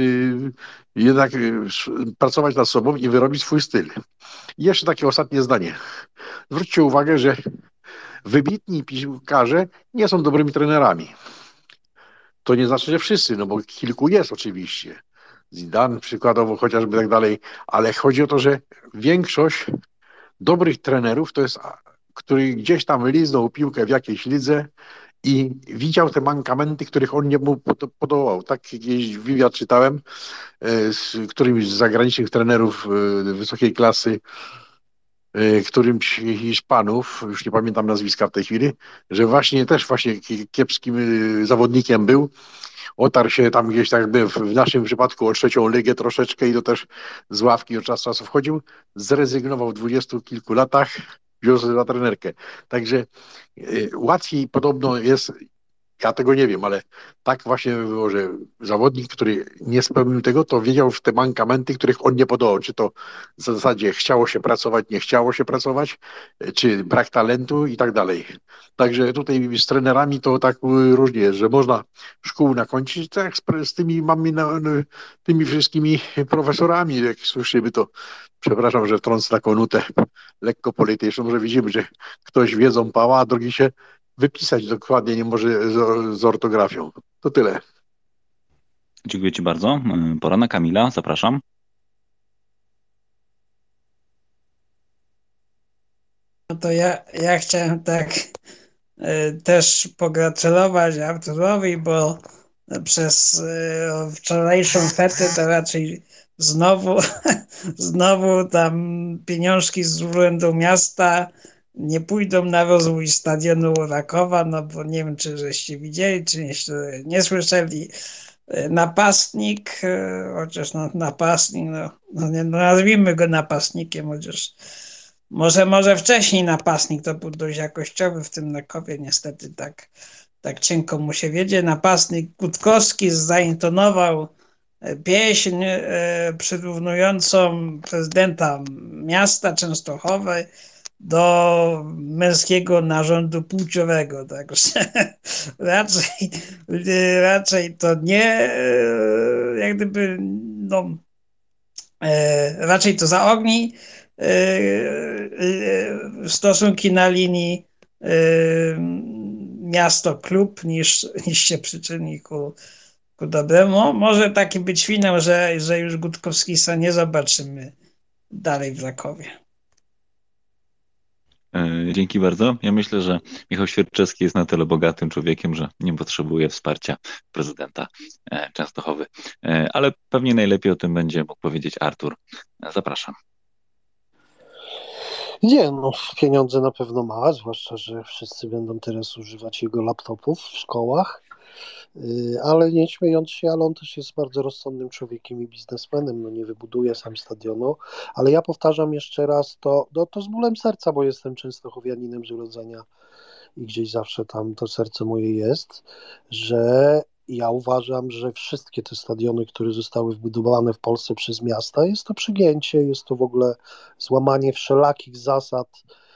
pracować nad sobą i wyrobić swój styl. I jeszcze takie ostatnie zdanie. Zwróćcie uwagę, że wybitni piłkarze nie są dobrymi trenerami. To nie znaczy, że wszyscy, no bo kilku jest oczywiście. Zidane przykładowo chociażby tak dalej, ale chodzi o to, że większość dobrych trenerów to jest, który gdzieś tam liznął piłkę w jakiejś lidze i widział te mankamenty, których on nie mu podołał. Tak jakiś wywiad czytałem z którymś z zagranicznych trenerów wysokiej klasy, którymś Hiszpanów, już nie pamiętam nazwiska w tej chwili, że właśnie kiepskim zawodnikiem był. Otarł się tam gdzieś tak by w naszym przypadku o trzecią ligę troszeczkę i to też z ławki od czasu do czasu wchodził. Zrezygnował w 20 kilku latach, wziął sobie za trenerkę. Także łatwiej podobno jest, ja tego nie wiem, ale tak właśnie było, że zawodnik, który nie spełnił tego, to wiedział w te mankamenty, których on nie podołał. Czy to w zasadzie chciało się pracować, nie chciało się pracować, czy brak talentu i tak dalej. Także tutaj z trenerami to tak różnie jest, że można szkół nakończyć, tak jak z tymi mamy, tymi wszystkimi profesorami, jak słyszymy to, przepraszam, że wtrącę taką nutę lekko polityczną, że widzimy, że ktoś wiedzą pała, a drugi się wypisać dokładnie nie może z ortografią. To tyle. Dziękuję Ci bardzo. Pora na Kamila, zapraszam. No to ja chciałem tak też pogratulować Arturowi, bo przez wczorajszą fetę to raczej znowu, znowu tam pieniążki z Urzędu Miasta nie pójdą na rozwój stadionu Rakowa, no bo nie wiem, czy żeście widzieli, czy nie słyszeli. Napastnik, chociaż napastnik, nazwijmy go napastnikiem, chociaż może wcześniej napastnik to był dość jakościowy w tym Rakowie, niestety tak cienko mu się wiedzie. Napastnik Gutkowski zaintonował pieśń przyrównującą prezydenta miasta Częstochowy do męskiego narządu płciowego, także raczej to nie, jak gdyby, raczej to zaogni stosunki na linii miasto-klub niż się przyczyni ku dobremu. Może taki być finał, że już Gutkowskisa nie zobaczymy dalej w Rakowie. Dzięki bardzo. Ja myślę, że Michał Świerczewski jest na tyle bogatym człowiekiem, że nie potrzebuje wsparcia prezydenta Częstochowy. Ale pewnie najlepiej o tym będzie mógł powiedzieć Artur. Zapraszam. Nie, pieniądze na pewno ma, zwłaszcza, że wszyscy będą teraz używać jego laptopów w szkołach, ale nie śmiejąc się, ale on też jest bardzo rozsądnym człowiekiem i biznesmenem, nie wybuduje sam stadionu, ale ja powtarzam jeszcze raz to z bólem serca, bo jestem częstochowianinem z urodzenia i gdzieś zawsze tam to serce moje jest, że ja uważam, że wszystkie te stadiony, które zostały wybudowane w Polsce przez miasta, jest to przegięcie, jest to w ogóle złamanie wszelakich zasad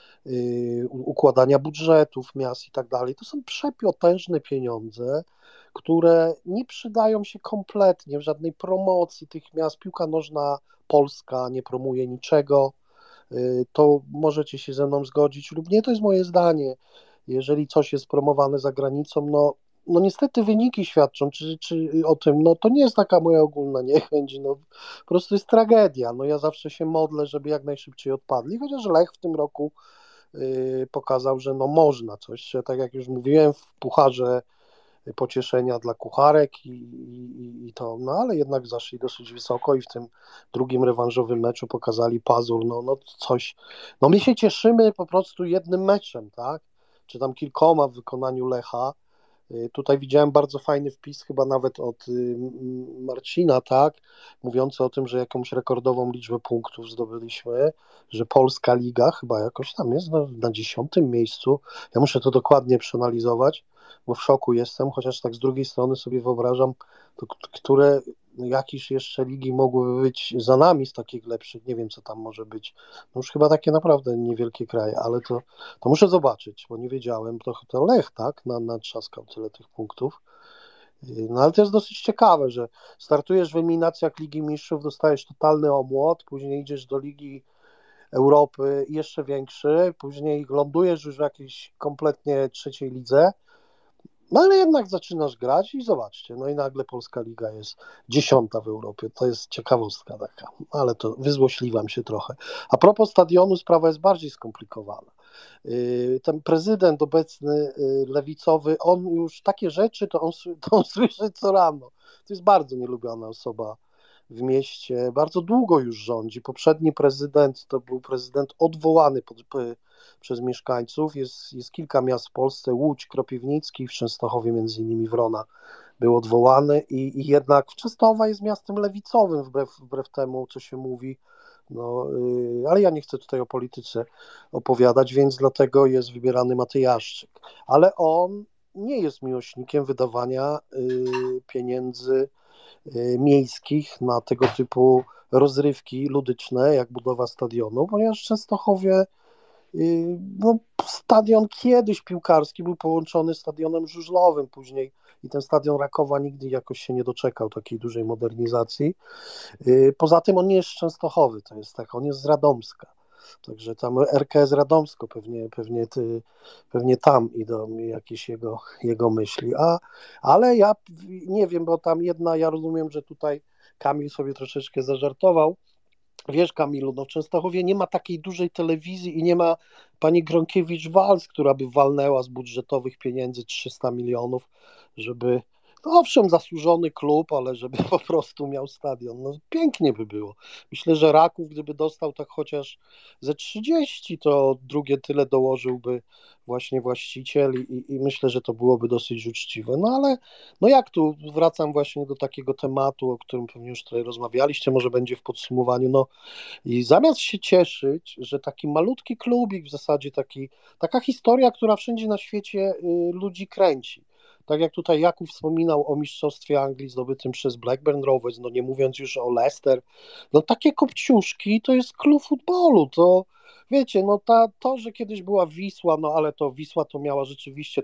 układania budżetów miast i tak dalej. To są przepotężne pieniądze, które nie przydają się kompletnie w żadnej promocji tych miast. Piłka nożna polska nie promuje niczego. To możecie się ze mną zgodzić lub nie, to jest moje zdanie. Jeżeli coś jest promowane za granicą, no niestety wyniki świadczą czy o tym, to nie jest taka moja ogólna niechęć, po prostu jest tragedia. Ja zawsze się modlę, żeby jak najszybciej odpadli, chociaż Lech w tym roku pokazał, że można coś, tak jak już mówiłem, w pucharze pocieszenia dla kucharek i to, ale jednak zaszli dosyć wysoko i w tym drugim rewanżowym meczu pokazali pazur, coś, my się cieszymy po prostu jednym meczem, tak, czy tam kilkoma w wykonaniu Lecha. Tutaj widziałem bardzo fajny wpis, chyba nawet od Marcina, tak, mówiący o tym, że jakąś rekordową liczbę punktów zdobyliśmy, że Polska Liga chyba jakoś tam jest na 10. miejscu. Ja muszę to dokładnie przeanalizować, bo w szoku jestem, chociaż tak z drugiej strony sobie wyobrażam, które jakieś jeszcze ligi mogłyby być za nami z takich lepszych, nie wiem co tam może być, już chyba takie naprawdę niewielkie kraje, ale to muszę zobaczyć, bo nie wiedziałem, to Lech, tak, natrzaskał tyle tych punktów, ale to jest dosyć ciekawe, że startujesz w eliminacjach Ligi Mistrzów, dostajesz totalny omłot, później idziesz do Ligi Europy jeszcze większy, później lądujesz już w jakiejś kompletnie trzeciej lidze, No ale jednak zaczynasz grać i zobaczcie, no i nagle Polska Liga jest 10. w Europie. To jest ciekawostka taka, ale to wyzłośliwam się trochę. A propos stadionu, sprawa jest bardziej skomplikowana. Ten prezydent obecny, lewicowy, on już takie rzeczy, to on słyszy co rano. To jest bardzo nielubiana osoba w mieście. Bardzo długo już rządzi. Poprzedni prezydent to był prezydent odwołany przez mieszkańców. Jest kilka miast w Polsce, Łódź, Kropiwnicki, w Częstochowie między innymi Wrona był odwołany i jednak Częstochowa jest miastem lewicowym, wbrew temu, co się mówi. No, ale ja nie chcę tutaj o polityce opowiadać, więc dlatego jest wybierany Matej Jaszczyk. Ale on nie jest miłośnikiem wydawania pieniędzy miejskich na tego typu rozrywki ludyczne, jak budowa stadionu, ponieważ w Częstochowie no, stadion kiedyś piłkarski był połączony z stadionem żużlowym później i ten stadion Rakowa nigdy jakoś się nie doczekał takiej dużej modernizacji. Poza tym on nie jest z Częstochowy, to jest tak, on jest z Radomska. Także tam RKS Radomsko pewnie tam idą jakieś jego myśli. Ale ja nie wiem, bo tam ja rozumiem, że tutaj Kamil sobie troszeczkę zażartował. Wiesz, Kamilu, no w Częstochowie nie ma takiej dużej telewizji i nie ma pani Gronkiewicz-Waltz, która by walnęła z budżetowych pieniędzy 300 milionów, żeby, no owszem, zasłużony klub, ale żeby po prostu miał stadion. No pięknie by było. Myślę, że Raków, gdyby dostał tak chociaż ze 30, to drugie tyle dołożyłby właśnie właściciel i myślę, że to byłoby dosyć uczciwe. No ale no jak tu wracam właśnie do takiego tematu, o którym pewnie już tutaj rozmawialiście, może będzie w podsumowaniu, no i zamiast się cieszyć, że taki malutki klubik, w zasadzie taka historia, która wszędzie na świecie ludzi kręci. Tak jak tutaj Jakub wspominał o mistrzostwie Anglii zdobytym przez Blackburn Rovers, no nie mówiąc już o Leicester, no takie kopciuszki to jest klub futbolu, to wiecie, no to, że kiedyś była Wisła, no ale to Wisła to miała rzeczywiście,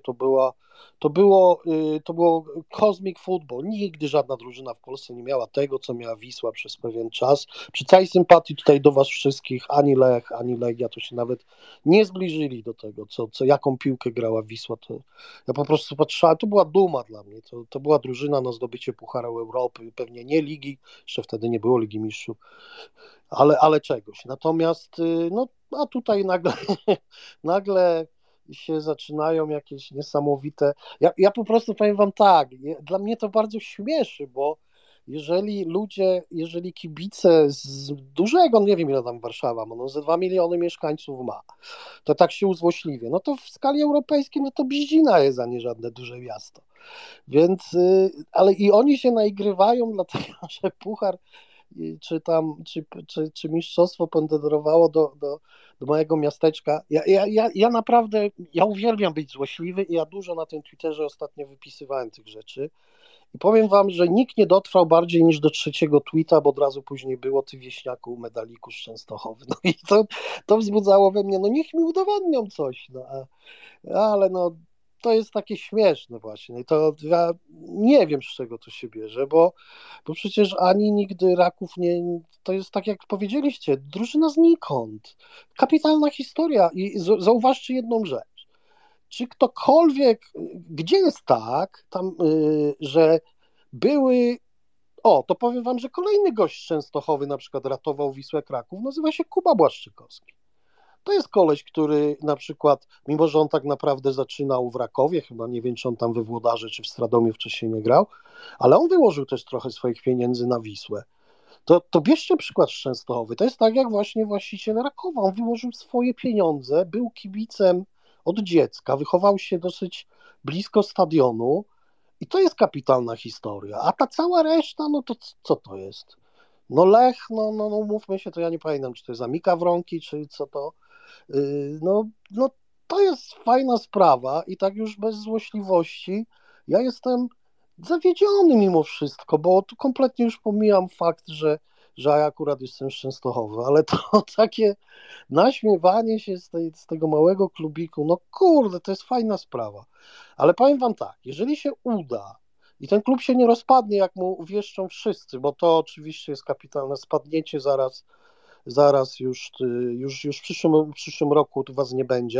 to było cosmic football. Nigdy żadna drużyna w Polsce nie miała tego, co miała Wisła przez pewien czas. Przy całej sympatii tutaj do was wszystkich, ani Lech, ani Legia to się nawet nie zbliżyli do tego, jaką piłkę grała Wisła. To ja po prostu patrzyłem, to była duma dla mnie. To była drużyna na zdobycie Pucharu Europy, pewnie nie ligi, jeszcze wtedy nie było Ligi Mistrzów, ale czegoś. Natomiast no, a tutaj nagle się zaczynają jakieś niesamowite. Ja po prostu powiem wam tak, dla mnie to bardzo śmieszy, bo jeżeli kibice z dużego, nie wiem ile tam Warszawa ma, no ze 2 miliony mieszkańców ma, to tak się uzłośliwie, no to w skali europejskiej, no to Bździna jest, a nie żadne duże miasto. Więc, ale i oni się naigrywają, dlatego że puchar czy mistrzostwo pendedrowało do mojego miasteczka. Ja naprawdę, ja uwielbiam być złośliwy i ja dużo na tym Twitterze ostatnio wypisywałem tych rzeczy i powiem wam, że nikt nie dotrwał bardziej niż do 3. tweeta, bo od razu później było ty wieśniaku medaliku z Częstochowy. No i to wzbudzało we mnie, no niech mi udowodnią coś, no ale no to jest takie śmieszne właśnie. To ja nie wiem, z czego to się bierze, bo przecież ani nigdy Raków nie. To jest tak, jak powiedzieliście, drużyna znikąd. Kapitalna historia. I zauważcie jedną rzecz. Czy ktokolwiek, gdzie jest tak, tam, że były. O, to powiem wam, że kolejny gość z Częstochowy na przykład ratował Wisłę Kraków, nazywa się Kuba Błaszczykowski. To jest koleś, który na przykład, mimo że on tak naprawdę zaczynał w Rakowie, chyba nie wiem, czy on tam we Włodarze, czy w Stradomiu wcześniej nie grał, ale on wyłożył też trochę swoich pieniędzy na Wisłę. To bierzcie przykład z Częstochowy. To jest tak jak właśnie właściciel Rakowa. On wyłożył swoje pieniądze, był kibicem od dziecka, wychował się dosyć blisko stadionu i to jest kapitalna historia. A ta cała reszta, no to co to jest? No Lech, no mówmy się, to ja nie pamiętam, czy to jest Amika Wronki, czy co to. No to jest fajna sprawa i tak już bez złośliwości ja jestem zawiedziony mimo wszystko, bo tu kompletnie już pomijam fakt, że ja akurat jestem z Częstochowy, ale to takie naśmiewanie się z tego małego klubiku, no kurde, to jest fajna sprawa. Ale powiem wam tak, jeżeli się uda i ten klub się nie rozpadnie, jak mu wieszczą wszyscy, bo to oczywiście jest kapitalne, spadniecie zaraz już w przyszłym roku tu was nie będzie,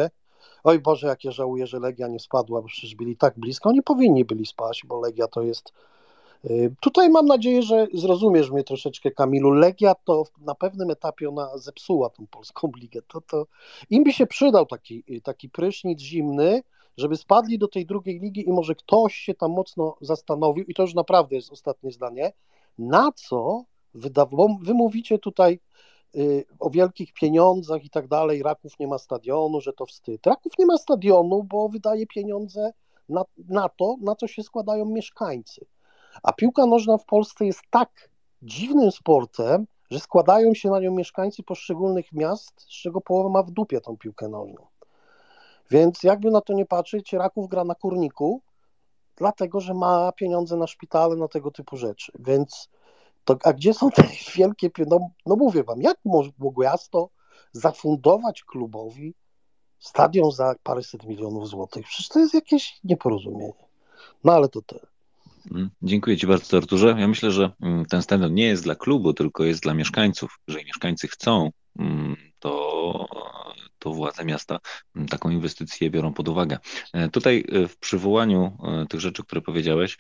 oj Boże, jak ja żałuję, że Legia nie spadła, bo przecież byli tak blisko, oni powinni byli spaść, bo Legia to jest... Tutaj mam nadzieję, że zrozumiesz mnie troszeczkę, Kamilu. Legia to na pewnym etapie ona zepsuła tą polską ligę. To im by się przydał taki prysznic zimny, żeby spadli do tej drugiej ligi i może ktoś się tam mocno zastanowił, i to już naprawdę jest ostatnie zdanie, na co wy mówicie tutaj o wielkich pieniądzach i tak dalej, Raków nie ma stadionu, że to wstyd. Raków nie ma stadionu, bo wydaje pieniądze na to, na co się składają mieszkańcy. A piłka nożna w Polsce jest tak dziwnym sportem, że składają się na nią mieszkańcy poszczególnych miast, z czego połowa ma w dupie tą piłkę nożną. Więc jakby na to nie patrzeć, Raków gra na kurniku, dlatego że ma pieniądze na szpitale, na tego typu rzeczy. Więc a gdzie są te wielkie pieniądze? No mówię wam, jak mogło miasto zafundować klubowi stadion za paręset milionów złotych? Przecież to jest jakieś nieporozumienie. No ale to tyle. Dziękuję Ci bardzo, Arturze. Ja myślę, że ten stadion nie jest dla klubu, tylko jest dla mieszkańców. Jeżeli mieszkańcy chcą, to władze miasta taką inwestycję biorą pod uwagę. Tutaj w przywołaniu tych rzeczy, które powiedziałeś,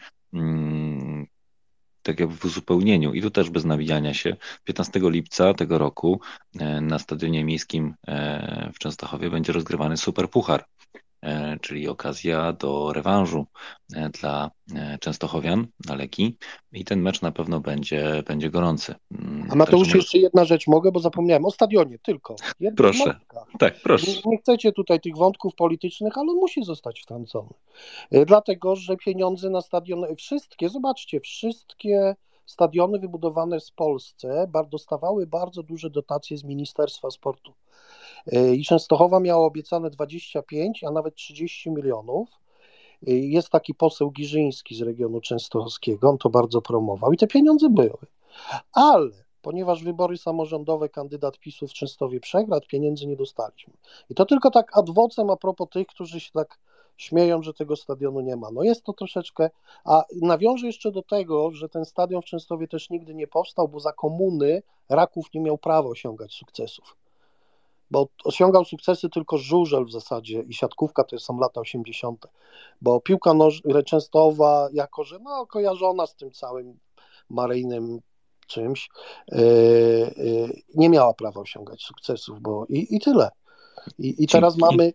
tak jakby w uzupełnieniu, i tu też bez nawijania się, 15 lipca tego roku na Stadionie Miejskim w Częstochowie będzie rozgrywany Superpuchar, czyli okazja do rewanżu dla częstochowian na Legii, i ten mecz na pewno będzie gorący. A Mateusz, jeszcze jedna rzecz mogę, bo zapomniałem, o stadionie tylko. Proszę, tak, proszę. Nie chcecie tutaj tych wątków politycznych, ale on musi zostać wtrącony. Dlatego, że pieniądze na stadiony, zobaczcie, wszystkie stadiony wybudowane w Polsce dostawały bardzo duże dotacje z Ministerstwa Sportu. I Częstochowa miała obiecane 25, a nawet 30 milionów. Jest taki poseł Giżyński z regionu częstochowskiego, on to bardzo promował i te pieniądze były. Ale ponieważ wybory samorządowe kandydat PiS-u w Częstochowie przegrał, pieniędzy nie dostaliśmy. I to tylko tak ad vocem a propos tych, którzy się tak śmieją, że tego stadionu nie ma. No jest to troszeczkę, a nawiążę jeszcze do tego, że ten stadion w Częstochowie też nigdy nie powstał, bo za komuny Raków nie miał prawa osiągać sukcesów. Bo osiągał sukcesy tylko żużel w zasadzie i siatkówka, to są lata 80., bo piłka nożna Częstochowa, jako że kojarzona z tym całym maryjnym czymś, nie miała prawa osiągać sukcesów, bo i tyle. I teraz mamy,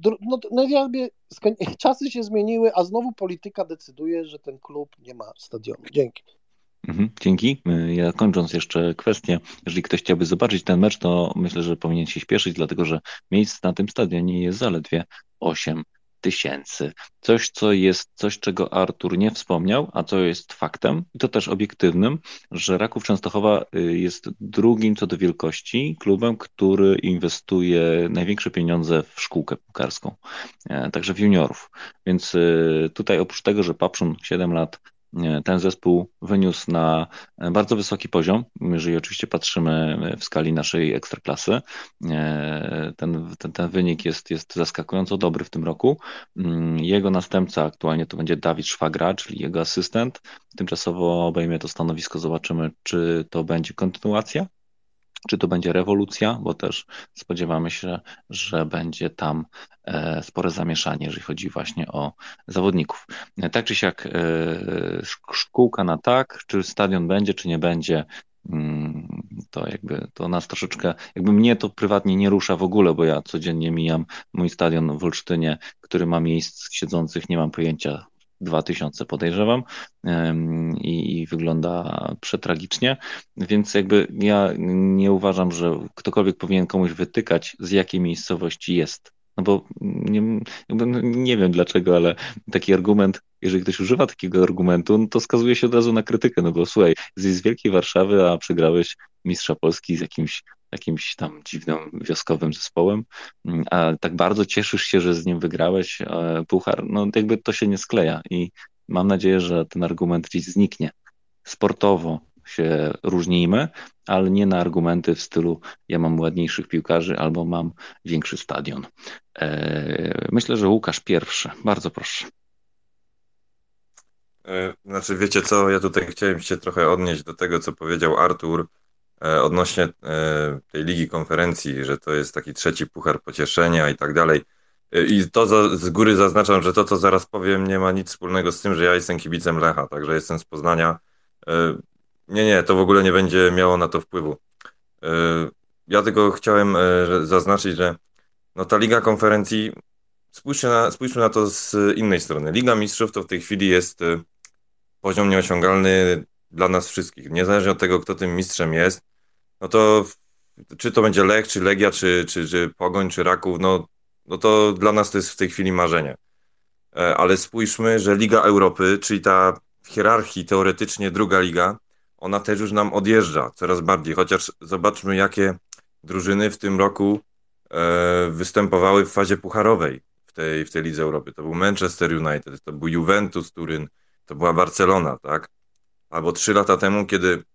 czasy się zmieniły, a znowu polityka decyduje, że ten klub nie ma stadionu. Dzięki. Dzięki. Ja kończąc jeszcze kwestię, jeżeli ktoś chciałby zobaczyć ten mecz, to myślę, że powinien się śpieszyć, dlatego że miejsc na tym stadionie jest zaledwie 8 tysięcy. Coś, czego Artur nie wspomniał, a co jest faktem, i to też obiektywnym, że Raków Częstochowa jest drugim co do wielkości klubem, który inwestuje największe pieniądze w szkółkę piłkarską, także w juniorów. Więc tutaj oprócz tego, że Papszun 7 lat ten zespół wyniósł na bardzo wysoki poziom, jeżeli oczywiście patrzymy w skali naszej ekstraklasy. Ten wynik jest zaskakująco dobry w tym roku. Jego następca aktualnie to będzie Dawid Szwagra, czyli jego asystent. Tymczasowo obejmie to stanowisko. Zobaczymy, czy to będzie kontynuacja, czy to będzie rewolucja, bo też spodziewamy się, że będzie tam spore zamieszanie, jeżeli chodzi właśnie o zawodników. Tak czy siak szkółka na tak, czy stadion będzie, czy nie będzie, to nas troszeczkę, mnie to prywatnie nie rusza w ogóle, bo ja codziennie mijam mój stadion w Olsztynie, który ma miejsc siedzących, nie mam pojęcia, 2000 podejrzewam, i wygląda przetragicznie, więc ja nie uważam, że ktokolwiek powinien komuś wytykać, z jakiej miejscowości jest. No bo nie wiem dlaczego, ale taki argument, jeżeli ktoś używa takiego argumentu, no to skazuje się od razu na krytykę, no bo słuchaj, jesteś z Wielkiej Warszawy, a przegrałeś mistrza Polski z jakimś tam dziwnym wioskowym zespołem, a tak bardzo cieszysz się, że z nim wygrałeś puchar, no to się nie skleja i mam nadzieję, że ten argument gdzieś zniknie. Sportowo się różnijmy, ale nie na argumenty w stylu ja mam ładniejszych piłkarzy albo mam większy stadion. Myślę, że Łukasz pierwszy. Bardzo proszę. Znaczy, wiecie co, ja tutaj chciałem się trochę odnieść do tego, co powiedział Artur odnośnie tej Ligi Konferencji, że to jest taki trzeci puchar pocieszenia i tak dalej. I to z góry zaznaczam, że to, co zaraz powiem, nie ma nic wspólnego z tym, że ja jestem kibicem Lecha, także jestem z Poznania. Nie, to w ogóle nie będzie miało na to wpływu. Ja tylko chciałem zaznaczyć, że no ta Liga Konferencji, spójrzmy na to z innej strony. Liga Mistrzów to w tej chwili jest poziom nieosiągalny dla nas wszystkich. Niezależnie od tego, kto tym mistrzem jest, no to czy to będzie Lech, czy Legia, czy Pogoń, czy Raków, no to dla nas to jest w tej chwili marzenie. Ale spójrzmy, że Liga Europy, czyli ta w hierarchii teoretycznie druga liga, ona też już nam odjeżdża coraz bardziej, chociaż zobaczmy, jakie drużyny w tym roku występowały w fazie pucharowej w tej Lidze Europy. To był Manchester United, to był Juventus Turyn, to była Barcelona, tak? Albo 3 lata temu,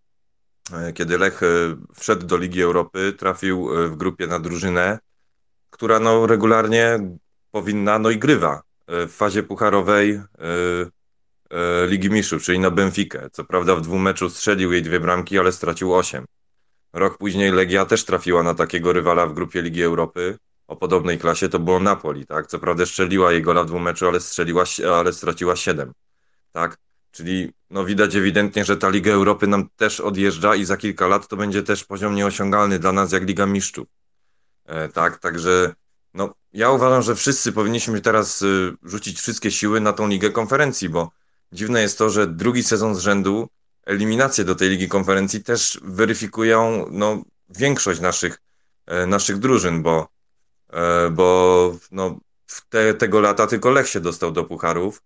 kiedy Lech wszedł do Ligi Europy, trafił w grupie na drużynę, która no regularnie powinna, no i grywa w fazie pucharowej Ligi Mistrzów, czyli na Benfikę. Co prawda w 2 meczach strzelił jej 2 bramki, ale stracił 8. Rok później Legia też trafiła na takiego rywala w grupie Ligi Europy o podobnej klasie, to było Napoli, tak? Co prawda strzeliła jej gola w 2 meczach, ale straciła 7, tak? Czyli no widać ewidentnie, że ta Liga Europy nam też odjeżdża i za kilka lat to będzie też poziom nieosiągalny dla nas jak Liga Mistrzów. Tak, także no, ja uważam, że wszyscy powinniśmy teraz rzucić wszystkie siły na tą Ligę Konferencji, bo dziwne jest to, że drugi sezon z rzędu eliminacje do tej Ligi Konferencji też weryfikują no, większość naszych drużyn, bo no, tego lata tylko Lech się dostał do pucharów.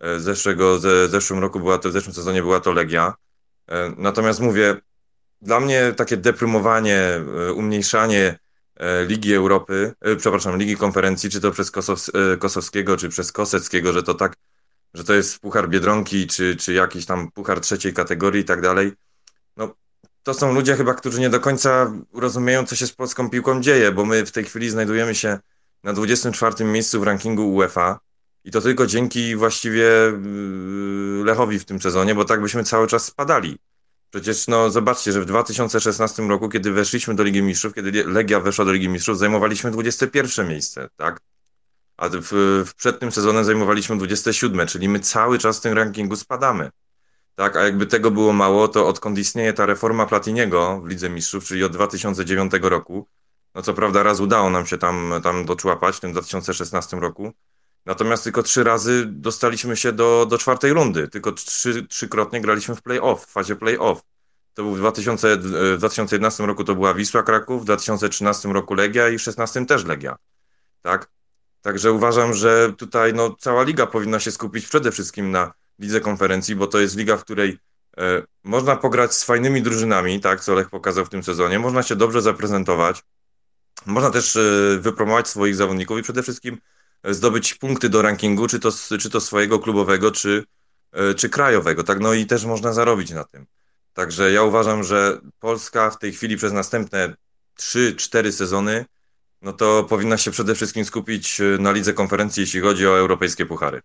W zeszłym sezonie była to Legia. Natomiast mówię, dla mnie takie deprymowanie, umniejszanie Ligi Europy, Ligi Konferencji, czy to przez Kosowskiego, czy przez Koseckiego, że to jest puchar Biedronki, czy jakiś tam puchar 3. kategorii i tak dalej. No, to są ludzie chyba, którzy nie do końca rozumieją, co się z polską piłką dzieje, bo my w tej chwili znajdujemy się na 24. miejscu w rankingu UEFA i to tylko dzięki właściwie Lechowi w tym sezonie, bo tak byśmy cały czas spadali. Przecież no zobaczcie, że w 2016 roku, kiedy weszliśmy do Ligi Mistrzów, kiedy Legia weszła do Ligi Mistrzów, zajmowaliśmy 21. miejsce, tak? A przed tym sezonem zajmowaliśmy 27, czyli my cały czas w tym rankingu spadamy. Tak, a jakby tego było mało, to odkąd istnieje ta reforma Platiniego w Lidze Mistrzów, czyli od 2009 roku, no co prawda raz udało nam się tam doczłapać w tym 2016 roku, natomiast tylko 3 razy dostaliśmy się do 4. rundy, tylko trzykrotnie graliśmy w fazie play-off. To był w 2011 roku to była Wisła Kraków, w 2013 roku Legia i w 2016 też Legia. Tak? Także uważam, że tutaj no, cała liga powinna się skupić przede wszystkim na Lidze Konferencji, bo to jest liga, w której można pograć z fajnymi drużynami, tak, co Lech pokazał w tym sezonie, można się dobrze zaprezentować, można też wypromować swoich zawodników i przede wszystkim zdobyć punkty do rankingu, czy to swojego klubowego, czy krajowego, tak, no i też można zarobić na tym. Także ja uważam, że Polska w tej chwili przez następne 3-4 sezony no to powinna się przede wszystkim skupić na Lidze Konferencji, jeśli chodzi o europejskie puchary.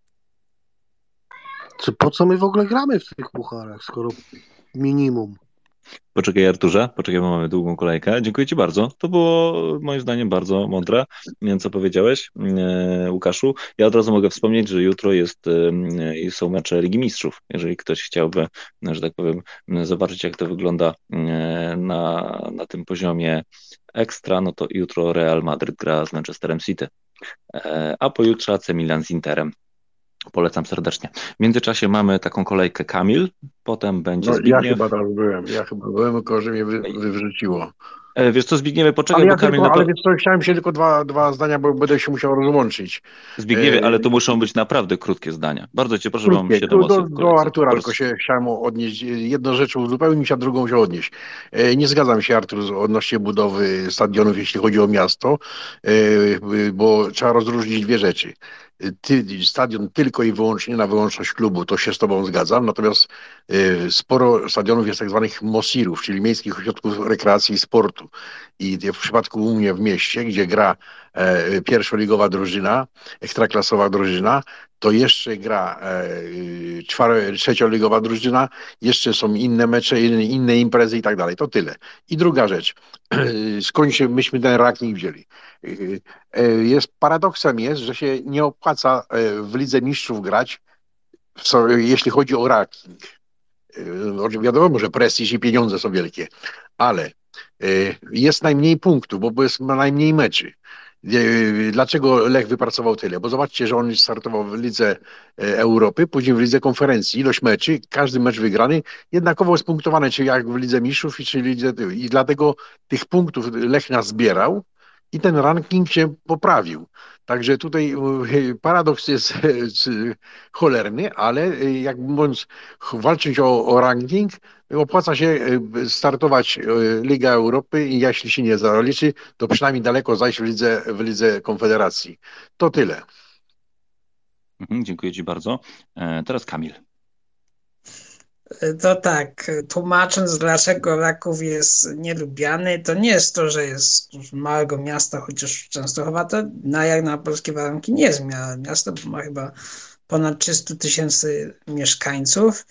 Po co my w ogóle gramy w tych pucharach, skoro minimum? Poczekaj Arturze, bo mamy długą kolejkę. Dziękuję Ci bardzo. To było moim zdaniem bardzo mądre, co powiedziałeś, Łukaszu. Ja od razu mogę wspomnieć, że jutro są mecze Ligi Mistrzów. Jeżeli ktoś chciałby, że tak powiem, zobaczyć jak to wygląda na tym poziomie ekstra, no to jutro Real Madryt gra z Manchesterem City, a pojutrze AC Milan z Interem. Polecam serdecznie. W międzyczasie mamy taką kolejkę Kamil, potem będzie Zbigniew. Ja chyba tam byłem, tylko że mnie wywrzuciło. Wiesz co, Zbigniewie, poczekaj, bo Kamil... Ale wiesz co, chciałem się tylko dwa zdania, bo będę się musiał rozłączyć. Zbigniewie, ale to muszą być naprawdę krótkie zdania. Bardzo Cię proszę, mam 7 osób. Do Artura tylko się chciałem odnieść. Jedną rzecz uzupełnić, a drugą się odnieść. Nie zgadzam się, Artur, odnośnie budowy stadionów, jeśli chodzi o miasto, bo trzeba rozróżnić 2 rzeczy. Stadion tylko i wyłącznie na wyłączność klubu, to się z Tobą zgadzam, natomiast sporo stadionów jest tak zwanych MOSIR-ów, czyli miejskich ośrodków rekreacji i sportu. I w przypadku u mnie w mieście, gdzie gra pierwszoligowa drużyna, ekstraklasowa drużyna, to jeszcze gra trzecioligowa drużyna, jeszcze są inne mecze, inne imprezy i tak dalej. To tyle. I druga rzecz, skąd myśmy ten ranking wzięli? Paradoksem jest, że się nie opłaca w Lidze Mistrzów grać, jeśli chodzi o ranking. Wiadomo, że prestiż i pieniądze są wielkie, ale jest najmniej punktów, bo jest najmniej meczy. Dlaczego Lech wypracował tyle? Bo zobaczcie, że on startował w Lidze Europy, później w Lidze Konferencji. Ilość meczy, każdy mecz wygrany jednakowo jest punktowany, czy jak w Lidze Mistrzów, czy Lidze... I dlatego tych punktów Lech nazbierał i ten ranking się poprawił. Także tutaj paradoks jest cholerny, ale jak mówiąc, walczyć o ranking, opłaca się startować Liga Europy i jeśli się nie zaliczy, to przynajmniej daleko zajść w Lidze Konfederacji. To tyle. Dziękuję Ci bardzo. Teraz Kamil. To tak, tłumacząc, dlaczego Raków jest nielubiany, to nie jest to, że jest z małego miasta, chociaż Częstochowa to jak na polskie warunki nie jest miasto, bo ma chyba ponad 300 000 mieszkańców.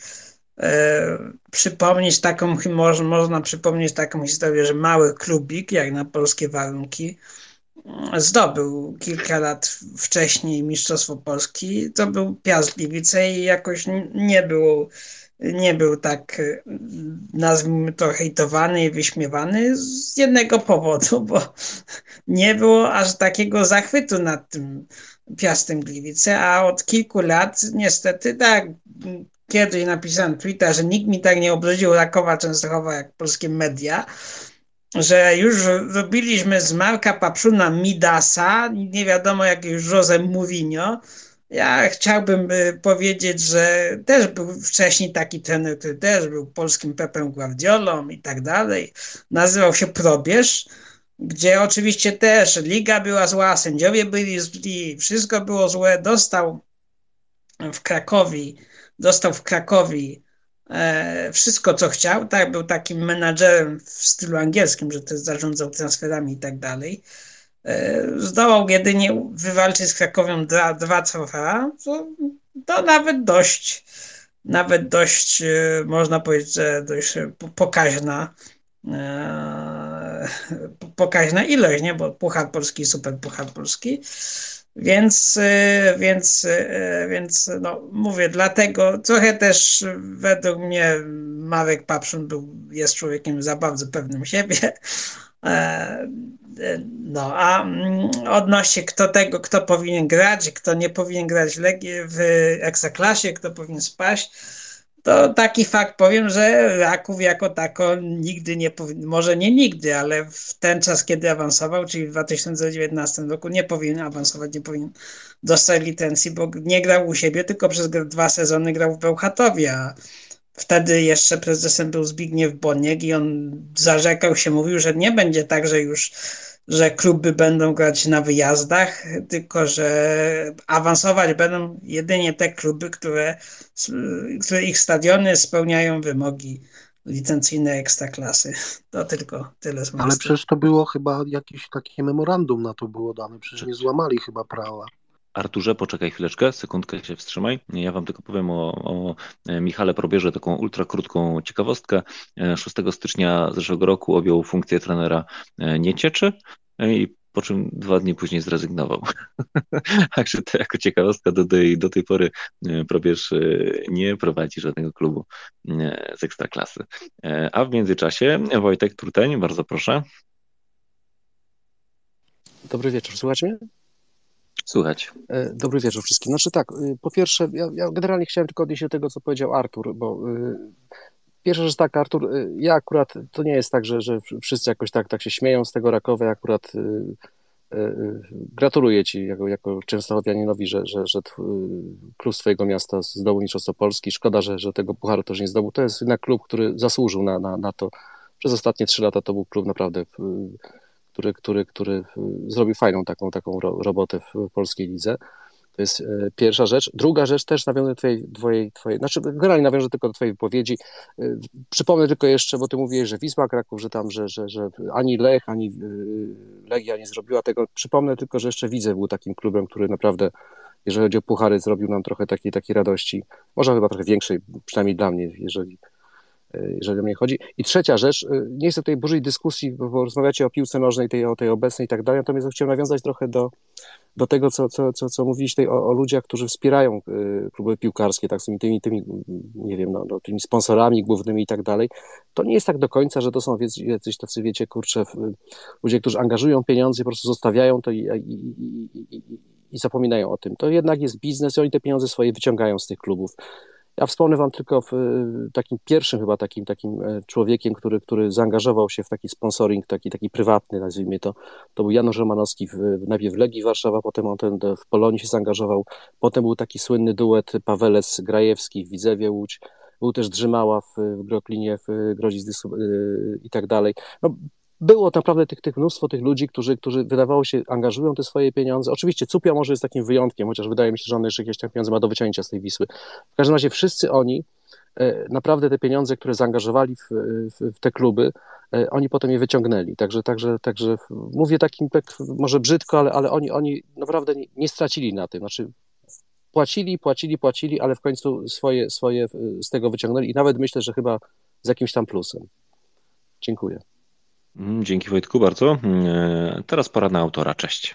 Można przypomnieć taką historię, że mały klubik, jak na polskie warunki, zdobył kilka lat wcześniej Mistrzostwo Polski. To był Piast Gliwice i jakoś nie był tak, nazwijmy to, hejtowany i wyśmiewany z jednego powodu, bo nie było aż takiego zachwytu nad tym Piastem Gliwice, a od kilku lat niestety tak. Kiedyś napisałem tweeta, że nikt mi tak nie obrudził Rakowa Częstochowa jak polskie media, że już robiliśmy z Marka Papszuna Midasa, nie wiadomo jakiegoś Jose Mourinho. Ja chciałbym powiedzieć, że też był wcześniej taki trener, który też był polskim Pepem Guardiolą i tak dalej. Nazywał się Probierz, gdzie oczywiście też liga była zła, sędziowie byli źli, wszystko było złe. Dostał w Krakowie wszystko, co chciał. Tak, był takim menadżerem w stylu angielskim, że też zarządzał transferami i tak dalej. Zdołał jedynie wywalczyć z Krakowią dwa trofea, to nawet dość, można powiedzieć, że dość pokaźna ilość, nie? Bo Puchar Polski, Super Puchar Polski. Więc no, mówię, dlatego trochę też według mnie Marek Papszun jest człowiekiem za bardzo pewnym siebie. No, a odnośnie kto powinien grać, kto nie powinien grać w Ekstraklasie, kto powinien spaść, to taki fakt powiem, że Raków jako tako nigdy nie powinien, może nie nigdy, ale w ten czas, kiedy awansował, czyli w 2019 roku, nie powinien awansować, nie powinien dostać licencji, bo nie grał u siebie, tylko przez 2 sezony grał w Bełchatowie, a wtedy jeszcze prezesem był Zbigniew Boniek i on zarzekał się, mówił, że nie będzie tak, że kluby będą grać na wyjazdach, tylko że awansować będą jedynie te kluby, które ich stadiony spełniają wymogi licencyjne Ekstraklasy. To tylko tyle z mojej Ale strony. przecież to było chyba jakieś takie memorandum na to było dane, przecież nie złamali chyba prawa. Arturze, poczekaj chwileczkę, sekundkę się wstrzymaj. Ja wam tylko powiem o Michale Probierze taką ultra krótką ciekawostkę. 6 stycznia zeszłego roku objął funkcję trenera Niecieczy i po czym 2 dni później zrezygnował. Także to jako ciekawostka do tej pory Probierz nie prowadzi żadnego klubu z Ekstraklasy. A w międzyczasie Wojtek Truteń, bardzo proszę. Dobry wieczór, słuchajcie mnie? Słuchać. Dobry wieczór wszystkim. Znaczy tak, po pierwsze, ja generalnie chciałem tylko odnieść się do tego, co powiedział Artur, bo pierwsza rzecz tak, Artur, ja akurat, to nie jest tak, że wszyscy jakoś tak się śmieją z tego Rakowa, ja akurat gratuluję Ci jako częstochowianinowi, że klub swojego miasta zdobył Mistrzostwo Polski. Szkoda, że tego pucharu też nie zdobył. To jest jednak klub, który zasłużył na to. Przez ostatnie 3 lata to był klub naprawdę, który zrobił fajną taką robotę w polskiej lidze. To jest pierwsza rzecz. Druga rzecz, też nawiążę do twojej, znaczy generalnie nawiążę tylko do twojej wypowiedzi. Przypomnę tylko jeszcze, bo ty mówiłeś, że Wisła Kraków, że tam, że ani Lech, ani Legia nie zrobiła tego. Przypomnę tylko, że jeszcze Widzew był takim klubem, który naprawdę, jeżeli chodzi o puchary, zrobił nam trochę takiej radości. Może chyba trochę większej, przynajmniej dla mnie, jeżeli o mnie chodzi. I trzecia rzecz, nie chcę tutaj burzyć dyskusji, bo rozmawiacie o piłce nożnej, tej obecnej i tak dalej, natomiast chciałem nawiązać trochę do tego, co mówiliście tutaj o ludziach, którzy wspierają kluby piłkarskie, tak, z tymi nie wiem, tymi sponsorami głównymi i tak dalej. To nie jest tak do końca, że to są jacyś tacy, wiecie, kurczę, ludzie, którzy angażują pieniądze i po prostu zostawiają to i zapominają o tym. To jednak jest biznes i oni te pieniądze swoje wyciągają z tych klubów. Ja wspomnę wam tylko takim pierwszym chyba takim człowiekiem, który zaangażował się w taki sponsoring, taki prywatny, nazwijmy to. To był Janusz Romanowski najpierw w Legii Warszawa, potem on w Polonii się zaangażował. Potem był taki słynny duet Pawelec-Grajewski w Widzewie Łódź. Był też Drzymała w Groklinie, w Grodzizdysku i tak dalej. No, było naprawdę mnóstwo tych ludzi, którzy wydawało się angażują te swoje pieniądze. Oczywiście Cupia może jest takim wyjątkiem, chociaż wydaje mi się, że on jeszcze jakieś tam pieniądze ma do wyciągnięcia z tej Wisły. W każdym razie wszyscy oni, naprawdę te pieniądze, które zaangażowali w te kluby, oni potem je wyciągnęli. Także mówię takim tak może brzydko, ale oni naprawdę nie stracili na tym. Znaczy płacili, ale w końcu swoje z tego wyciągnęli i nawet myślę, że chyba z jakimś tam plusem. Dziękuję. Dzięki Wojtku bardzo. Teraz pora na autora. Cześć.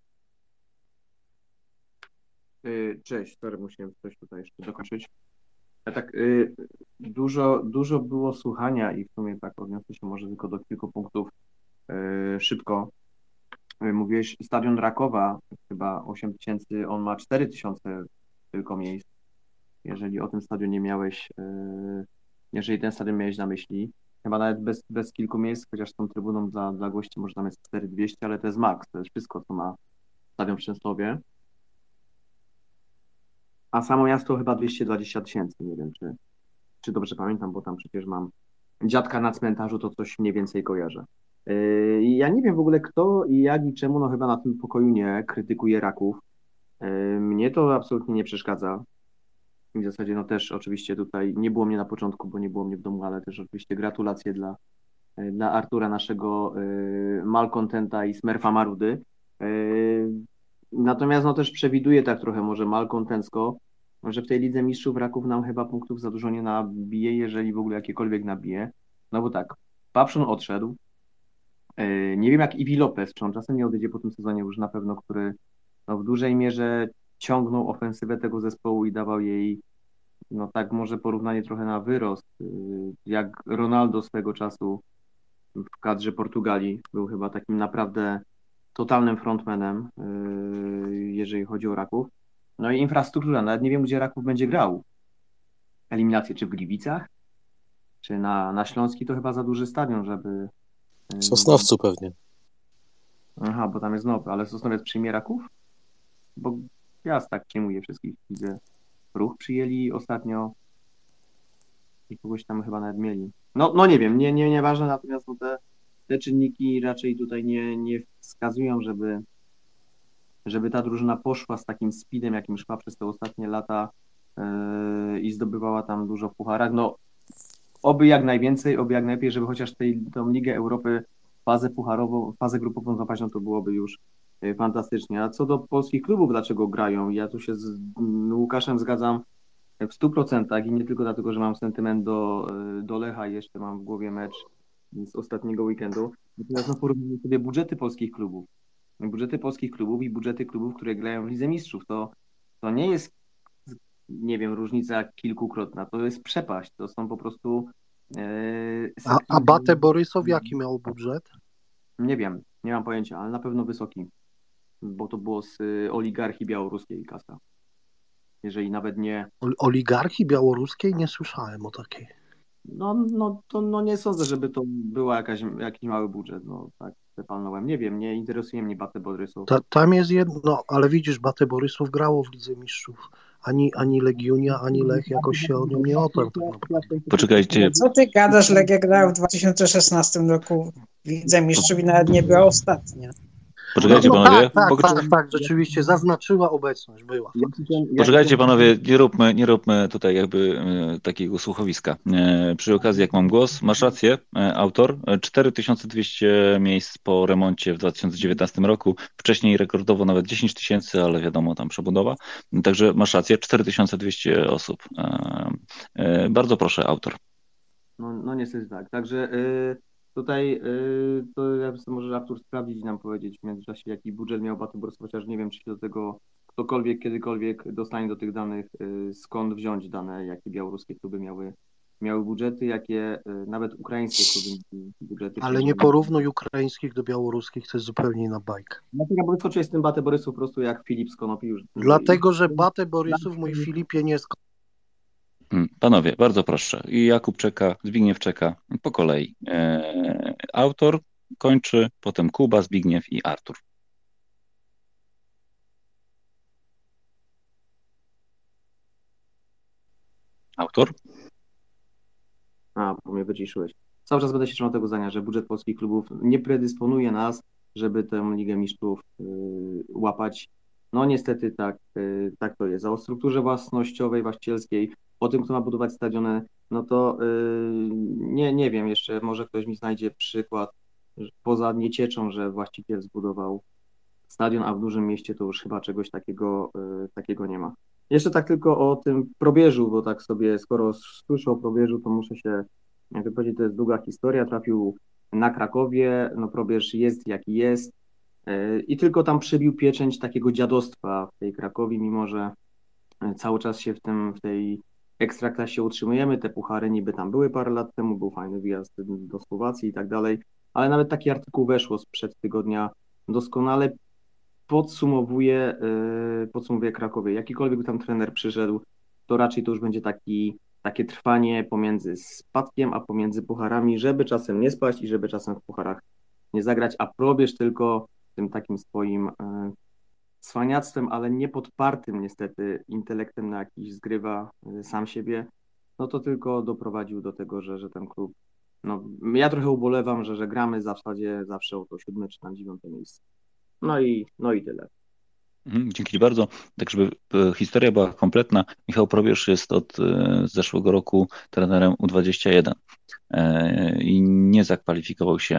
Cześć, sorry, musiałem coś tutaj jeszcze dokończyć. Tak, dużo było słuchania i w sumie tak odniosę się może tylko do kilku punktów szybko. Mówiłeś, stadion Rakowa, chyba 8 000, on ma 4 000 tylko miejsc. Jeżeli o tym stadionie miałeś, jeżeli ten stadion miałeś na myśli, chyba nawet bez kilku miejsc, chociaż z tą trybuną dla gości może tam jest 4200, ale to jest maks, to jest wszystko, co ma stadion w Częstochowie. A samo miasto chyba 220 000, nie wiem, czy dobrze pamiętam, bo tam przecież mam dziadka na cmentarzu, to coś mniej więcej kojarzę. Ja nie wiem w ogóle kto i jak i czemu, no chyba na tym pokoju nie krytykuje Raków. Mnie to absolutnie nie przeszkadza. W zasadzie no też oczywiście tutaj nie było mnie na początku, bo nie było mnie w domu, ale też oczywiście gratulacje dla Artura, naszego malkontenta i Smurfa Marudy. Natomiast no też przewiduję tak trochę może malkontencko, że w tej Lidze Mistrzów Raków nam chyba punktów za dużo nie nabije, jeżeli w ogóle jakiekolwiek nabije. No bo tak, Papszun odszedł. Nie wiem jak Iwi Lopez, czy on czasem nie odejdzie po tym sezonie już na pewno, który no, w dużej mierze ciągnął ofensywę tego zespołu i dawał jej, no tak może porównanie trochę na wyrost, jak Ronaldo swego czasu w kadrze Portugalii był chyba takim naprawdę totalnym frontmanem, jeżeli chodzi o Raków. No i infrastruktura, nawet nie wiem gdzie Raków będzie grał. Eliminacje czy w Gliwicach, czy na Śląski, to chyba za duży stadion, żeby... W Sosnowcu pewnie. Aha, bo tam jest nowy, ale Sosnowiec przyjmie Raków? Bo Piast tak przyjmuje wszystkich. Widzę, Ruch przyjęli ostatnio i kogoś tam chyba nawet mieli. No nie wiem, nieważne, natomiast no te czynniki raczej tutaj nie wskazują, żeby ta drużyna poszła z takim speedem, jakim szła przez te ostatnie lata i zdobywała tam dużo w pucharach. No oby jak najwięcej, oby jak najlepiej, żeby chociaż tą Ligę Europy, fazę pucharową, fazę grupową złapać, no to byłoby już fantastycznie. A co do polskich klubów, dlaczego grają? Ja tu się z Łukaszem zgadzam w 100% i nie tylko dlatego, że mam sentyment do Lecha i jeszcze mam w głowie mecz z ostatniego weekendu. Natomiast no, porównujmy sobie budżety polskich klubów. Budżety polskich klubów i budżety klubów, które grają w Lidze Mistrzów. To nie jest, nie wiem, różnica kilkukrotna. To jest przepaść. To są po prostu... A Bate Borysow jaki miał budżet? Nie wiem, nie mam pojęcia, ale na pewno wysoki. Bo to było z oligarchii białoruskiej kasa. Jeżeli nawet nie... Oligarchii białoruskiej? Nie słyszałem o takiej. No nie sądzę, żeby to był jakiś mały budżet. No tak, palnąłem. Nie wiem, nie interesuje mnie Bate Borysow. Tam jest jedno, ale widzisz, Bate Borysow grało w Lidze Mistrzów. Ani Legionia, ani Lech jakoś się o nim nie otarł. Poczekajcie. Co ty gadasz? Legia grała w 2016 roku w Lidze Mistrzów i nawet nie była ostatnia. Poczekajcie, No panowie. tak, rzeczywiście zaznaczyła obecność, była. Poczekajcie, panowie, nie róbmy tutaj jakby takiego słuchowiska. Przy okazji, jak mam głos, masz rację, autor. 4200 miejsc po remoncie w 2019 roku. Wcześniej rekordowo nawet 10 000, ale wiadomo, tam przebudowa. Także masz rację, 4200 osób. Bardzo proszę, autor. No niestety tak. Także tutaj to ja bym sobie może Artur sprawdzić i nam powiedzieć w międzyczasie, jaki budżet miał Bate Boryssów, chociaż nie wiem, czy się do tego ktokolwiek, kiedykolwiek dostanie do tych danych, skąd wziąć dane, jakie białoruskie kluby miały budżety, jakie nawet ukraińskie kluby miały budżety. Ale nie porównuj ukraińskich do białoruskich, to jest zupełnie inna bajka. Dlatego ja skoczyłem z tym Bate Borysów po prostu jak Filip z Konopi już. Dlatego, że Bate Borysów, mój Filipie, nie jest... Panowie, bardzo proszę. I Jakub czeka, Zbigniew czeka, po kolei. Autor kończy, potem Kuba, Zbigniew i Artur. Autor? Bo mnie wyciszyłeś. Cały czas będę się trzymał tego zdania, że budżet polskich klubów nie predysponuje nas, żeby tę Ligę Mistrzów łapać. No niestety tak to jest. A o strukturze własnościowej, właścicielskiej, o tym, kto ma budować stadiony, no to nie wiem jeszcze, może ktoś mi znajdzie przykład, poza Niecieczą, że właściciel zbudował stadion, a w dużym mieście to już chyba czegoś takiego nie ma. Jeszcze tak tylko o tym Probierzu, bo tak sobie, skoro słyszę o Probierzu, to muszę się wypowiedzieć, to jest długa historia, trafił na Krakowie, no Probierz jest jaki jest i tylko tam przybił pieczęć takiego dziadostwa w tej Krakowie, mimo że cały czas się w tej ekstraklasie utrzymujemy, te puchary niby tam były parę lat temu, był fajny wyjazd do Słowacji i tak dalej, ale nawet taki artykuł weszło sprzed tygodnia, doskonale podsumowuje Krakowie. Jakikolwiek by tam trener przyszedł, to raczej to już będzie takie trwanie pomiędzy spadkiem, a pomiędzy pucharami, żeby czasem nie spaść i żeby czasem w pucharach nie zagrać, a Probierz tylko tym takim swoim cwaniactwem, ale nie podpartym niestety intelektem na jakiś zgrywa sam siebie, no to tylko doprowadził do tego, że ten klub, no ja trochę ubolewam, że gramy w zasadzie zawsze o to 7. czy tam 9. miejsce. No i tyle. Dzięki bardzo. Tak, żeby historia była kompletna, Michał Probierz jest od zeszłego roku trenerem U21 i nie zakwalifikował się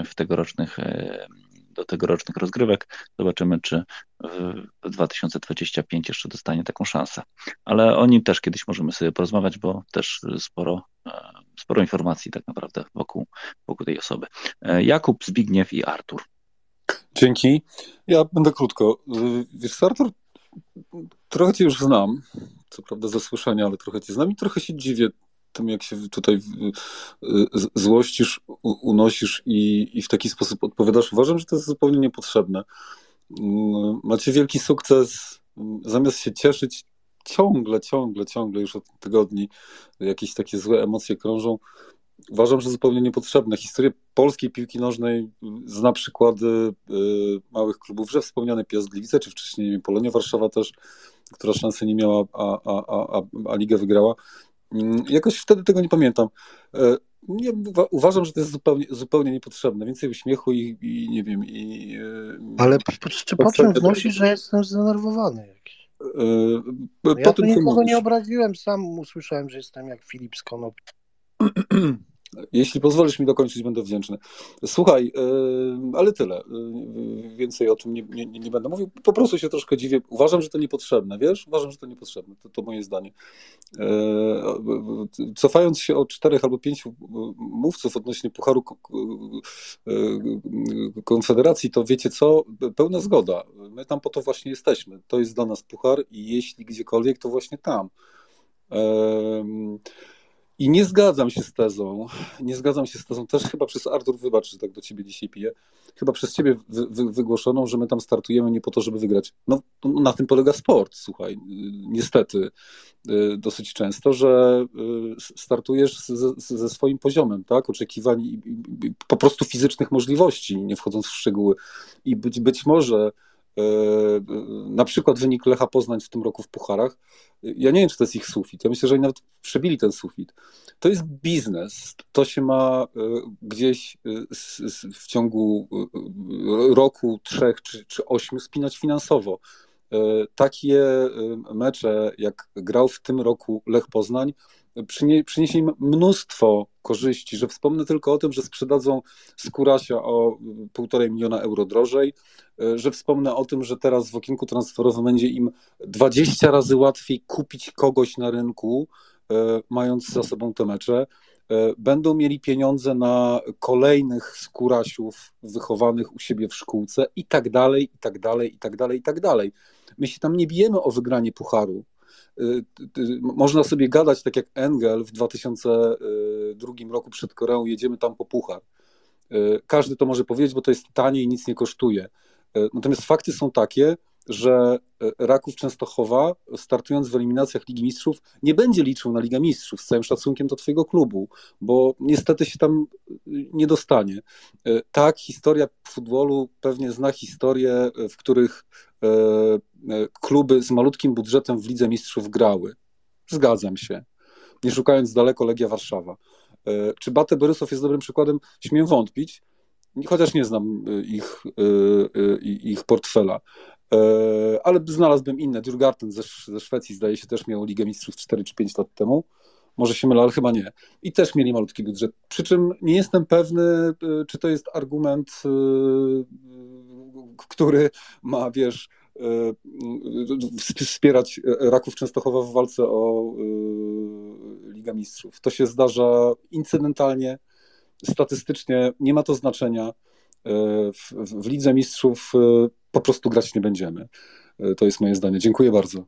do tegorocznych rozgrywek. Zobaczymy, czy w 2025 jeszcze dostanie taką szansę. Ale o nim też kiedyś możemy sobie porozmawiać, bo też sporo informacji tak naprawdę wokół tej osoby. Jakub, Zbigniew i Artur. Dzięki. Ja będę krótko. Wiesz co, Artur, trochę cię już znam, co prawda ze słyszenia, ale trochę cię znam i trochę się dziwię tym, jak się tutaj złościsz, unosisz i w taki sposób odpowiadasz. Uważam, że to jest zupełnie niepotrzebne. Macie wielki sukces, zamiast się cieszyć, ciągle już od tygodni jakieś takie złe emocje krążą. Uważam, że zupełnie niepotrzebne. Historię polskiej piłki nożnej zna przykłady małych klubów, że wspomniane Piast Gliwice, czy wcześniej nie wiem, Polonia Warszawa też, która szansy nie miała, a ligę wygrała. Jakoś wtedy tego nie pamiętam. Uważam, że to jest zupełnie niepotrzebne. Więcej uśmiechu i nie wiem. Ale czy po czym wnosisz, że jestem zdenerwowany jakiś? Ja tu nikogo nie obraziłem, sam usłyszałem, że jestem jak Filip z Konopi. Jeśli pozwolisz mi dokończyć, będę wdzięczny. Słuchaj, ale tyle. Więcej o tym nie będę mówił. Po prostu się troszkę dziwię. Uważam, że to niepotrzebne, wiesz? Uważam, że to niepotrzebne. To moje zdanie. Cofając się o 4 albo 5 mówców odnośnie Pucharu Konfederacji, to wiecie co? Pełna zgoda. My tam po to właśnie jesteśmy. To jest dla nas puchar i jeśli gdziekolwiek, to właśnie tam. I nie zgadzam się z tezą, też chyba przez Artur, wybacz, że tak do ciebie dzisiaj piję, chyba przez ciebie wygłoszoną, że my tam startujemy nie po to, żeby wygrać. No na tym polega sport, słuchaj, niestety dosyć często, że startujesz ze swoim poziomem, tak, oczekiwań i po prostu fizycznych możliwości, nie wchodząc w szczegóły. I być może na przykład wynik Lecha Poznań w tym roku w pucharach Ja nie wiem, czy to jest ich sufit. Ja myślę, że oni nawet przebili ten sufit. To jest biznes. To się ma gdzieś w ciągu roku, 3 czy 8 spinać finansowo. Takie mecze, jak grał w tym roku Lech Poznań, przyniesie im mnóstwo korzyści, że wspomnę tylko o tym, że sprzedadzą Skórasia o 1,5 miliona euro drożej, że wspomnę o tym, że teraz w okienku transferowym będzie im 20 razy łatwiej kupić kogoś na rynku, mając za sobą te mecze. Będą mieli pieniądze na kolejnych Skórasiów wychowanych u siebie w szkółce i tak dalej, i tak dalej, i tak dalej, i tak dalej. My się tam nie bijemy o wygranie pucharu. Można sobie gadać tak jak Engel w 2002 roku przed Koreą, jedziemy tam po puchar. Każdy to może powiedzieć, bo to jest tanie i nic nie kosztuje. Natomiast fakty są takie, że Raków Częstochowa, startując w eliminacjach Ligi Mistrzów, nie będzie liczył na Ligę Mistrzów, z całym szacunkiem do twojego klubu, bo niestety się tam nie dostanie. Tak, historia futbolu pewnie zna historie, w których kluby z malutkim budżetem w Lidze Mistrzów grały. Zgadzam się. Nie szukając daleko, Legia Warszawa. Czy Bate Borysow jest dobrym przykładem? Śmiem wątpić, chociaż nie znam ich portfela. Ale znalazłbym inne. Djurgården ze Szwecji, zdaje się, też miał Ligę Mistrzów 4 czy 5 lat temu. Może się mylę, ale chyba nie. I też mieli malutki budżet. Przy czym nie jestem pewny, czy to jest argument, który ma, wiesz, wspierać Raków Częstochowa w walce o Ligę Mistrzów. To się zdarza incydentalnie, statystycznie nie ma to znaczenia. W Lidze Mistrzów po prostu grać nie będziemy. To jest moje zdanie. Dziękuję bardzo.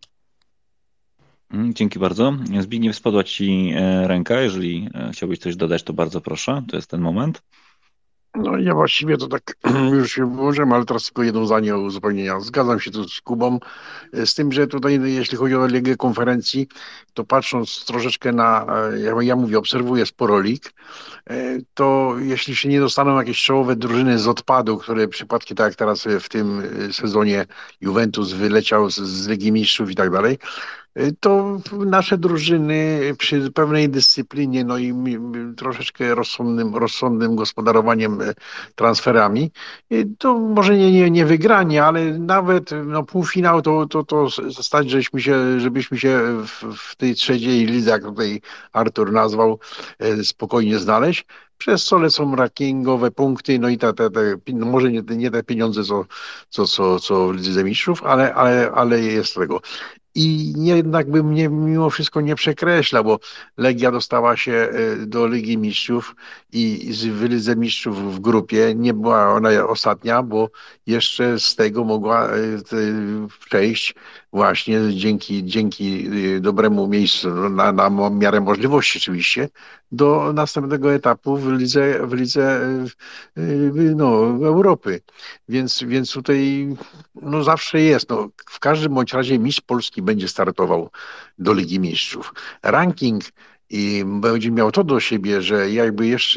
Dzięki bardzo. Zbigniew, spadła Ci ręka. Jeżeli chciałbyś coś dodać, to bardzo proszę. To jest ten moment. No ja właściwie to tak już się wyłożyłem, ale teraz tylko jedno zdanie o uzupełnienia. Zgadzam się tu z Kubą, z tym, że tutaj jeśli chodzi o Ligę Konferencji, to patrząc troszeczkę na, ja mówię, obserwuję sporo lig, to jeśli się nie dostaną jakieś czołowe drużyny z odpadu, które przypadki tak jak teraz w tym sezonie Juventus wyleciał z Ligi Mistrzów i tak dalej, to nasze drużyny przy pewnej dyscyplinie, no i troszeczkę rozsądnym gospodarowaniem transferami, to może nie wygranie, ale nawet no, półfinał to stać, żebyśmy się w tej trzeciej lidze, jak tutaj Artur nazwał, spokojnie znaleźć. Przez co lecą rankingowe punkty, no i no może nie te pieniądze, co w Lidze Mistrzów, ale jest tego. I jednak bym mnie mimo wszystko nie przekreślał, bo Legia dostała się do Ligi Mistrzów i w Lidze Mistrzów w grupie nie była ona ostatnia, bo jeszcze z tego mogła przejść właśnie dzięki dobremu miejscu, na miarę możliwości oczywiście, do następnego etapu w lidze no, Europy. Więc tutaj no, zawsze jest. No, w każdym bądź razie mistrz Polski będzie startował do Ligi Mistrzów. Ranking i będzie miał to do siebie, że jakby jeszcze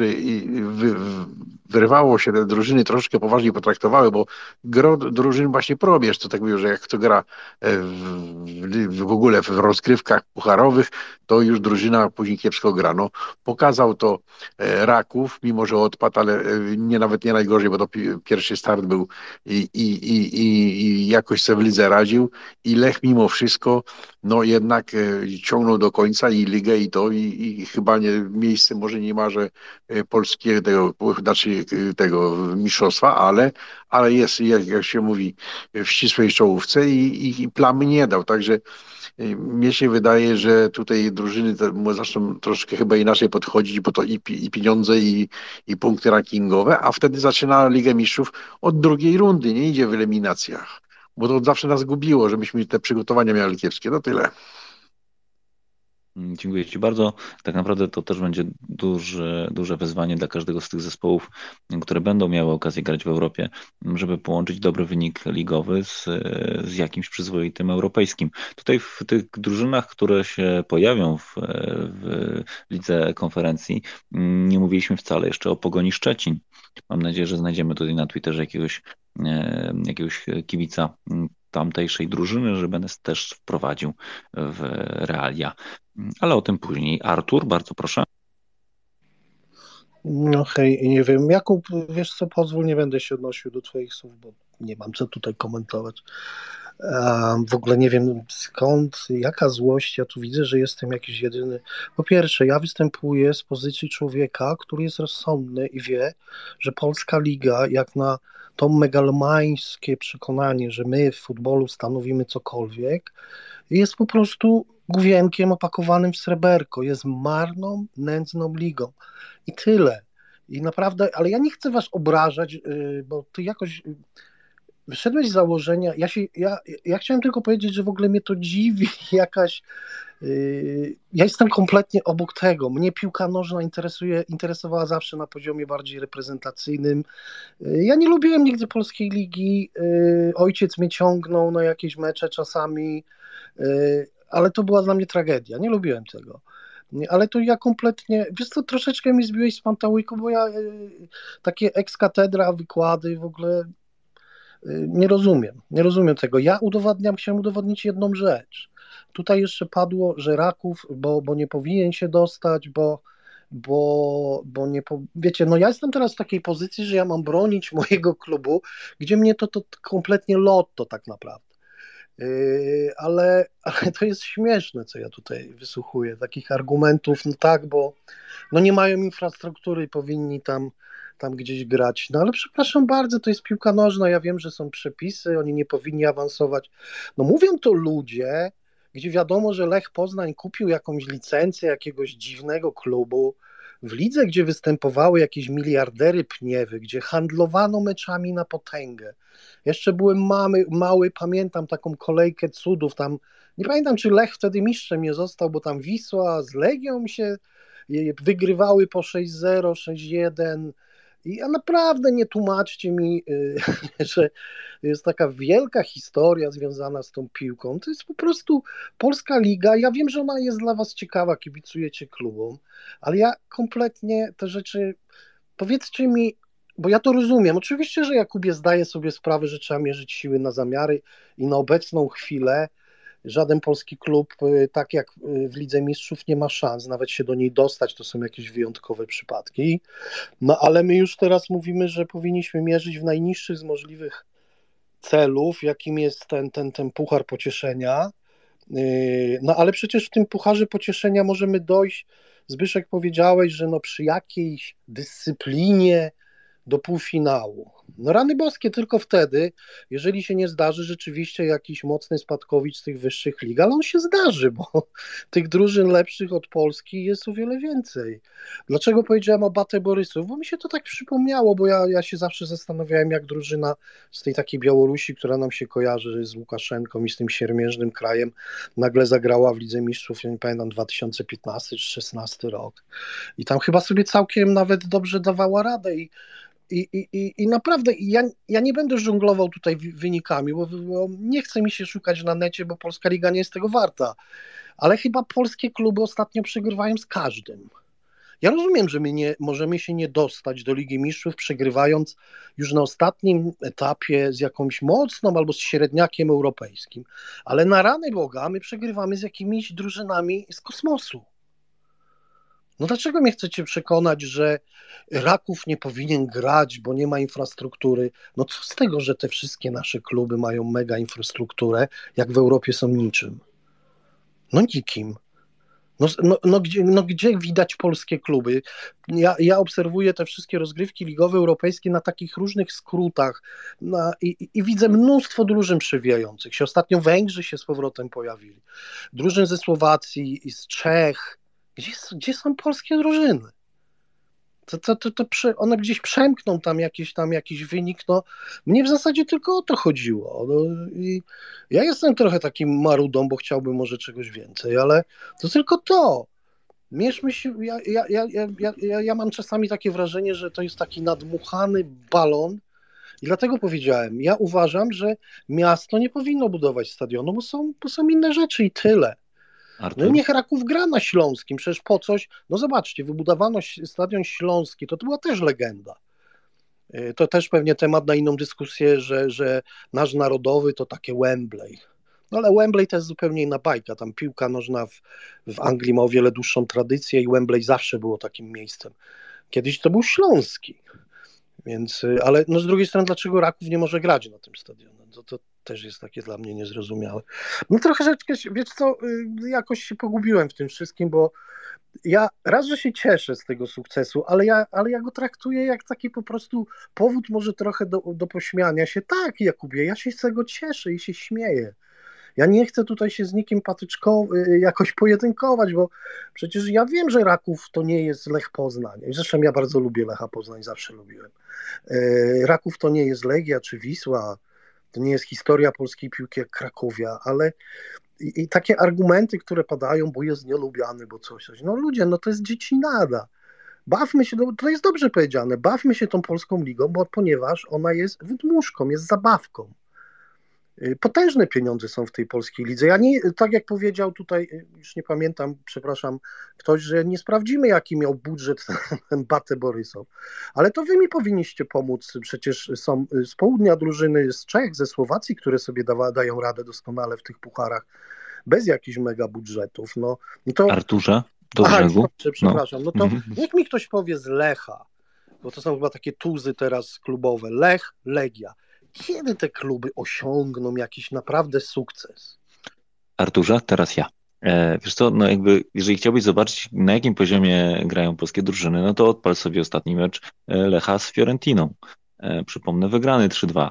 wyrwało się te drużyny, troszeczkę poważniej potraktowały, bo gro drużyn właśnie probierz, to tak mówię, że jak kto gra w ogóle w rozgrywkach pucharowych, to już drużyna później kiepsko gra. No, pokazał to Raków, mimo że odpadł, ale nawet nie najgorzej, bo to pierwszy start był i jakoś sobie w lidze radził. I Lech mimo wszystko no jednak ciągnął do końca i ligę i chyba miejsce może nie ma, że polskiego, tego mistrzostwa, ale jest, jak się mówi, w ścisłej czołówce i plamy nie dał. Także mnie się wydaje, że tutaj drużyny zaczną troszkę chyba inaczej podchodzić, bo to i pieniądze, i punkty rankingowe, a wtedy zaczyna Ligę Mistrzów od drugiej rundy, nie idzie w eliminacjach, bo to zawsze nas gubiło, że myśmy te przygotowania mieli kiepskie. No tyle. Dziękuję Ci bardzo. Tak naprawdę to też będzie duże wyzwanie dla każdego z tych zespołów, które będą miały okazję grać w Europie, żeby połączyć dobry wynik ligowy z jakimś przyzwoitym europejskim. Tutaj w tych drużynach, które się pojawią w lidze konferencji, nie mówiliśmy wcale jeszcze o Pogoni Szczecin. Mam nadzieję, że znajdziemy tutaj na Twitterze jakiegoś kibica tamtejszej drużyny, że będę też wprowadził w realia. Ale o tym później. Artur, bardzo proszę. No hej, nie wiem, Jakub, wiesz co, pozwól, nie będę się odnosił do twoich słów, bo nie mam co tutaj komentować. W ogóle nie wiem skąd, jaka złość, ja tu widzę, że jestem jakiś jedyny. Po pierwsze, ja występuję z pozycji człowieka, który jest rozsądny i wie, że Polska Liga, jak na to megalomańskie przekonanie, że my w futbolu stanowimy cokolwiek, jest po prostu główienkiem opakowanym w sreberko, jest marną, nędzną ligą i tyle. I naprawdę, ale ja nie chcę was obrażać, bo ty jakoś wyszedłeś z założenia, ja chciałem tylko powiedzieć, że w ogóle mnie to dziwi jakaś, ja jestem kompletnie obok tego, mnie piłka nożna interesowała zawsze na poziomie bardziej reprezentacyjnym, ja nie lubiłem nigdy polskiej ligi, ojciec mnie ciągnął na jakieś mecze czasami, ale to była dla mnie tragedia, nie lubiłem tego. Ale to ja kompletnie, wiesz co, troszeczkę mi zbiłeś z pantałyku, bo ja takie ex cathedra, wykłady w ogóle nie rozumiem tego. Ja chciałem udowodnić jedną rzecz. Tutaj jeszcze padło, że Raków, bo nie powinien się dostać, bo nie, wiecie, no ja jestem teraz w takiej pozycji, że ja mam bronić mojego klubu, gdzie mnie to kompletnie lotto tak naprawdę. Ale to jest śmieszne, co ja tutaj wysłuchuję, takich argumentów, no tak, bo no nie mają infrastruktury, powinni tam gdzieś grać, no ale przepraszam bardzo, to jest piłka nożna, ja wiem, że są przepisy, oni nie powinni awansować, no mówią to ludzie, gdzie wiadomo, że Lech Poznań kupił jakąś licencję jakiegoś dziwnego klubu, w lidze, gdzie występowały jakieś miliardery pniewy, gdzie handlowano meczami na potęgę. Jeszcze byłem mały, pamiętam taką kolejkę cudów, tam nie pamiętam, czy Lech wtedy mistrzem nie został, bo tam Wisła z Legią się wygrywały po 6-0, 6-1 i naprawdę nie tłumaczcie mi, że jest taka wielka historia związana z tą piłką. To jest po prostu Polska Liga. Ja wiem, że ona jest dla was ciekawa, kibicujecie klubom, ale ja kompletnie te rzeczy, powiedzcie mi, bo ja to rozumiem. Oczywiście, że Jakubie zdaję sobie sprawę, że trzeba mierzyć siły na zamiary i na obecną chwilę żaden polski klub, tak jak w Lidze Mistrzów, nie ma szans nawet się do niej dostać, to są jakieś wyjątkowe przypadki. No ale my już teraz mówimy, że powinniśmy mierzyć w najniższych z możliwych celów, jakim jest ten puchar pocieszenia. No ale przecież w tym pucharze pocieszenia możemy dojść, Zbyszek, powiedziałeś, że no przy jakiejś dyscyplinie do półfinału. No rany boskie, tylko wtedy, jeżeli się nie zdarzy rzeczywiście jakiś mocny spadkowicz z tych wyższych lig, ale on się zdarzy, bo tych drużyn lepszych od Polski jest o wiele więcej. Dlaczego powiedziałem o Batę Borysów? Bo mi się to tak przypomniało, bo ja się zawsze zastanawiałem, jak drużyna z tej takiej Białorusi, która nam się kojarzy z Łukaszenką i z tym siermiężnym krajem, nagle zagrała w Lidze Mistrzów, ja nie pamiętam, 2015 czy 2016 rok. I tam chyba sobie całkiem nawet dobrze dawała radę i naprawdę ja nie będę żonglował tutaj wynikami, bo nie chce mi się szukać na necie, bo Polska Liga nie jest tego warta, ale chyba polskie kluby ostatnio przegrywają z każdym. Ja rozumiem, że my nie możemy się nie dostać do Ligi Mistrzów, przegrywając już na ostatnim etapie z jakąś mocną albo z średniakiem europejskim, ale na rany Boga my przegrywamy z jakimiś drużynami z kosmosu. No dlaczego mnie chcecie przekonać, że Raków nie powinien grać, bo nie ma infrastruktury? No co z tego, że te wszystkie nasze kluby mają mega infrastrukturę, jak w Europie są niczym? No nikim. Gdzie widać polskie kluby? Ja obserwuję te wszystkie rozgrywki ligowe europejskie na takich różnych skrótach i widzę mnóstwo drużyn przewijających się. Ostatnio Węgrzy się z powrotem pojawili. Drużyn ze Słowacji i z Czech. Gdzie są polskie drużyny? One gdzieś przemkną tam jakiś wynik. No, mnie w zasadzie tylko o to chodziło. No, i ja jestem trochę takim marudą, bo chciałbym może czegoś więcej, ale to tylko to. Mierzmy się, ja mam czasami takie wrażenie, że to jest taki nadmuchany balon i dlatego powiedziałem, ja uważam, że miasto nie powinno budować stadionu, bo są inne rzeczy i tyle. No i niech Raków gra na Śląskim, przecież po coś, no zobaczcie, wybudowano stadion Śląski, to była też legenda. To też pewnie temat na inną dyskusję, że nasz narodowy to takie Wembley. No ale Wembley to jest zupełnie inna bajka. Tam piłka nożna w Anglii ma o wiele dłuższą tradycję i Wembley zawsze było takim miejscem. Kiedyś to był Śląski. Więc, ale no z drugiej strony, dlaczego Raków nie może grać na tym stadionie? To też jest takie dla mnie niezrozumiałe. No troszeczkę, wiesz co, jakoś się pogubiłem w tym wszystkim, bo ja raz, że się cieszę z tego sukcesu, ale ja go traktuję jak taki po prostu powód może trochę do pośmiania się. Tak, Jakubie, ja się z tego cieszę i się śmieję. Ja nie chcę tutaj się z nikim jakoś pojedynkować, bo przecież ja wiem, że Raków to nie jest Lech Poznań. Zresztą ja bardzo lubię Lecha Poznań, zawsze lubiłem. Raków to nie jest Legia czy Wisła, to nie jest historia polskiej piłki jak Krakowia, ale i takie argumenty, które padają, bo jest nielubiany, bo coś. No ludzie, no to jest dziecinada. Bawmy się, to jest dobrze powiedziane, bawmy się tą polską ligą, ponieważ ona jest wydmuszką, jest zabawką. Potężne pieniądze są w tej polskiej lidze. Ja nie, tak jak powiedział tutaj, już nie pamiętam, przepraszam, ktoś, że nie sprawdzimy, jaki miał budżet ten Bate Borysow, ale to wy mi powinniście pomóc. Przecież są z południa drużyny z Czech, ze Słowacji, które sobie dają radę doskonale w tych pucharach, bez jakichś mega budżetów. No to... Arturze, do brzegu. Przepraszam, no to niech mi ktoś powie z Lecha, bo to są chyba takie tuzy teraz klubowe. Lech, Legia. Kiedy te kluby osiągną jakiś naprawdę sukces? Arturze, teraz ja. Wiesz co, no jakby, jeżeli chciałbyś zobaczyć, na jakim poziomie grają polskie drużyny, no to odpal sobie ostatni mecz Lecha z Fiorentiną. Przypomnę, wygrany 3-2.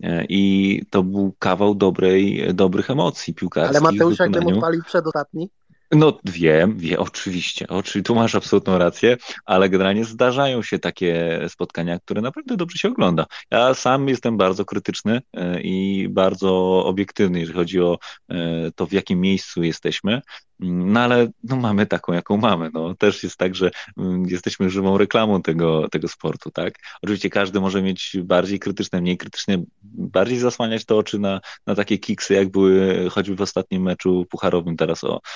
I to był kawał dobrych emocji piłkarskich. Ale Mateusz, jakbym odpalił przedostatni? No wiem, oczywiście, tu masz absolutną rację, ale generalnie zdarzają się takie spotkania, które naprawdę dobrze się ogląda. Ja sam jestem bardzo krytyczny i bardzo obiektywny, jeżeli chodzi o to, w jakim miejscu jesteśmy, no ale no, mamy taką, jaką mamy. No, też jest tak, że jesteśmy żywą reklamą tego sportu, tak? Oczywiście każdy może mieć bardziej krytyczne, mniej krytyczne, bardziej zasłaniać to oczy na takie kiksy, jak były choćby w ostatnim meczu pucharowym teraz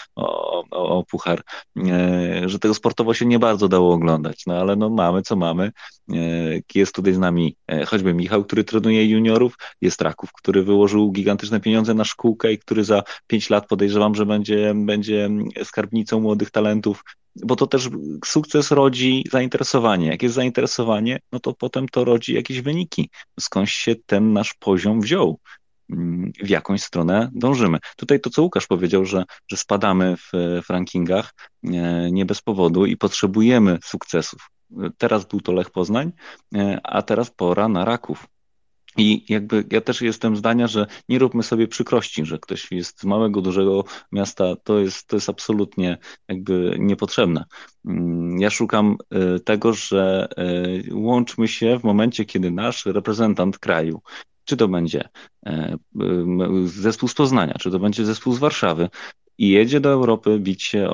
o puchar, że tego sportowo się nie bardzo dało oglądać, no ale no mamy co mamy. Jest tutaj z nami choćby Michał, który trenuje juniorów, jest Raków, który wyłożył gigantyczne pieniądze na szkółkę i który za 5 lat podejrzewam, że będzie skarbnicą młodych talentów, bo to też sukces rodzi zainteresowanie. Jak jest zainteresowanie, no to potem to rodzi jakieś wyniki. Skądś się ten nasz poziom wziął? W jakąś stronę dążymy. Tutaj to, co Łukasz powiedział, że spadamy w rankingach nie bez powodu i potrzebujemy sukcesów. Teraz był to Lech Poznań, a teraz pora na Raków. I jakby ja też jestem zdania, że nie róbmy sobie przykrości, że ktoś jest z małego, dużego miasta, to jest absolutnie jakby niepotrzebne. Ja szukam tego, że łączmy się w momencie, kiedy nasz reprezentant kraju, czy to będzie zespół z Poznania, czy to będzie zespół z Warszawy, i jedzie do Europy bić się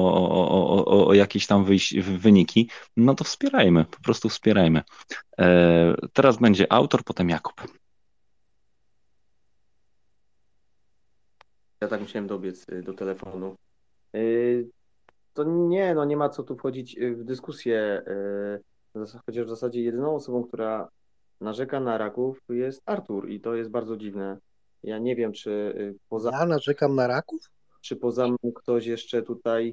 o jakieś tam wyniki, no to wspierajmy, po prostu wspierajmy. Teraz będzie autor, potem Jakub. Ja tak musiałem dobiec do telefonu. To nie ma co tu wchodzić w dyskusję, chociaż w zasadzie jedyną osobą, która narzeka na Raków, jest Artur i to jest bardzo dziwne. Ja nie wiem, czy poza... Ja narzekam na Raków? Czy poza mną ktoś jeszcze tutaj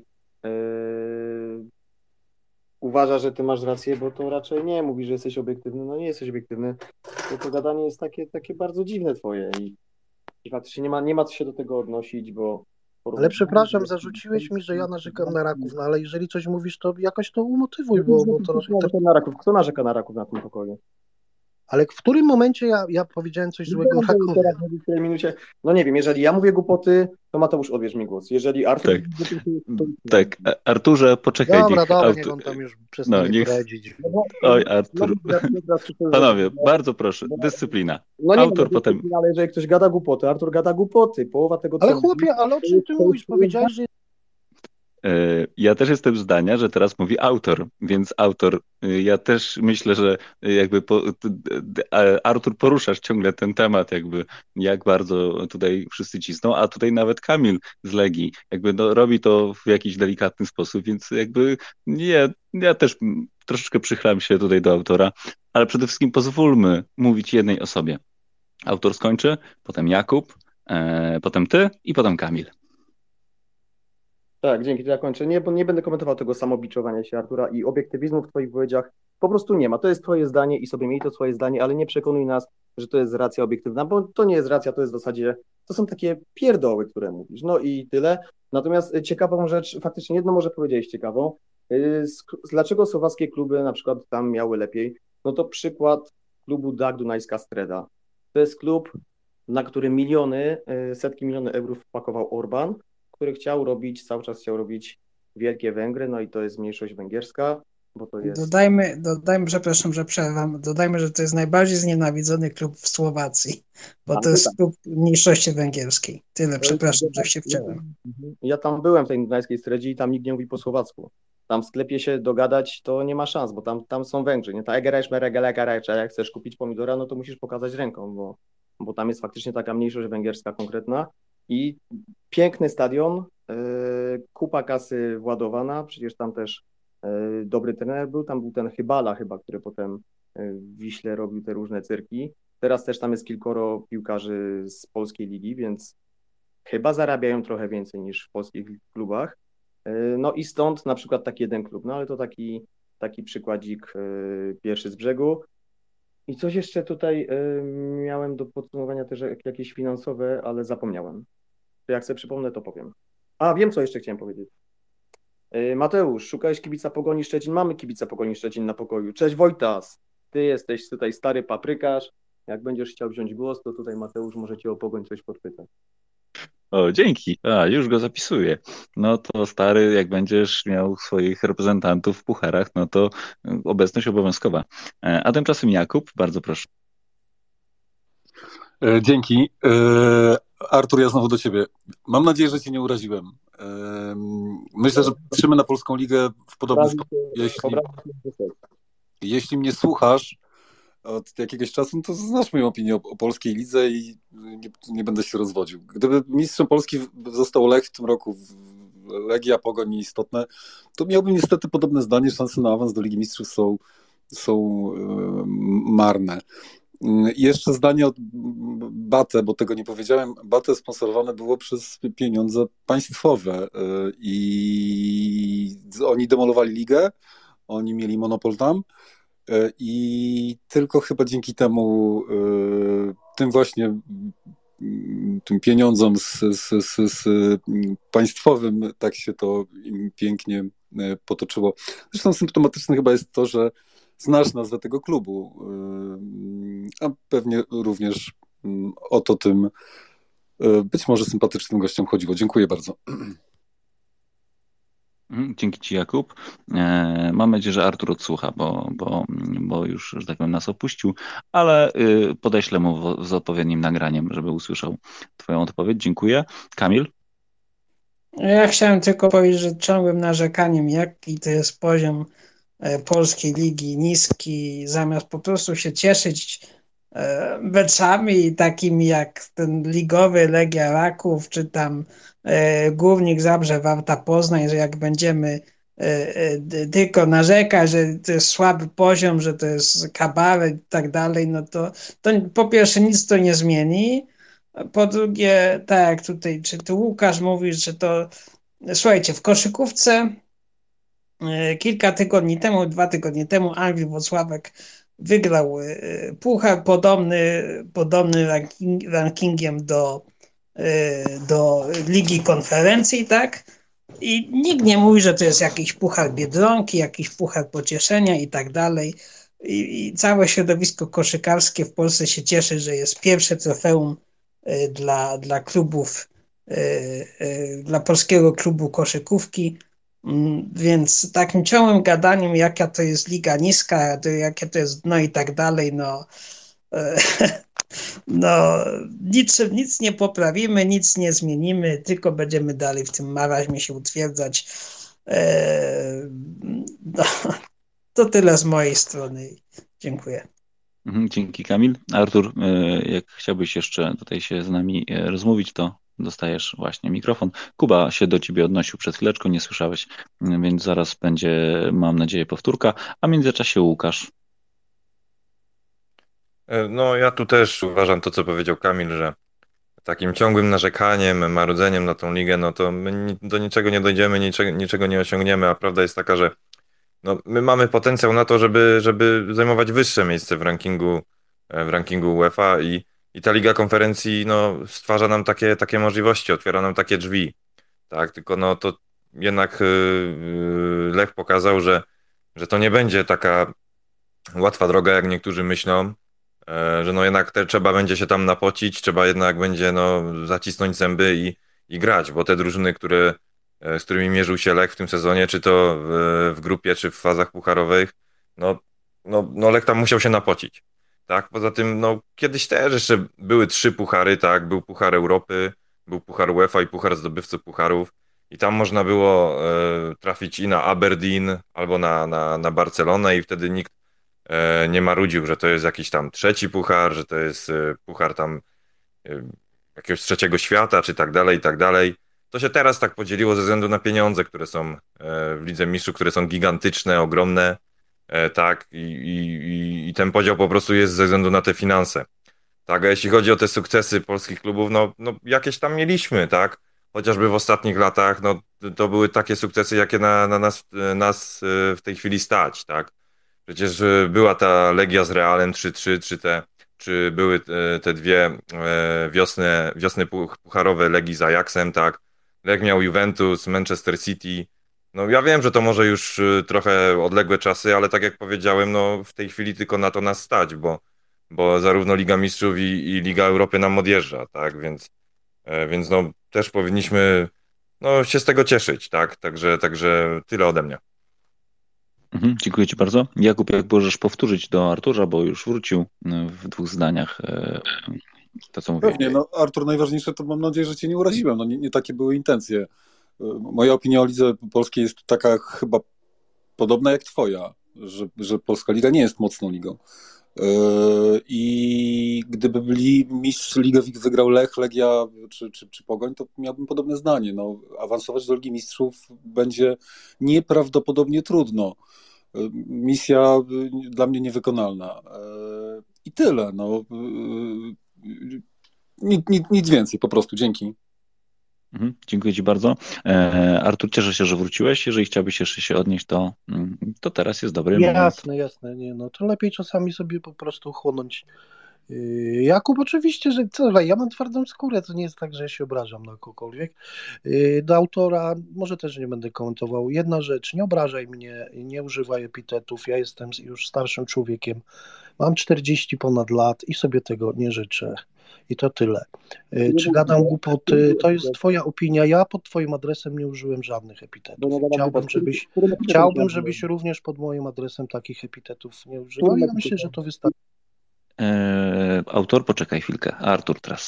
uważa, że ty masz rację, bo to raczej nie mówi, że jesteś obiektywny. No nie jesteś obiektywny, bo to gadanie jest takie bardzo dziwne twoje i faktycznie nie ma co się do tego odnosić, bo... Ale przepraszam, zarzuciłeś mi, że ja narzekam na Raków, no ale jeżeli coś mówisz, to jakoś to umotywuj, bo to... Kto narzeka na Raków na tym pokoju? Ale w którym momencie ja powiedziałem coś złego Rakowi? No nie wiem, jeżeli ja mówię głupoty, to Mateusz, odbierz mi głos. Jeżeli Artur... Tak, Arturze, poczekaj. Dobra, niech on tam już przestanie bredzić. Oj, Artur. Panowie, bardzo proszę, dyscyplina. No nie Autor potem... Ale jeżeli ktoś gada głupoty, Artur gada głupoty, połowa tego... Ale chłopie, ale o czym ty mówisz? Powiedziałeś, że... Ja też jestem zdania, że teraz mówi autor, więc autor, ja też myślę, że jakby Artur, poruszasz ciągle ten temat, jakby jak bardzo tutaj wszyscy cisną, a tutaj nawet Kamil z Legii jakby robi to w jakiś delikatny sposób, więc jakby ja też troszeczkę przychylam się tutaj do autora, ale przede wszystkim pozwólmy mówić jednej osobie. Autor skończy, potem Jakub, potem ty i potem Kamil. Tak, dzięki, to ja kończę. Nie będę komentował tego samobiczowania się Artura i obiektywizmu w twoich wypowiedziach. Po prostu nie ma. To jest twoje zdanie i sobie miej to swoje zdanie, ale nie przekonuj nas, że to jest racja obiektywna, bo to nie jest racja, to jest w zasadzie, to są takie pierdoły, które mówisz. No i tyle. Natomiast ciekawą rzecz, faktycznie jedno może powiedziałeś ciekawą, dlaczego słowackie kluby na przykład tam miały lepiej? No to przykład klubu DAG Dunajska Streda. To jest klub, na który setki milionów euro wpakował Orban, który cały czas chciał robić Wielkie Węgry, no i to jest mniejszość węgierska, bo to jest... Dodajmy, przepraszam, że przerwam, dodajmy, że to jest najbardziej znienawidzony klub w Słowacji, bo to jest klub mniejszości węgierskiej. Tyle, przepraszam, że się wciąłem. Ja tam byłem w tej dunajskiej Stredzie i tam nikt nie mówi po słowacku. Tam w sklepie się dogadać to nie ma szans, bo tam są Węgrzy, nie? Ta jak chcesz kupić pomidora, no to musisz pokazać ręką, bo tam jest faktycznie taka mniejszość węgierska konkretna i piękny stadion, kupa kasy władowana, przecież tam też dobry trener był, tam był ten Chybala chyba, który potem w Wiśle robił te różne cyrki. Teraz też tam jest kilkoro piłkarzy z polskiej ligi, więc chyba zarabiają trochę więcej niż w polskich klubach. No i stąd na przykład taki jeden klub, no ale to taki przykładzik pierwszy z brzegu. I coś jeszcze tutaj miałem do podsumowania też jakieś finansowe, ale zapomniałem. Jak sobie przypomnę, to powiem. Wiem, co jeszcze chciałem powiedzieć. Mateusz, szukałeś kibica Pogoni Szczecin? Mamy kibica Pogoni Szczecin na pokoju. Cześć Wojtas, ty jesteś tutaj stary paprykarz. Jak będziesz chciał wziąć głos, to tutaj Mateusz może cię o Pogoń coś podpytać. O, dzięki. Już go zapisuję. No to stary, jak będziesz miał swoich reprezentantów w pucharach, no to obecność obowiązkowa. A tymczasem Jakub, bardzo proszę. Dzięki. Artur, ja znowu do ciebie. Mam nadzieję, że cię nie uraziłem. Myślę, że patrzymy na Polską Ligę w podobny sposób. Jeśli mnie słuchasz od jakiegoś czasu, no to znasz moją opinię o polskiej lidze i nie będę się rozwodził. Gdyby mistrzem Polski został Lech w tym roku, Legia, Pogoń nieistotne, to miałbym niestety podobne zdanie, szanse na awans do Ligi Mistrzów są marne. I jeszcze zdanie od Bate, bo tego nie powiedziałem. Bate sponsorowane było przez pieniądze państwowe i oni demolowali ligę, oni mieli monopol tam i tylko chyba dzięki temu, tym właśnie tym pieniądzom z państwowym, tak się to im pięknie potoczyło. Zresztą symptomatyczne chyba jest to, że znasz nazwę tego klubu, a pewnie również o to tym być może sympatycznym gościom chodziło. Dziękuję bardzo. Dzięki ci, Jakub. Mam nadzieję, że Artur odsłucha, bo już, że tak powiem, nas opuścił, ale podeślę mu z odpowiednim nagraniem, żeby usłyszał twoją odpowiedź. Dziękuję. Kamil? Ja chciałem tylko powiedzieć, że ciągłym narzekaniem, jaki to jest poziom polskiej ligi niski, zamiast po prostu się cieszyć meczami takimi jak ten ligowy Legia Raków, czy tam Górnik Zabrze, Warta Poznań, że jak będziemy tylko narzekać, że to jest słaby poziom, że to jest kabaret i tak dalej, no to po pierwsze nic to nie zmieni, po drugie, tak jak tutaj, czy tu Łukasz mówisz, że to, słuchajcie, w koszykówce kilka tygodni temu, 2 tygodnie temu Anglii Włocławek wygrał puchar podobny rankingiem do Ligi Konferencji, tak? I nikt nie mówi, że to jest jakiś puchar Biedronki, jakiś puchar pocieszenia i tak dalej. I całe środowisko koszykarskie w Polsce się cieszy, że jest pierwsze trofeum dla klubów, dla polskiego klubu koszykówki. Więc takim ciągłym gadaniem, jaka to jest liga niska, jakie to jest dno i tak dalej, nic nie poprawimy, nic nie zmienimy, tylko będziemy dalej w tym marazmie się utwierdzać. To tyle z mojej strony. Dziękuję. Dzięki, Kamil. Artur, jak chciałbyś jeszcze tutaj się z nami rozmówić, to dostajesz właśnie mikrofon. Kuba się do ciebie odnosił przed chwileczką, nie słyszałeś, więc zaraz będzie, mam nadzieję, powtórka, a w międzyczasie Łukasz. No ja tu też uważam to, co powiedział Kamil, że takim ciągłym narzekaniem, marudzeniem na tą ligę, no to my do niczego nie dojdziemy, niczego nie osiągniemy, a prawda jest taka, że no, my mamy potencjał na to, żeby zajmować wyższe miejsce w rankingu UEFA i ta Liga Konferencji no, stwarza nam takie możliwości, otwiera nam takie drzwi, tak, tylko no to jednak Lech pokazał, że to nie będzie taka łatwa droga, jak niektórzy myślą, że no jednak trzeba będzie się tam napocić, trzeba jednak będzie no, zacisnąć zęby i grać, bo te drużyny, z którymi mierzył się Lech w tym sezonie, czy to w grupie, czy w fazach pucharowych, no Lech tam musiał się napocić. Tak? Poza tym, no kiedyś też jeszcze były 3 puchary, tak? Był Puchar Europy, był Puchar UEFA i Puchar Zdobywców Pucharów i tam można było trafić i na Aberdeen albo na Barcelonę i wtedy nikt nie marudził, że to jest jakiś tam trzeci puchar, że to jest puchar tam jakiegoś trzeciego świata, czy tak dalej, i tak dalej. To się teraz tak podzieliło ze względu na pieniądze, które są w Lidze Mistrzów, które są gigantyczne, ogromne, tak, i ten podział po prostu jest ze względu na te finanse. Tak, a jeśli chodzi o te sukcesy polskich klubów, no jakieś tam mieliśmy, tak, chociażby w ostatnich latach, no to były takie sukcesy, jakie nas w tej chwili stać, tak. Przecież była ta Legia z Realem 3-3, czy były te dwie wiosny pucharowe Legii z Ajaxem, tak? Lech miał Juventus, Manchester City. No ja wiem, że to może już trochę odległe czasy, ale tak jak powiedziałem, no w tej chwili tylko na to nas stać, bo zarówno Liga Mistrzów i Liga Europy nam odjeżdża, tak? Więc no też powinniśmy no, się z tego cieszyć, tak? Także tyle ode mnie. Dziękuję Ci bardzo. Jakub, jak możesz powtórzyć do Artura, bo już wrócił w 2 zdaniach to, co mówię. Pewnie, no Artur, najważniejsze to mam nadzieję, że Cię nie uraziłem, no nie takie były intencje. Moja opinia o lidze polskiej jest taka chyba podobna jak Twoja, że polska liga nie jest mocną ligą. I gdyby mistrz ligę wygrał Lech, Legia czy Pogoń, to miałbym podobne zdanie. No, awansować do Ligi Mistrzów będzie nieprawdopodobnie trudno. Misja dla mnie niewykonalna. I tyle. No. Nic więcej, po prostu. Dzięki. Dziękuję Ci bardzo. Artur, cieszę się, że wróciłeś. Jeżeli chciałbyś jeszcze się odnieść, to teraz jest dobry moment. Jasne, nie, no to lepiej czasami sobie po prostu chłonąć. Jakub, oczywiście, że co, ja mam twardą skórę, to nie jest tak, że ja się obrażam na kogokolwiek. Do autora może też nie będę komentował. Jedna rzecz, nie obrażaj mnie, nie używaj epitetów, ja jestem już starszym człowiekiem, mam 40 ponad lat i sobie tego nie życzę. I to tyle. Czy gadam głupoty? To jest Twoja opinia. Ja pod Twoim adresem nie użyłem żadnych epitetów. Chciałbym, żebyś również pod moim adresem takich epitetów nie używał. Ja myślę, że to wystarczy. Autor, poczekaj chwilkę. Artur teraz.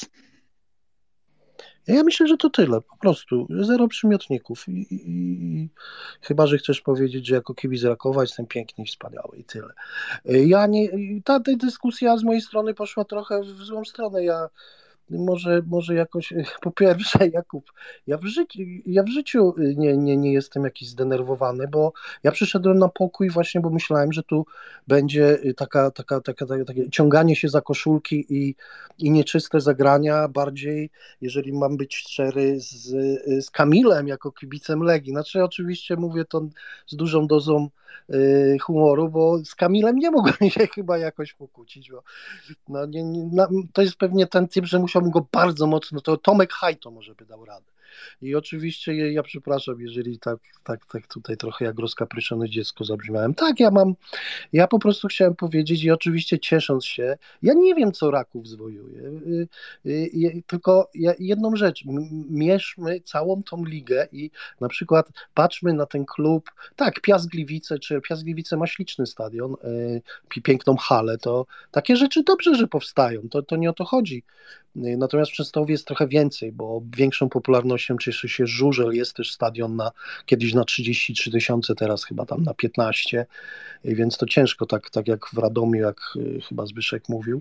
Ja myślę, że to tyle, po prostu. 0 przymiotników. I chyba, że chcesz powiedzieć, że jako kibic Rakowa jestem piękny i wspaniały i tyle. Ta dyskusja z mojej strony poszła trochę w złą stronę. Ja może jakoś, po pierwsze, Jakub, ja w życiu nie jestem jakiś zdenerwowany, bo ja przyszedłem na pokój właśnie, bo myślałem, że tu będzie takie ciąganie się za koszulki i nieczyste zagrania, bardziej, jeżeli mam być szczery, z Kamilem jako kibicem Legii. Znaczy oczywiście mówię to z dużą dozą humoru, bo z Kamilem nie mogłem się chyba jakoś pokłócić, bo to jest pewnie ten typ, że musiałbym go bardzo mocno, to Tomek Hajto może by dał radę. I oczywiście ja przepraszam, jeżeli tak tutaj trochę jak rozkapryszone dziecko zabrzmiałem. Tak, ja po prostu chciałem powiedzieć i oczywiście ciesząc się, ja nie wiem, co Raków zwojuje, tylko jedną rzecz, mierzmy całą tą ligę i na przykład patrzmy na ten klub, tak, Piast Gliwice ma śliczny stadion, piękną halę, to takie rzeczy dobrze, że powstają, to nie o to chodzi. Natomiast w Częstochowie jest trochę więcej, bo większą popularnością cieszy się Żużel, jest też stadion kiedyś na 33 000, teraz chyba tam na 15, więc to ciężko, tak jak w Radomiu, jak chyba Zbyszek mówił.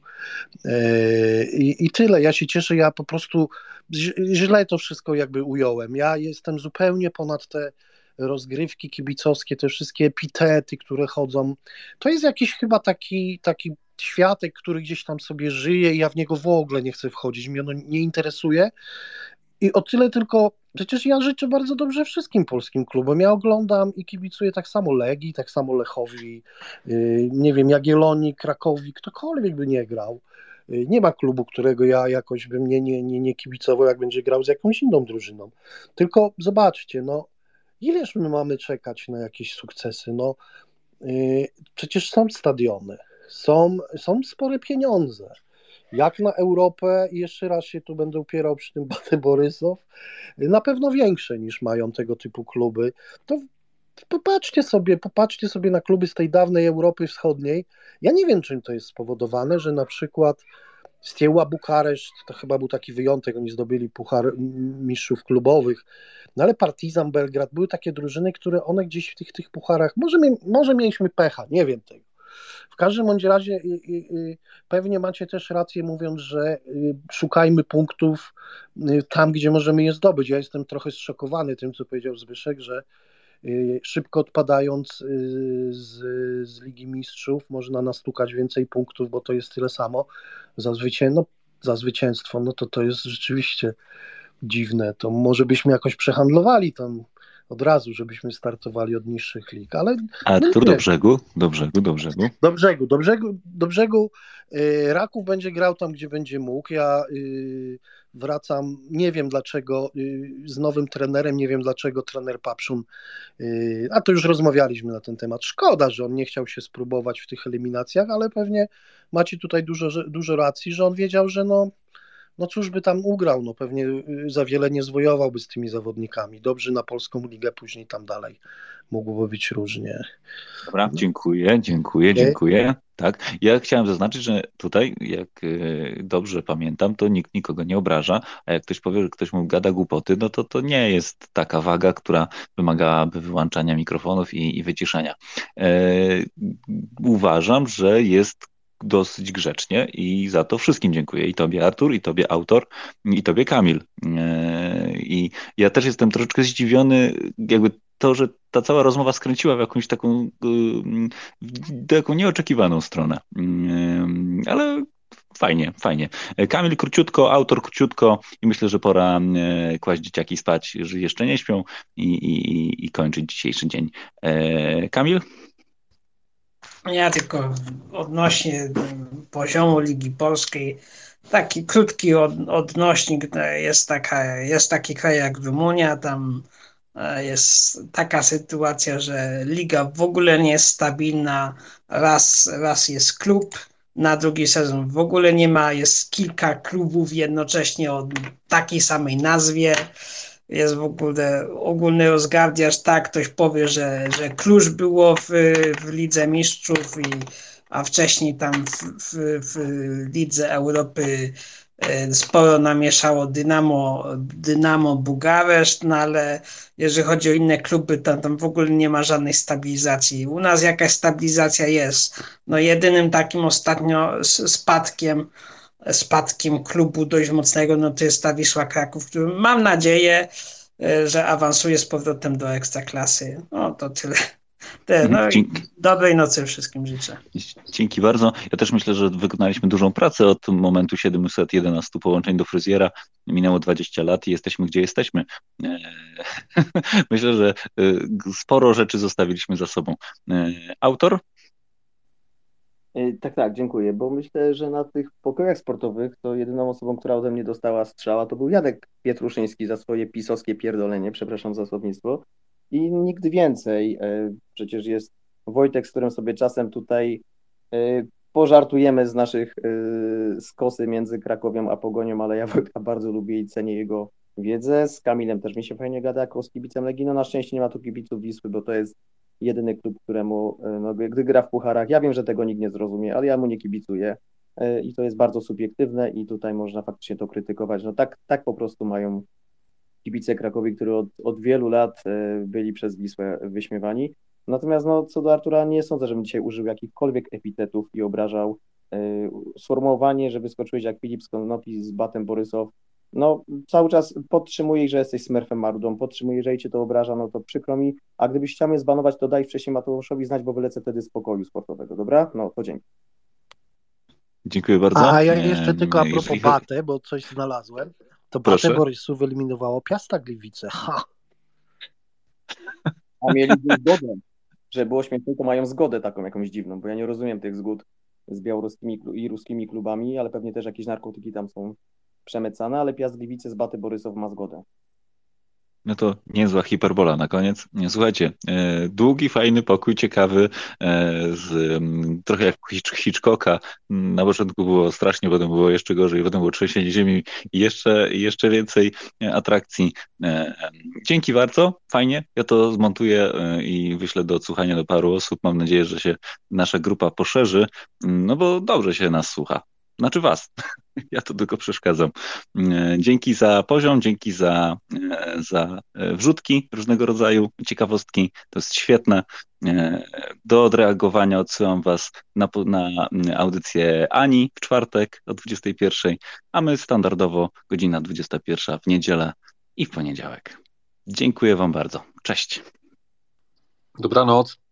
I tyle, ja się cieszę, ja po prostu źle to wszystko jakby ująłem. Ja jestem zupełnie ponad te rozgrywki kibicowskie, te wszystkie epitety, które chodzą. To jest jakiś chyba taki światek, który gdzieś tam sobie żyje i ja w niego w ogóle nie chcę wchodzić, mnie ono nie interesuje. I o tyle tylko, przecież ja życzę bardzo dobrze wszystkim polskim klubom. Ja oglądam i kibicuję tak samo Legii, tak samo Lechowi, nie wiem, Jagiellonii, Krakowi, ktokolwiek by nie grał. Nie ma klubu, którego ja jakoś bym nie kibicował, jak będzie grał z jakąś inną drużyną. Tylko zobaczcie, no, ileż my mamy czekać na jakieś sukcesy? No, przecież są stadiony, są spore pieniądze. Jak na Europę, i jeszcze raz się tu będę upierał przy tym Bate Borysow, na pewno większe niż mają tego typu kluby. To popatrzcie sobie na kluby z tej dawnej Europy Wschodniej. Ja nie wiem, czym to jest spowodowane, że na przykład Steaua Bukareszt, to chyba był taki wyjątek, oni zdobyli Puchar Mistrzów Klubowych, no ale Partizan Belgrad, były takie drużyny, które one gdzieś w tych pucharach, może mieliśmy pecha, nie wiem tego. W każdym bądź razie pewnie macie też rację, mówiąc, że szukajmy punktów tam, gdzie możemy je zdobyć. Ja jestem trochę zszokowany tym, co powiedział Zbyszek, że szybko odpadając z Ligi Mistrzów można nastukać więcej punktów, bo to jest tyle samo za zwycięstwo, no to jest rzeczywiście dziwne. To może byśmy jakoś przehandlowali tam od razu, żebyśmy startowali od niższych lig, ale Artur, nie. do brzegu, do brzegu, do brzegu. Do brzegu. Raków będzie grał tam, gdzie będzie mógł. Ja wracam, nie wiem dlaczego, z nowym trenerem, nie wiem dlaczego trener Papszun, a to już rozmawialiśmy na ten temat. Szkoda, że on nie chciał się spróbować w tych eliminacjach, ale pewnie macie tutaj dużo racji, że on wiedział, że no cóż by tam ugrał, no pewnie za wiele nie zwojowałby z tymi zawodnikami. Dobrze na polską ligę, później tam dalej mogłoby być różnie. Dobra, dziękuję. Tak, ja chciałem zaznaczyć, że tutaj, jak dobrze pamiętam, to nikt nikogo nie obraża, a jak ktoś powie, że ktoś mu gada głupoty, no to nie jest taka waga, która wymagałaby wyłączania mikrofonów i wyciszenia. Uważam, że jest dosyć grzecznie i za to wszystkim dziękuję. I tobie, Artur, i tobie, autor, i tobie, Kamil. I ja też jestem troszeczkę zdziwiony, jakby to, że ta cała rozmowa skręciła w jakąś taką nieoczekiwaną stronę. Ale fajnie. Kamil króciutko, autor króciutko i myślę, że pora kłaść dzieciaki spać, że jeszcze nie śpią i kończyć dzisiejszy dzień. Kamil? Ja tylko odnośnie poziomu Ligi Polskiej, taki krótki odnośnik, jest taki kraj jak Rumunia, tam jest taka sytuacja, że liga w ogóle nie jest stabilna, raz jest klub, na drugi sezon w ogóle nie ma, jest kilka klubów jednocześnie o takiej samej nazwie, jest w ogóle ogólny rozgardiaż, tak, ktoś powie, że Kluż było w Lidze Mistrzów, a wcześniej tam w Lidze Europy sporo namieszało Dynamo Bukareszt, no ale jeżeli chodzi o inne kluby, tam w ogóle nie ma żadnej stabilizacji. U nas jakaś stabilizacja jest. No jedynym takim ostatnio spadkiem klubu dość mocnego, no to jest ta Wisła Kraków, który mam nadzieję, że awansuje z powrotem do Ekstraklasy. No to tyle. No i dobrej nocy wszystkim życzę. Dzięki bardzo. Ja też myślę, że wykonaliśmy dużą pracę od momentu 711 połączeń do fryzjera. Minęło 20 lat i jesteśmy, gdzie jesteśmy. Myślę, że sporo rzeczy zostawiliśmy za sobą. Autor? Tak, dziękuję, bo myślę, że na tych pokojach sportowych to jedyną osobą, która ode mnie dostała strzała, to był Jadek Pietruszyński za swoje pisowskie pierdolenie, przepraszam za słownictwo, i nikt więcej. Przecież jest Wojtek, z którym sobie czasem tutaj pożartujemy z naszych skosy między Krakowiem a Pogonią, ale ja Wojtka bardzo lubię i cenię jego wiedzę. Z Kamilem też mi się fajnie gada jako z kibicem Legii. No na szczęście nie ma tu kibiców Wisły, bo to jest jedyny klub, któremu, gdy gra w pucharach, ja wiem, że tego nikt nie zrozumie, ale ja mu nie kibicuję i to jest bardzo subiektywne i tutaj można faktycznie to krytykować. No tak po prostu mają kibice Krakowi, którzy od wielu lat byli przez Wisłę wyśmiewani. Natomiast co do Artura nie sądzę, żebym dzisiaj użył jakichkolwiek epitetów i obrażał. Sformułowanie, że wyskoczyłeś jak Filip z Konopy z Batem Borysow, cały czas podtrzymuję, że jesteś Smurfem Marudą, podtrzymuję, że cię to obraża, no to przykro mi, a gdybyś chciał mnie zbanować, to daj wcześniej Mateuszowi znać, bo wylecę wtedy z pokoju sportowego, dobra? No to dzięki. Dziękuję bardzo. A ja jeszcze tylko a propos Jeżeli- Batę, bo coś znalazłem, to Proszę. Batę Borysów wyeliminowało Piasta Gliwice. Ha! A mieli zgodę, że było śmieszne, to mają zgodę taką jakąś dziwną, bo ja nie rozumiem tych zgód z białoruskimi i ruskimi klubami, ale pewnie też jakieś narkotyki tam są przemycane, ale Piast Gliwice z Baty Borysow ma zgodę. No to niezła hiperbola na koniec. Słuchajcie, długi, fajny pokój, ciekawy, trochę jak Hitchcocka. Na początku było strasznie, potem było jeszcze gorzej, potem było trzęsienie ziemi i jeszcze więcej atrakcji. Dzięki bardzo, fajnie. Ja to zmontuję i wyślę do odsłuchania do paru osób. Mam nadzieję, że się nasza grupa poszerzy, no bo dobrze się nas słucha. Znaczy was. Ja to tylko przeszkadzam. Dzięki za poziom, dzięki za wrzutki różnego rodzaju, ciekawostki. To jest świetne. Do odreagowania odsyłam was na audycję Ani w czwartek o 21, a my standardowo godzina 21 w niedzielę i w poniedziałek. Dziękuję wam bardzo. Cześć. Dobranoc.